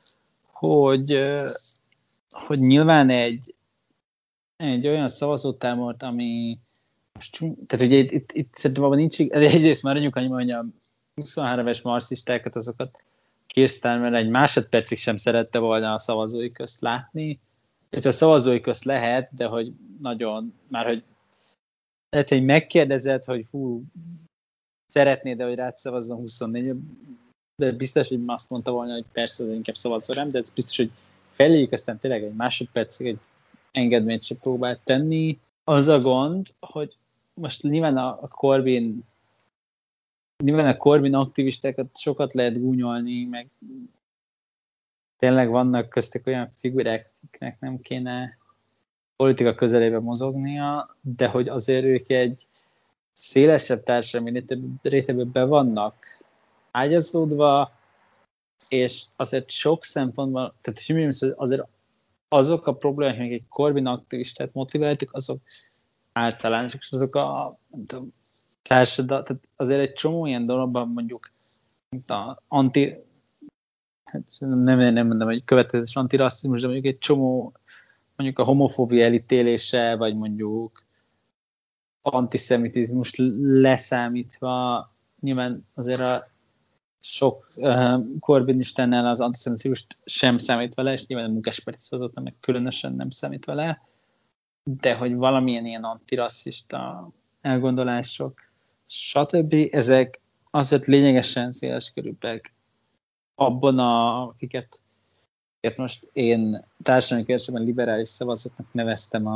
[SPEAKER 2] hogy nyilván egy olyan szavazótábort, ami tehát ugye itt szerintem abban nincs, egyrészt már mondjuk annyi, hogy a 23 éves marxistákat, azokat késztál, mert egy másodpercig sem szerette volna a szavazói közt látni. És a szavazói közt lehet, de hogy nagyon, már hogy lehet, hogy megkérdezed, hogy szeretnéd, hogy rád szavazzon 24, de biztos, hogy azt mondta volna, hogy persze, az inkább szavazol rám, de ez biztos, hogy feléjük aztán tényleg egy másodpercig egy engedményt sem próbált tenni. Az a gond, hogy most nyilván a Corbyn aktivistákat sokat lehet gúnyolni, meg tényleg vannak köztük olyan figurák, akiknek nem kéne politika közelébe mozognia, de hogy azért ők egy szélesebb társadalmi rétegbe be vannak ágyazódva, és azért sok szempontból, tehát azért azok a problémák, amik egy Corbyn aktivistát motiváltak, azok általánosak, és azok a társadalmi, tehát azért egy csomó ilyen dologban mondjuk nem mondom, hogy következetes antirasszizmus, de mondjuk egy csomó, mondjuk a homofóbia elítélése, vagy mondjuk antiszemitizmus leszámítva, nyilván azért a sok korbinistennel az antiszemitizmust sem számít vele, és nyilván a munkáspárti szavazóknak meg különösen nem számít vele, de hogy valamilyen ilyen antirasszista elgondolások, stb. Ezek azért lényegesen széleskörűbbek abban, akiket most én társadalmi kérdésben liberális szavazóknak neveztem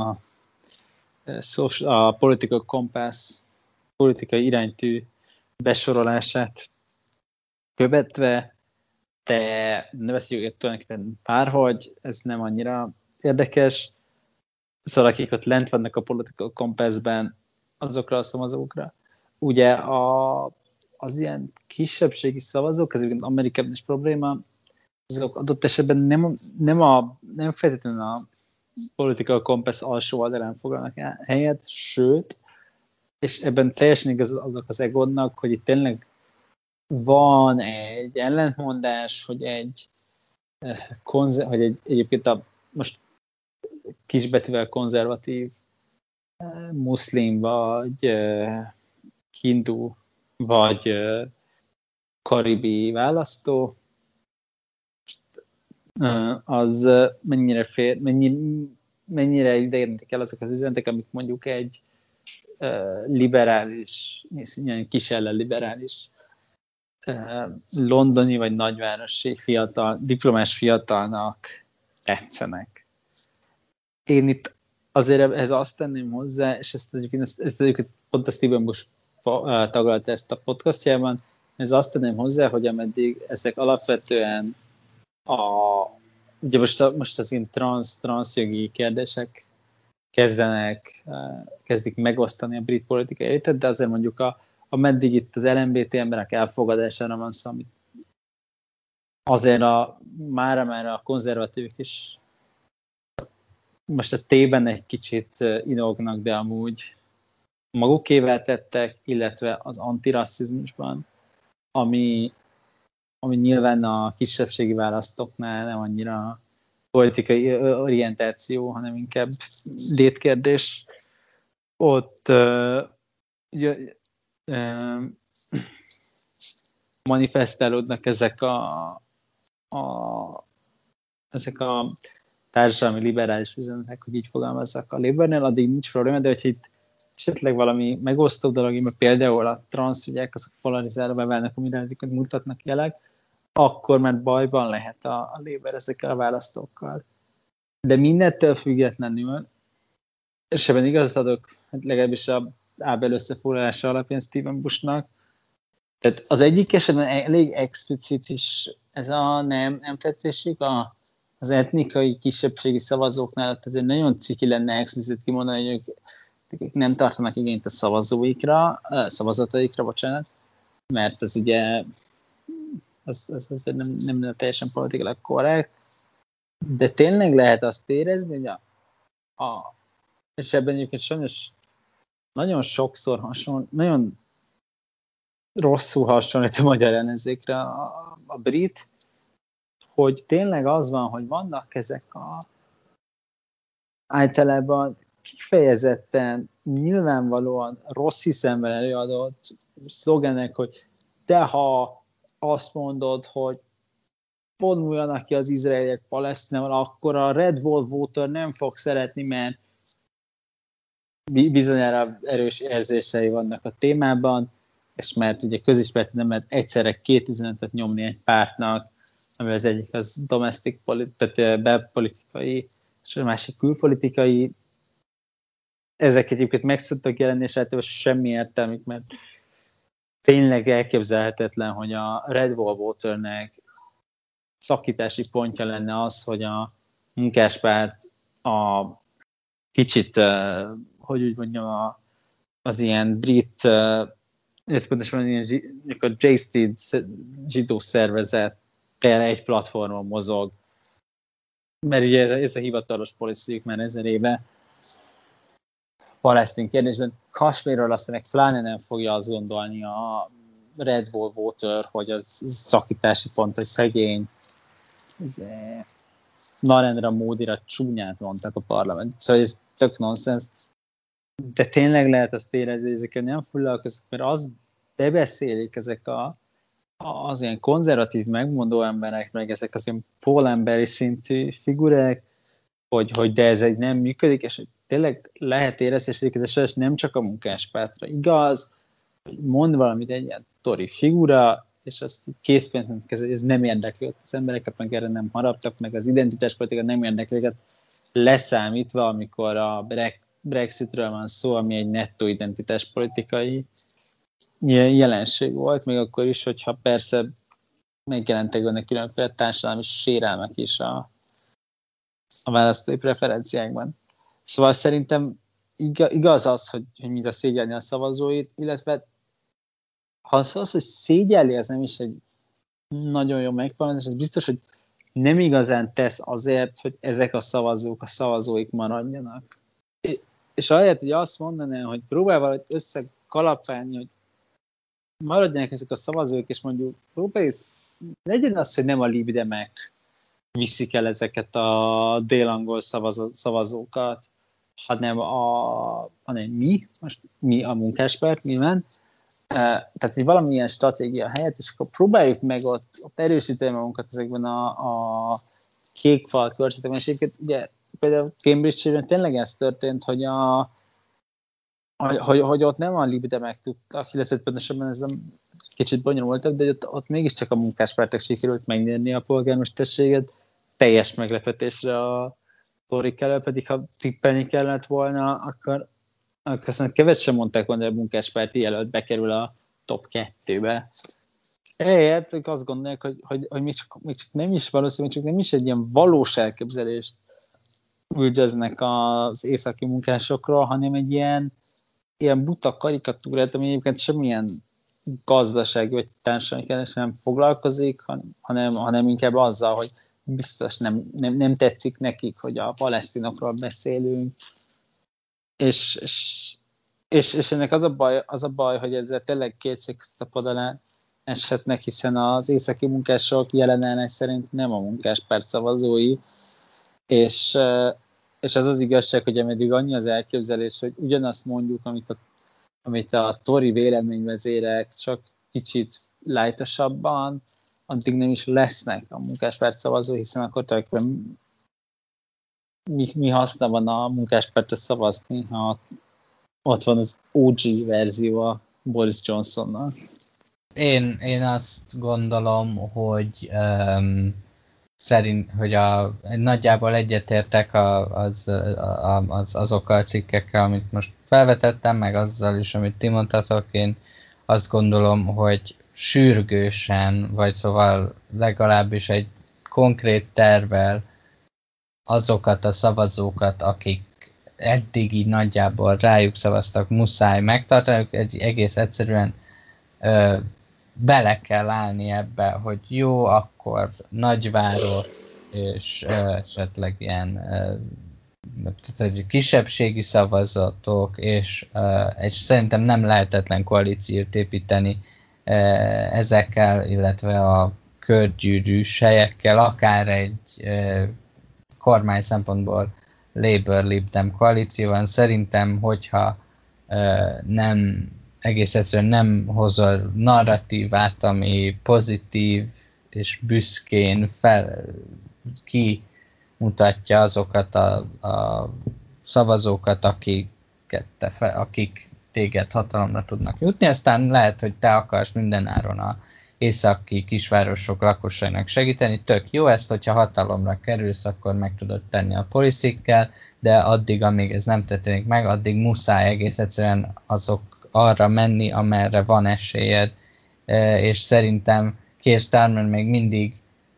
[SPEAKER 2] a Political Compass politikai iránytű besorolását követve, de nevezhetjük tulajdonképpen bárhogy, ez nem annyira érdekes. Szóval akik ott lent vannak a Political Compassben, azokra a szavazókra. Ugye az ilyen kisebbségi szavazók, ez Amerikában is probléma, azok adott esetben nem feltétlenül a Political Compass alsó oldalán foglalnak helyet, sőt, és ebben teljesen igazadok az Egonnak, hogy itt tényleg van egy ellentmondás, hogy egyébként most kisbetűvel konzervatív muszlim, vagy hindu, vagy karibi választó, az mennyire ideérnek el azok az üzenetek, amik mondjuk egy liberális, kisellen liberális londoni vagy nagyvárosi diplomás fiatalnak tetszenek. Én itt azért ehhez azt tenném hozzá, és ezt egyébként pont a Steven Bush taglalta ezt a podcastjában, ez azt tenném hozzá, hogy ameddig ezek alapvetően ugye most az ilyen transzjogi kérdések kezdik megosztani a brit politikai elitet, de azért mondjuk ameddig itt az LMBT emberek elfogadására van szó, amit azért mára a konzervatívek is most a T-ben egy kicsit inognak, de amúgy magukével tettek, illetve az antirasszizmusban, ami nyilván a kisebbségi választóknál nem annyira politikai orientáció, hanem inkább létkérdés. Ott manifestálódnak ezek a társadalmi liberális üzenetek, hogy így fogalmazzak a Labournél, addig nincs probléma, de hogyha itt esetleg valami megosztó dolog, mert például a transzügyek, azok polarizálva válnak, amire mutatnak jelek, akkor már bajban lehet a Labour ezekkel a választókkal. De mindettől függetlenül, és ebben igazat adok, legalábbis a Ábel összefoglalása alapján Stephen Bushnak, tehát az egyik esetben elég explicit is ez a nem tetszésük, az etnikai kisebbségi szavazóknál azért nagyon ciki lenne explicit kimondani, hogy ők nem tartanak igényt a szavazataikra, bocsánat, mert ez ugye az nem teljesen politikailag korrekt, de tényleg lehet azt érezni, hogy és ebben egyébként sajnos nagyon sokszor nagyon rosszul hasonlít a magyar ellenzékre a brit, hogy tényleg az van, hogy vannak ezek általában kifejezetten, nyilvánvalóan rossz hiszemben előadott szlogenek, hogy te ha azt mondod, hogy vonuljanak ki az izraeliek Palesztinával, akkor a Red Wall voter nem fog szeretni, mert bizonyára erős érzései vannak a témában, és mert ugye közismert nem lehet egyszerre két üzenetet nyomni egy pártnak, ami az egyik az domestic, tehát belpolitikai, és a másik külpolitikai. Ezek egyébként meg szoktak jelenni, és általában semmi értelmük, mert tényleg elképzelhetetlen, hogy a Red Wall voternek szakítási pontja lenne az, hogy a munkáspárt a kicsit, hogy úgy mondjam, az ilyen brit, pontosan ilyen a J-Street zsidó szervezet egy platformon mozog, mert ugye ez a hivatalos policyjük már 1000 éve palesztin kérdésben. Kasmérről aztán meg pláne nem fogja azt gondolni a Red Wall voter, hogy az szakítási pont, hogy szegény. Narendra Módira csúnyát mondtak a parlament. Szóval ez tök nonsens. De tényleg lehet azt érezni, hogy ezekkel nem foglalkoznak, mert azt bebeszélik ezek az ilyen konzervatív, megmondó emberek, meg ezek az ilyen pólemberi szintű figurák, hogy de ez egy nem működik, és hogy tényleg lehet érezni, és ez nem csak a munkáspártra igaz, hogy mond valamit egy ilyen tori figura, és azt készpénzként kezel, ez nem érdekli az embereket, meg erre nem haraptak, meg az identitáspolitika nem érdekli őket, leszámítva, amikor a Brexitről van szó, ami egy nettó identitáspolitikai jelenség volt, még akkor is, hogyha persze megjelentek benne különféle társadalmi sérelmek is a választói preferenciákban. Szóval szerintem igaz az, hogy mintha szégyelni a szavazóit, illetve ha az, hogy szégyelli, ez nem is egy nagyon jó megfogalmazás, ez biztos, hogy nem igazán tesz azért, hogy ezek a szavazók, a szavazóik maradjanak. És ahelyett, hogy azt mondaná, hogy próbál valahogy összekalapálni, hogy maradjanak ezek a szavazók, és mondjuk próbáljuk, legyen az, hogy nem a libdemek viszik el ezeket a délangol szavazókat, hanem mi a munkáspárt, nyilván. Tehát mi valamilyen stratégia helyett, és akkor próbáljuk meg ott erősíteni magunkat ezekben a kék fal körzetekben, és egyébként ugye például Cambridge-ben tényleg ez történt, hogy ott nem a libdemek tudtak, illetve pontosabban ez kicsit bonyolultak, de ott mégiscsak a munkáspártnak sikerült megnyerni a polgármesterséget, teljes meglepetésre a torik elől, pedig ha tippelni kellett volna, akkor aztán kevesen mondták volna, hogy a munkáspárti jelölt bekerül a top 2-be. Ők azt gondolják, hogy még csak nem is valószínűleg, csak nem is egy ilyen valós elképzelést üldöznek az északi munkásokról, hanem egy ilyen buta karikatúrát, ami egyébként semmilyen gazdasági vagy társadalmi kérdéssel nem foglalkozik, hanem inkább azzal, hogy biztos nem tetszik nekik, hogy a palesztinokról beszélünk, és És ennek az a baj, hogy ezzel tényleg két széksztapod alá eshetnek, hiszen az északi munkások jelenállás szerint nem a munkáspárt szavazói, és az igazság, hogy ameddig annyi az elképzelés, hogy ugyanazt mondjuk, amit a Tory véleményvezérek, csak kicsit lájtosabban, addig nem is lesznek a munkáspárt szavazói, hiszen akkor tulajdonképpen mi haszna van a munkáspártra szavazni, ha ott van az OG verzió a Boris Johnsonnal.
[SPEAKER 1] Én azt gondolom, hogy hogy nagyjából egyetértek azokkal a cikkekkel, amit most felvetettem, meg azzal is, amit ti mondtatok. Én azt gondolom, hogy sürgősen, vagy szóval legalábbis egy konkrét tervvel azokat a szavazókat, akik eddig így nagyjából rájuk szavaztak, muszáj megtartani, egész egyszerűen bele kell állni ebbe, hogy jó, akkor nagyváros, és esetleg ilyen kisebbségi szavazatok, és szerintem nem lehetetlen koalíciót építeni ezekkel, illetve a körgyűrűs helyekkel, akár egy kormány szempontból Labour-Lib Dem koalíció van. Szerintem, hogyha egész egyszerűen nem hozol narratívát, ami pozitív és büszkén kimutatja azokat a szavazókat, akik téged hatalomra tudnak jutni. Aztán lehet, hogy te akarsz mindenáron a északi kisvárosok lakosainak segíteni. Tök jó, ezt, hogyha hatalomra kerülsz, akkor meg tudod tenni a policikkel, de addig, amíg ez nem történik meg, addig muszáj egész egyszerűen arra menni, amerre van esélyed, és szerintem Keir Starmer még mindig,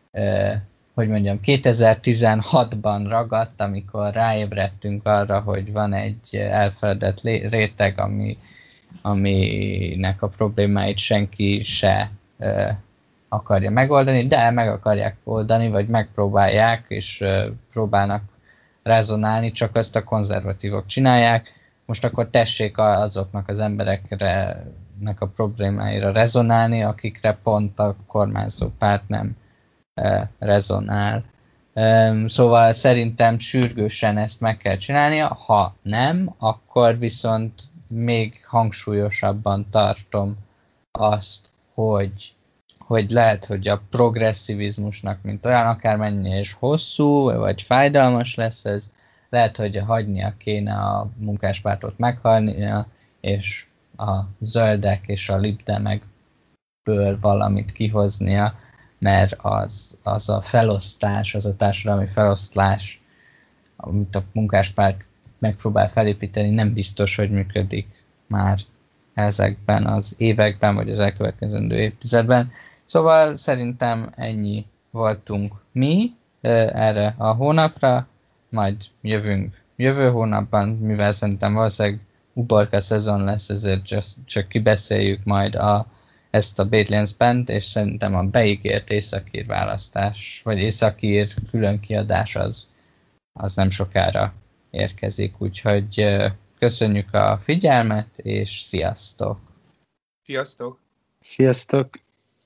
[SPEAKER 1] 2016-ban ragadt, amikor ráébredtünk arra, hogy van egy elfeledett réteg, aminek a problémáit senki se akarja megoldani, de meg akarják oldani, vagy megpróbálják, és próbálnak rezonálni, csak azt a konzervatívok csinálják. Most akkor tessék azoknak az embereknek a problémáira rezonálni, akikre pont a kormányzó párt nem rezonál. Szóval szerintem sürgősen ezt meg kell csinálnia, ha nem, akkor viszont még hangsúlyosabban tartom azt, hogy lehet, hogy a progresszivizmusnak, mint olyan, akármennyire is hosszú, vagy fájdalmas lesz ez, lehet, hogy hagynia kéne a munkáspártot meghalnia, és a zöldek és a libdemekből valamit kihoznia, mert az a felosztás, az a társadalmi felosztás, amit a munkáspárt megpróbál felépíteni, nem biztos, hogy működik már ezekben az években, vagy az elkövetkezendő évtizedben. Szóval szerintem ennyi voltunk mi erre a hónapra, majd jövünk jövő hónapban, mivel szerintem valószínűleg uborka szezon lesz, ezért csak kibeszéljük majd ezt a Badlands Band, és szerintem a beígért északír választás, vagy északír külön kiadás az nem sokára érkezik, úgyhogy köszönjük a figyelmet, és sziasztok!
[SPEAKER 3] Sziasztok!
[SPEAKER 2] Sziasztok!